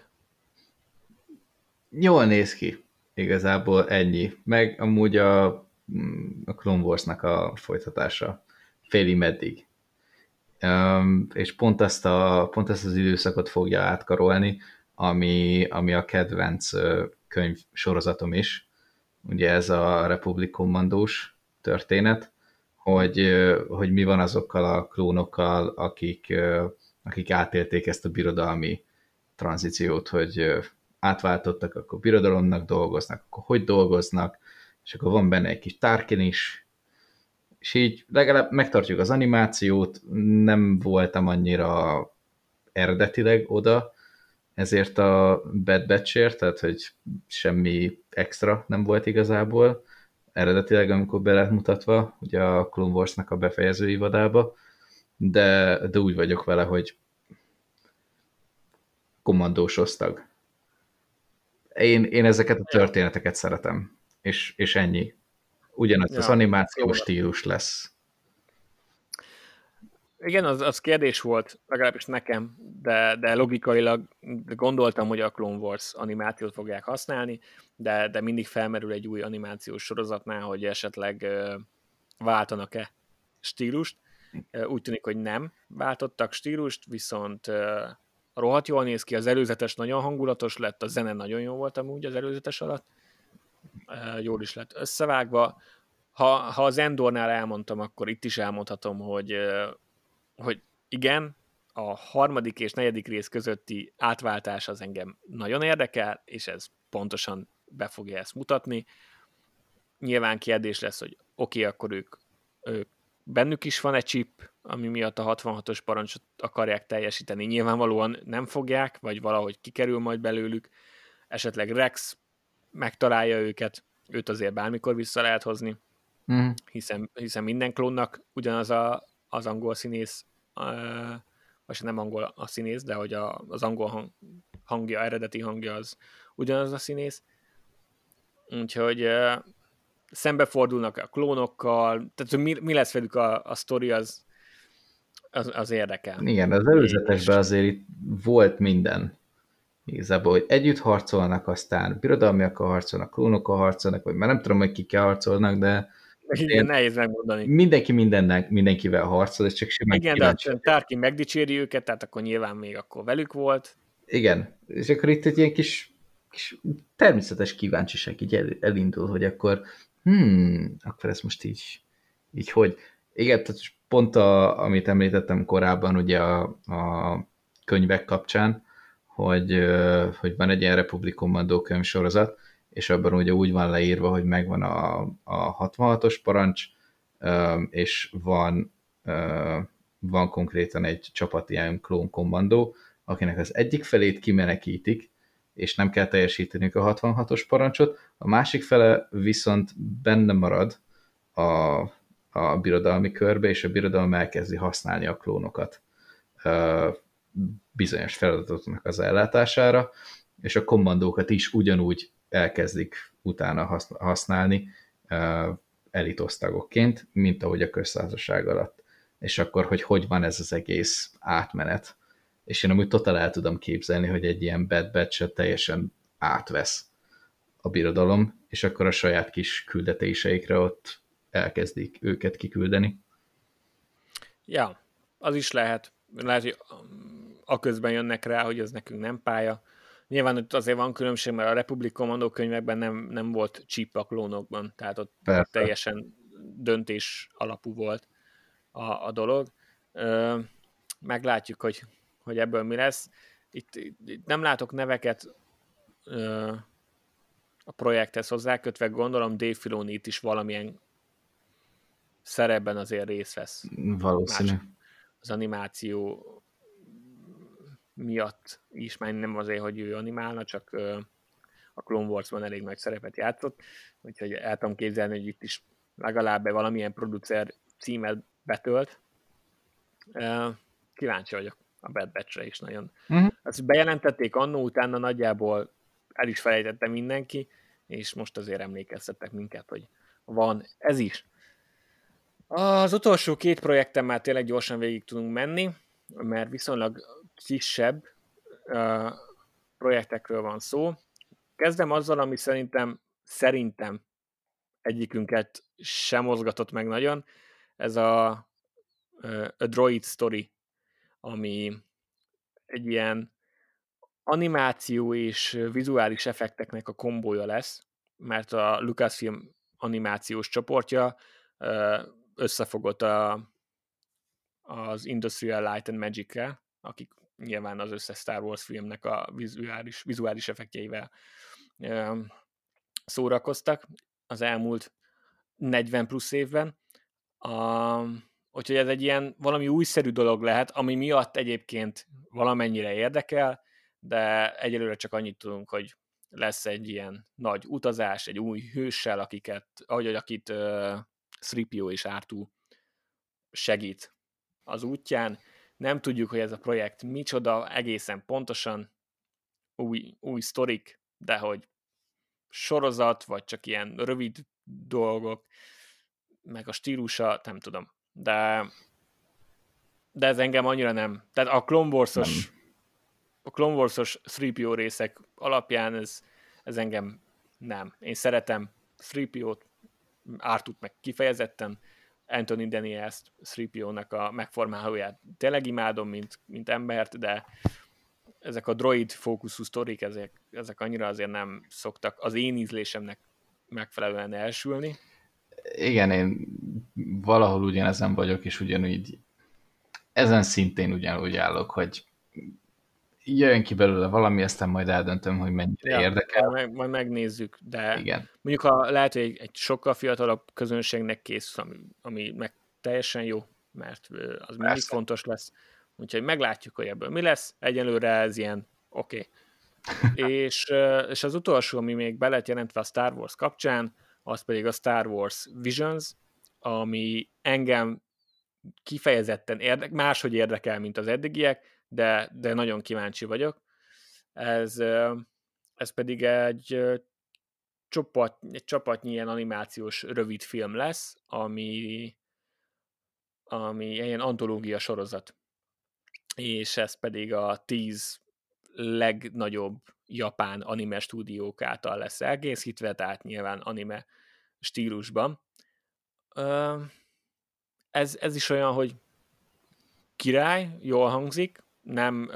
Jól néz ki, igazából ennyi. Meg amúgy a, a Clone Wars-nak a folytatása félig meddig. Um, és pont ezt, a, pont ezt az időszakot fogja átkarolni, ami, ami a kedvenc könyv sorozatom is. Ugye ez a Republic Commandós történet, hogy, hogy mi van azokkal a klónokkal, akik, akik átélték ezt a birodalmi tranzíciót, hogy átváltottak, akkor birodalomnak dolgoznak, akkor hogy dolgoznak, és akkor van benne egy kis Tarkin is, és így legalább megtartjuk az animációt, nem voltam annyira eredetileg oda, ezért a Bad Batchért, tehát hogy semmi extra nem volt igazából, eredetileg, amikor be lett mutatva, ugye a Clone Wars-nak a befejező évadába, de, de úgy vagyok vele, hogy kommandós osztag. Én, én ezeket a Ja, történeteket szeretem, és, és ennyi. Ugyanaz az ja, animációs klónok. stílus lesz. Igen, az, az kérdés volt, legalábbis nekem, de, de logikailag gondoltam, hogy a Clone Wars animációt fogják használni, de, de mindig felmerül egy új animációs sorozatnál, hogy esetleg uh, váltanak-e stílust. Uh, úgy tűnik, hogy nem váltottak stílust, viszont uh, rohadt jól néz ki, az előzetes nagyon hangulatos lett, a zene nagyon jó volt amúgy az előzetes alatt, uh, jól is lett összevágva. Ha, ha az Endornál elmondtam, akkor itt is elmondhatom, hogy uh, hogy igen, a harmadik és negyedik rész közötti átváltás az engem nagyon érdekel, és ez pontosan be fogja ezt mutatni. Nyilván kérdés lesz, hogy oké, okay, akkor ők, ők bennük is van egy chip, ami miatt a hatvanhatos parancsot akarják teljesíteni. Nyilvánvalóan nem fogják, vagy valahogy kikerül majd belőlük. Esetleg Rex megtalálja őket, őt azért bármikor vissza lehet hozni, Mm. hiszen, hiszen minden klónnak ugyanaz a, az angol színész, uh, vagy nem angol a színész, de hogy a, az angol hang, hangja, eredeti hangja az ugyanaz a színész. Úgyhogy uh, szembefordulnak a klónokkal, tehát mi, mi lesz velük a, a sztori, az, az, az érdekel. Igen, az És előzetesben azért itt volt minden. Igazából, hogy együtt harcolnak, aztán birodalmiakkal harcolnak, klónokkal harcolnak, vagy már nem tudom, hogy kikkel harcolnak, de igen, nehéz megmondani. mindenki mindennek, mindenkivel harcol, és csak simán Igen, de kíváncsi aztán vagyok. Tarkin megdicséri őket, tehát akkor nyilván még akkor velük volt. Igen, és akkor itt egy ilyen kis, kis természetes kíváncsiság így el, elindul, hogy akkor hmm, akkor ez most így, így hogy? Igen, tehát pont a, amit említettem korábban ugye a, a könyvek kapcsán, hogy, ö, hogy van egy ilyen Republic Commando könyvsorozat, és abban ugye úgy van leírva, hogy megvan a, a hatvanhatos parancs, ö, és van, ö, van konkrétan egy csapat ilyen klón kommandó, akinek az egyik felét kimenekítik, és nem kell teljesíteniük a hatvanhatos parancsot, a másik fele viszont benne marad a, a birodalmi körbe, és a birodalom elkezdi használni a klónokat bizonyos feladatoknak az ellátására, és a kommandókat is ugyanúgy elkezdik utána használni elitosztagokként, mint ahogy a köztársaság alatt. És akkor, hogy hogy van ez az egész átmenet. És én amúgy totál el tudom képzelni, hogy egy ilyen Bad Batch-et teljesen átvesz a birodalom, és akkor a saját kis küldetéseikre ott elkezdik őket kiküldeni. Ja, az is lehet. Lehet, hogy a közben jönnek rá, hogy ez nekünk nem pálya. Nyilván ott azért van különbség, mert a Republic Commando könyvekben nem, nem volt chip a klónokban, tehát ott, ott teljesen döntés alapú volt a, a dolog. Ö, meglátjuk, hogy, hogy ebből mi lesz. Itt, itt nem látok neveket ö, a projekthez hozzákötve, gondolom Dave Filoni itt is valamilyen szerepben azért részt vesz. Valószínű. Más az animáció miatt is, már nem azért, hogy ő animálna, csak a Clone Wars-ban elég nagy szerepet játszott, úgyhogy el tudom képzelni, hogy itt is legalább valamilyen producer címet betölt. Kíváncsi vagyok a Bad Batch-re is nagyon. Uh-huh. Azt bejelentették annó, utána nagyjából el is felejtette mindenki, és most azért emlékeztettek minket, hogy van ez is. Az utolsó két projekten már tényleg gyorsan végig tudunk menni, mert viszonylag kisebb uh, projektekről van szó. Kezdem azzal, ami szerintem, szerintem egyikünket sem mozgatott meg nagyon. Ez a, uh, a Droid Story, ami egy ilyen animáció és vizuális effekteknek a kombója lesz, mert a Lucasfilm animációs csoportja uh, összefogott a az Industrial Light and Magic-kel, akik nyilván az összes Star Wars filmnek a vizuális, vizuális effektjeivel szórakoztak az elmúlt negyven plusz évben. A, úgyhogy ez egy ilyen valami újszerű dolog lehet, ami miatt egyébként valamennyire érdekel, de egyelőre csak annyit tudunk, hogy lesz egy ilyen nagy utazás, egy új hőssel, akiket, ahogy akit uh, három pé o és er kettő segít az útján. Nem tudjuk, hogy ez a projekt micsoda, egészen pontosan új, új sztorik, de hogy sorozat, vagy csak ilyen rövid dolgok, meg a stílusa, nem tudom. De, de ez engem annyira nem. Tehát a Clone Wars-os, a Clone Wars-os három pé o részek alapján ez, ez engem nem. Én szeretem három pé o-t, er kettőt meg kifejezetten, Anthony Daniels három pé o-nak a megformálóját tényleg imádom, mint, mint embert, de ezek a droid fókuszú sztorik, ezek, ezek annyira azért nem szoktak az én ízlésemnek megfelelően elsülni. Igen, én valahol ugyanezen vagyok, és ugyanúgy ezen szintén ugyanúgy állok, hogy jöjjön ki belőle valami, aztán majd eldöntöm, hogy mennyire ja, érdekel. Majd, majd megnézzük, de igen. mondjuk ha lehet, hogy egy, egy sokkal fiatalabb közönségnek készül, ami, ami meg teljesen jó, mert az mindig Persze. fontos lesz. Úgyhogy meglátjuk, hogy ebből mi lesz. Egyelőre ez ilyen oké. Okay. és, és az utolsó, ami még be lett jelentve a Star Wars kapcsán, az pedig a Star Wars Visions, ami engem kifejezetten érdekel, máshogy érdekel, mint az eddigiek, de, de nagyon kíváncsi vagyok. Ez, ez pedig egy, csapat, egy csapatnyi ilyen animációs rövid film lesz, ami, ami ilyen antológia sorozat. És ez pedig a tíz legnagyobb japán anime stúdiók által lesz elkészítve, tehát nyilván anime stílusban. Ez, ez is olyan, hogy király, jól hangzik, nem,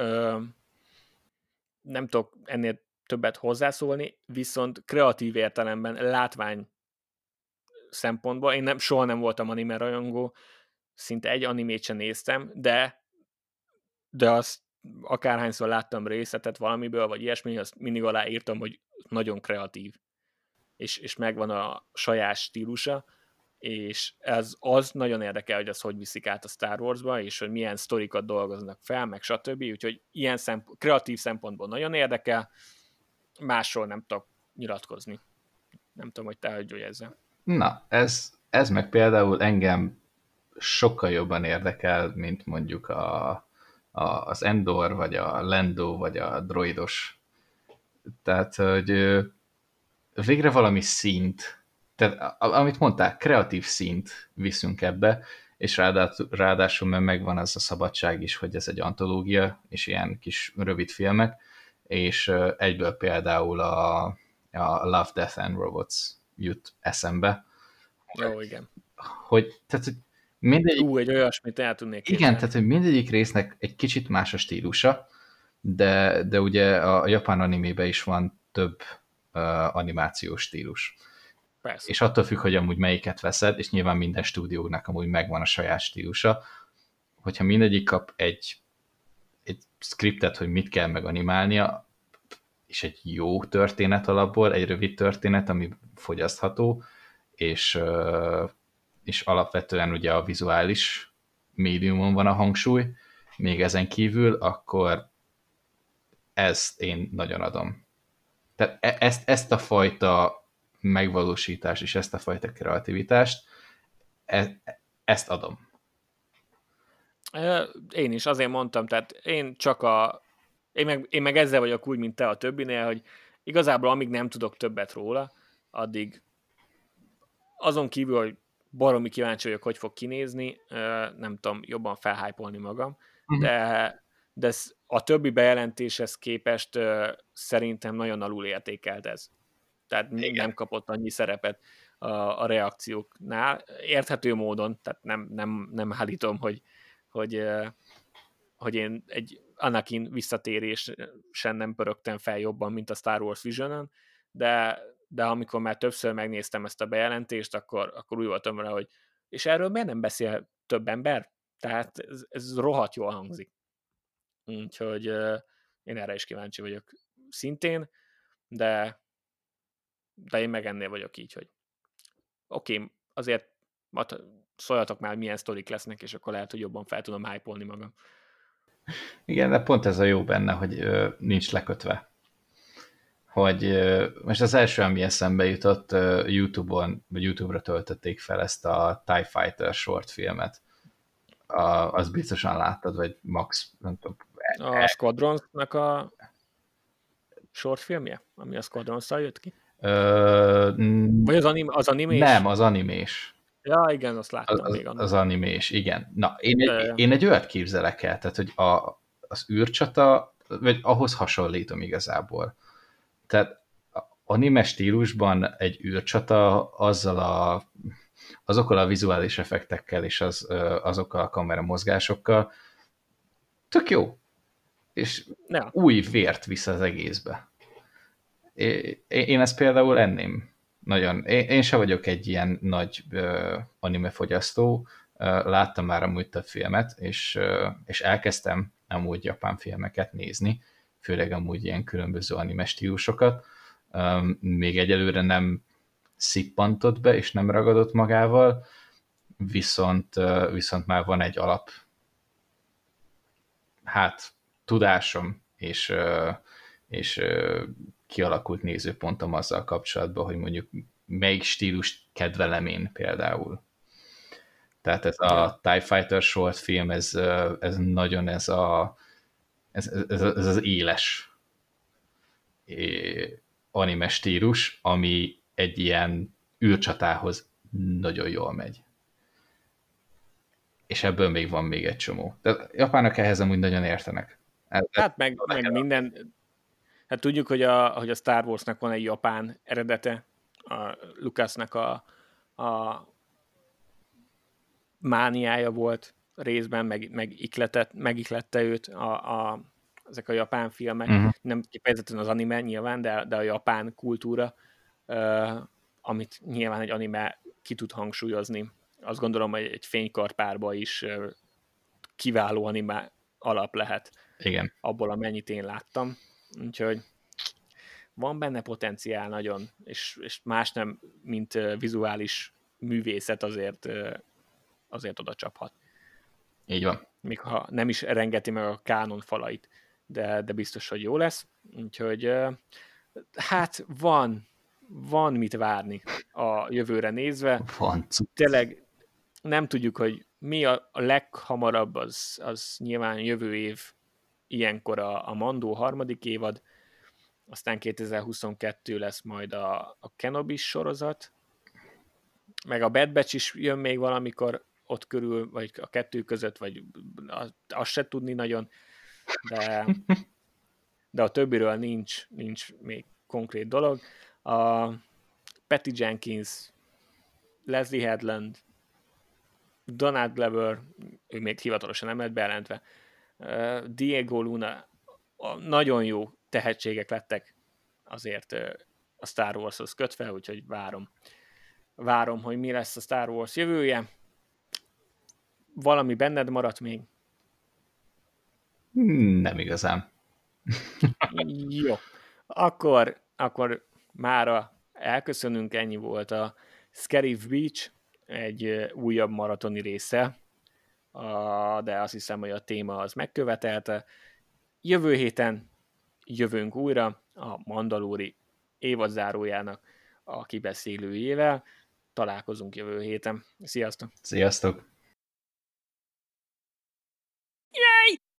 nem tudok ennél többet hozzászólni, viszont kreatív értelemben, látvány szempontból, én nem, soha nem voltam anime rajongó, szinte egy animét sem néztem, de de azt akárhányszor láttam részletet valamiből, vagy ilyesmi, azt mindig aláírtam, hogy nagyon kreatív, és, és megvan a saját stílusa, és ez az nagyon érdekel, hogy az hogy viszik át a Star Wars-ba, és hogy milyen sztorikat dolgoznak fel, meg stb. Úgyhogy ilyen szempont, kreatív szempontból nagyon érdekel, másról nem tudok nyilatkozni. Nem tudom, hogy te hogy vagy ezzel. Na, ez, ez meg például engem sokkal jobban érdekel, mint mondjuk a, a, az Endor, vagy a Lando, vagy a droidos. Tehát, hogy végre valami szint, tehát amit mondták, kreatív szint viszünk ebbe, és ráadásul, ráadásul mert megvan az a szabadság is, hogy ez egy antológia, és ilyen kis rövid filmek, és egyből például a, a Love, Death and Robots jut eszembe. Jó, igen. Hogy, tehát, hogy mindegyik... Ú, egy olyasmit el tudnék képzelni. Igen, tehát, hogy mindegyik résznek egy kicsit más a stílusa, de, de ugye a japán animében is van több uh, animációs stílus. Persze. És attól függ, hogy amúgy melyiket veszed, és nyilván minden stúdiónak amúgy megvan a saját stílusa, hogyha mindegyik kap egy, egy scriptet, hogy mit kell meganimálnia, és egy jó történet alapból, egy rövid történet, ami fogyasztható, és, és alapvetően ugye a vizuális médiumon van a hangsúly, még ezen kívül, akkor ezt én nagyon adom. Tehát ezt, ezt a fajta megvalósítást és ezt a fajta kreativitást, e, ezt adom. Én is azért mondtam, tehát én csak a én meg, én meg ezzel vagyok úgy, mint te a többinél, hogy igazából amíg nem tudok többet róla, addig azon kívül, hogy baromi kíváncsi vagyok, hogy fog kinézni, nem tudom jobban felhájpolni magam, de, de a többi bejelentéshez képest szerintem nagyon alul értékelt ez. Tehát igen. Nem kapott annyi szerepet a, a reakcióknál. Érthető módon, tehát nem, nem, nem állítom, hogy, hogy, hogy én egy Anakin visszatérésen nem pörögtem fel jobban, mint a Star Wars Vision-on, de, de amikor már többször megnéztem ezt a bejelentést, akkor, akkor úgy voltam vele, hogy és erről miért nem beszél több ember? Tehát ez, ez rohadt jól hangzik. Úgyhogy én erre is kíváncsi vagyok szintén, de de én meg ennél vagyok így, hogy oké, okay, azért szóljatok már, milyen sztorik lesznek, és akkor lehet, hogy jobban fel tudom hype-olni magam. Igen, de pont ez a jó benne, hogy ö, nincs lekötve. Hogy ö, most az első, ami eszembe jutott, ö, YouTube-on, vagy YouTube-ra töltötték fel ezt a TIE Fighter short filmet. A, azt biztosan láttad, vagy Max, nem tudom. A Squadronsnak a shortfilmje, ami a Squadronszal jött ki? Ö, Vagy az, anim, az animés? nem, az animés. Ja, igen, azt Az, láttam az, még az annól. animés, igen. Na, én Ja, egy, ja. én egy olyat képzelek el, tehát, hogy a, az űrcsata, vagy ahhoz hasonlítom igazából. Tehát anime stílusban egy űrcsata azzal a, azokkal a vizuális effektekkel és az, azokkal a kamera mozgásokkal tök jó, és Ja. új vért visz az egészbe. Én ezt például enném. Nagyon. Én se vagyok egy ilyen nagy anime fogyasztó, láttam már amúgy több filmet, és, és elkezdtem amúgy japán filmeket nézni, főleg amúgy ilyen különböző anime stílusokat. Még egyelőre nem szippantott be, és nem ragadott magával, viszont, viszont már van egy alap hát tudásom, és, és kialakult nézőpontom azzal kapcsolatban, hogy mondjuk melyik stílust kedvelem én például. Tehát ez Ja. a TIE Fighter short film, ez, ez nagyon ez, a, ez, ez, ez az éles anime stílus, ami egy ilyen űrcsatához nagyon jól megy. És ebből még van még egy csomó. De japánok ehhez amúgy nagyon értenek. Ez, Hát meg, meg minden, hát tudjuk, hogy a, hogy a Star Warsnak van egy japán eredete, a Lucasnak a, a mániája volt részben, meg, meg ikletet, megiklette őt a, a, ezek a japán filmek, uh-huh. nem kifejezetten az anime nyilván, de, de a japán kultúra, uh, amit nyilván egy anime ki tud hangsúlyozni. Azt gondolom, hogy egy fénykarpárba is uh, kiváló anime alap lehet. Igen. Abból, amennyit én láttam. Úgyhogy van benne potenciál nagyon, és, és más nem, mint uh, vizuális művészet azért, uh, azért oda csaphat. Így van. Még ha nem is rengeti meg a kánon falait, de, de biztos, hogy jó lesz. Úgyhogy uh, hát van, van mit várni a jövőre nézve. Van. Tényleg nem tudjuk, hogy mi a, a leghamarabb, az, az nyilván jövő év ilyenkor a, a Mandó harmadik évad, aztán kétezer-huszonkettő lesz majd a, a Kenobi sorozat, meg a Bad Batch is jön még valamikor ott körül, vagy a kettő között, vagy azt se tudni nagyon, de, de a többiről nincs, nincs még konkrét dolog. A Patty Jenkins, Leslie Headland, Donald Glover, ő még hivatalosan nem lett bejelentve, Diego Luna, nagyon jó tehetségek lettek azért a Star Warshoz kötve, úgyhogy várom. Várom, hogy mi lesz a Star Wars jövője. Valami benned maradt még? Nem igazán. Jó. Akkor, akkor mára elköszönünk, ennyi volt a Scarif Beach, egy újabb maratoni része, de azt hiszem, hogy a téma az megkövetelte. Jövő héten jövünk újra a Mandalóri évadzárójának a kibeszélőjével. Találkozunk jövő héten. Sziasztok! Sziasztok! Yay!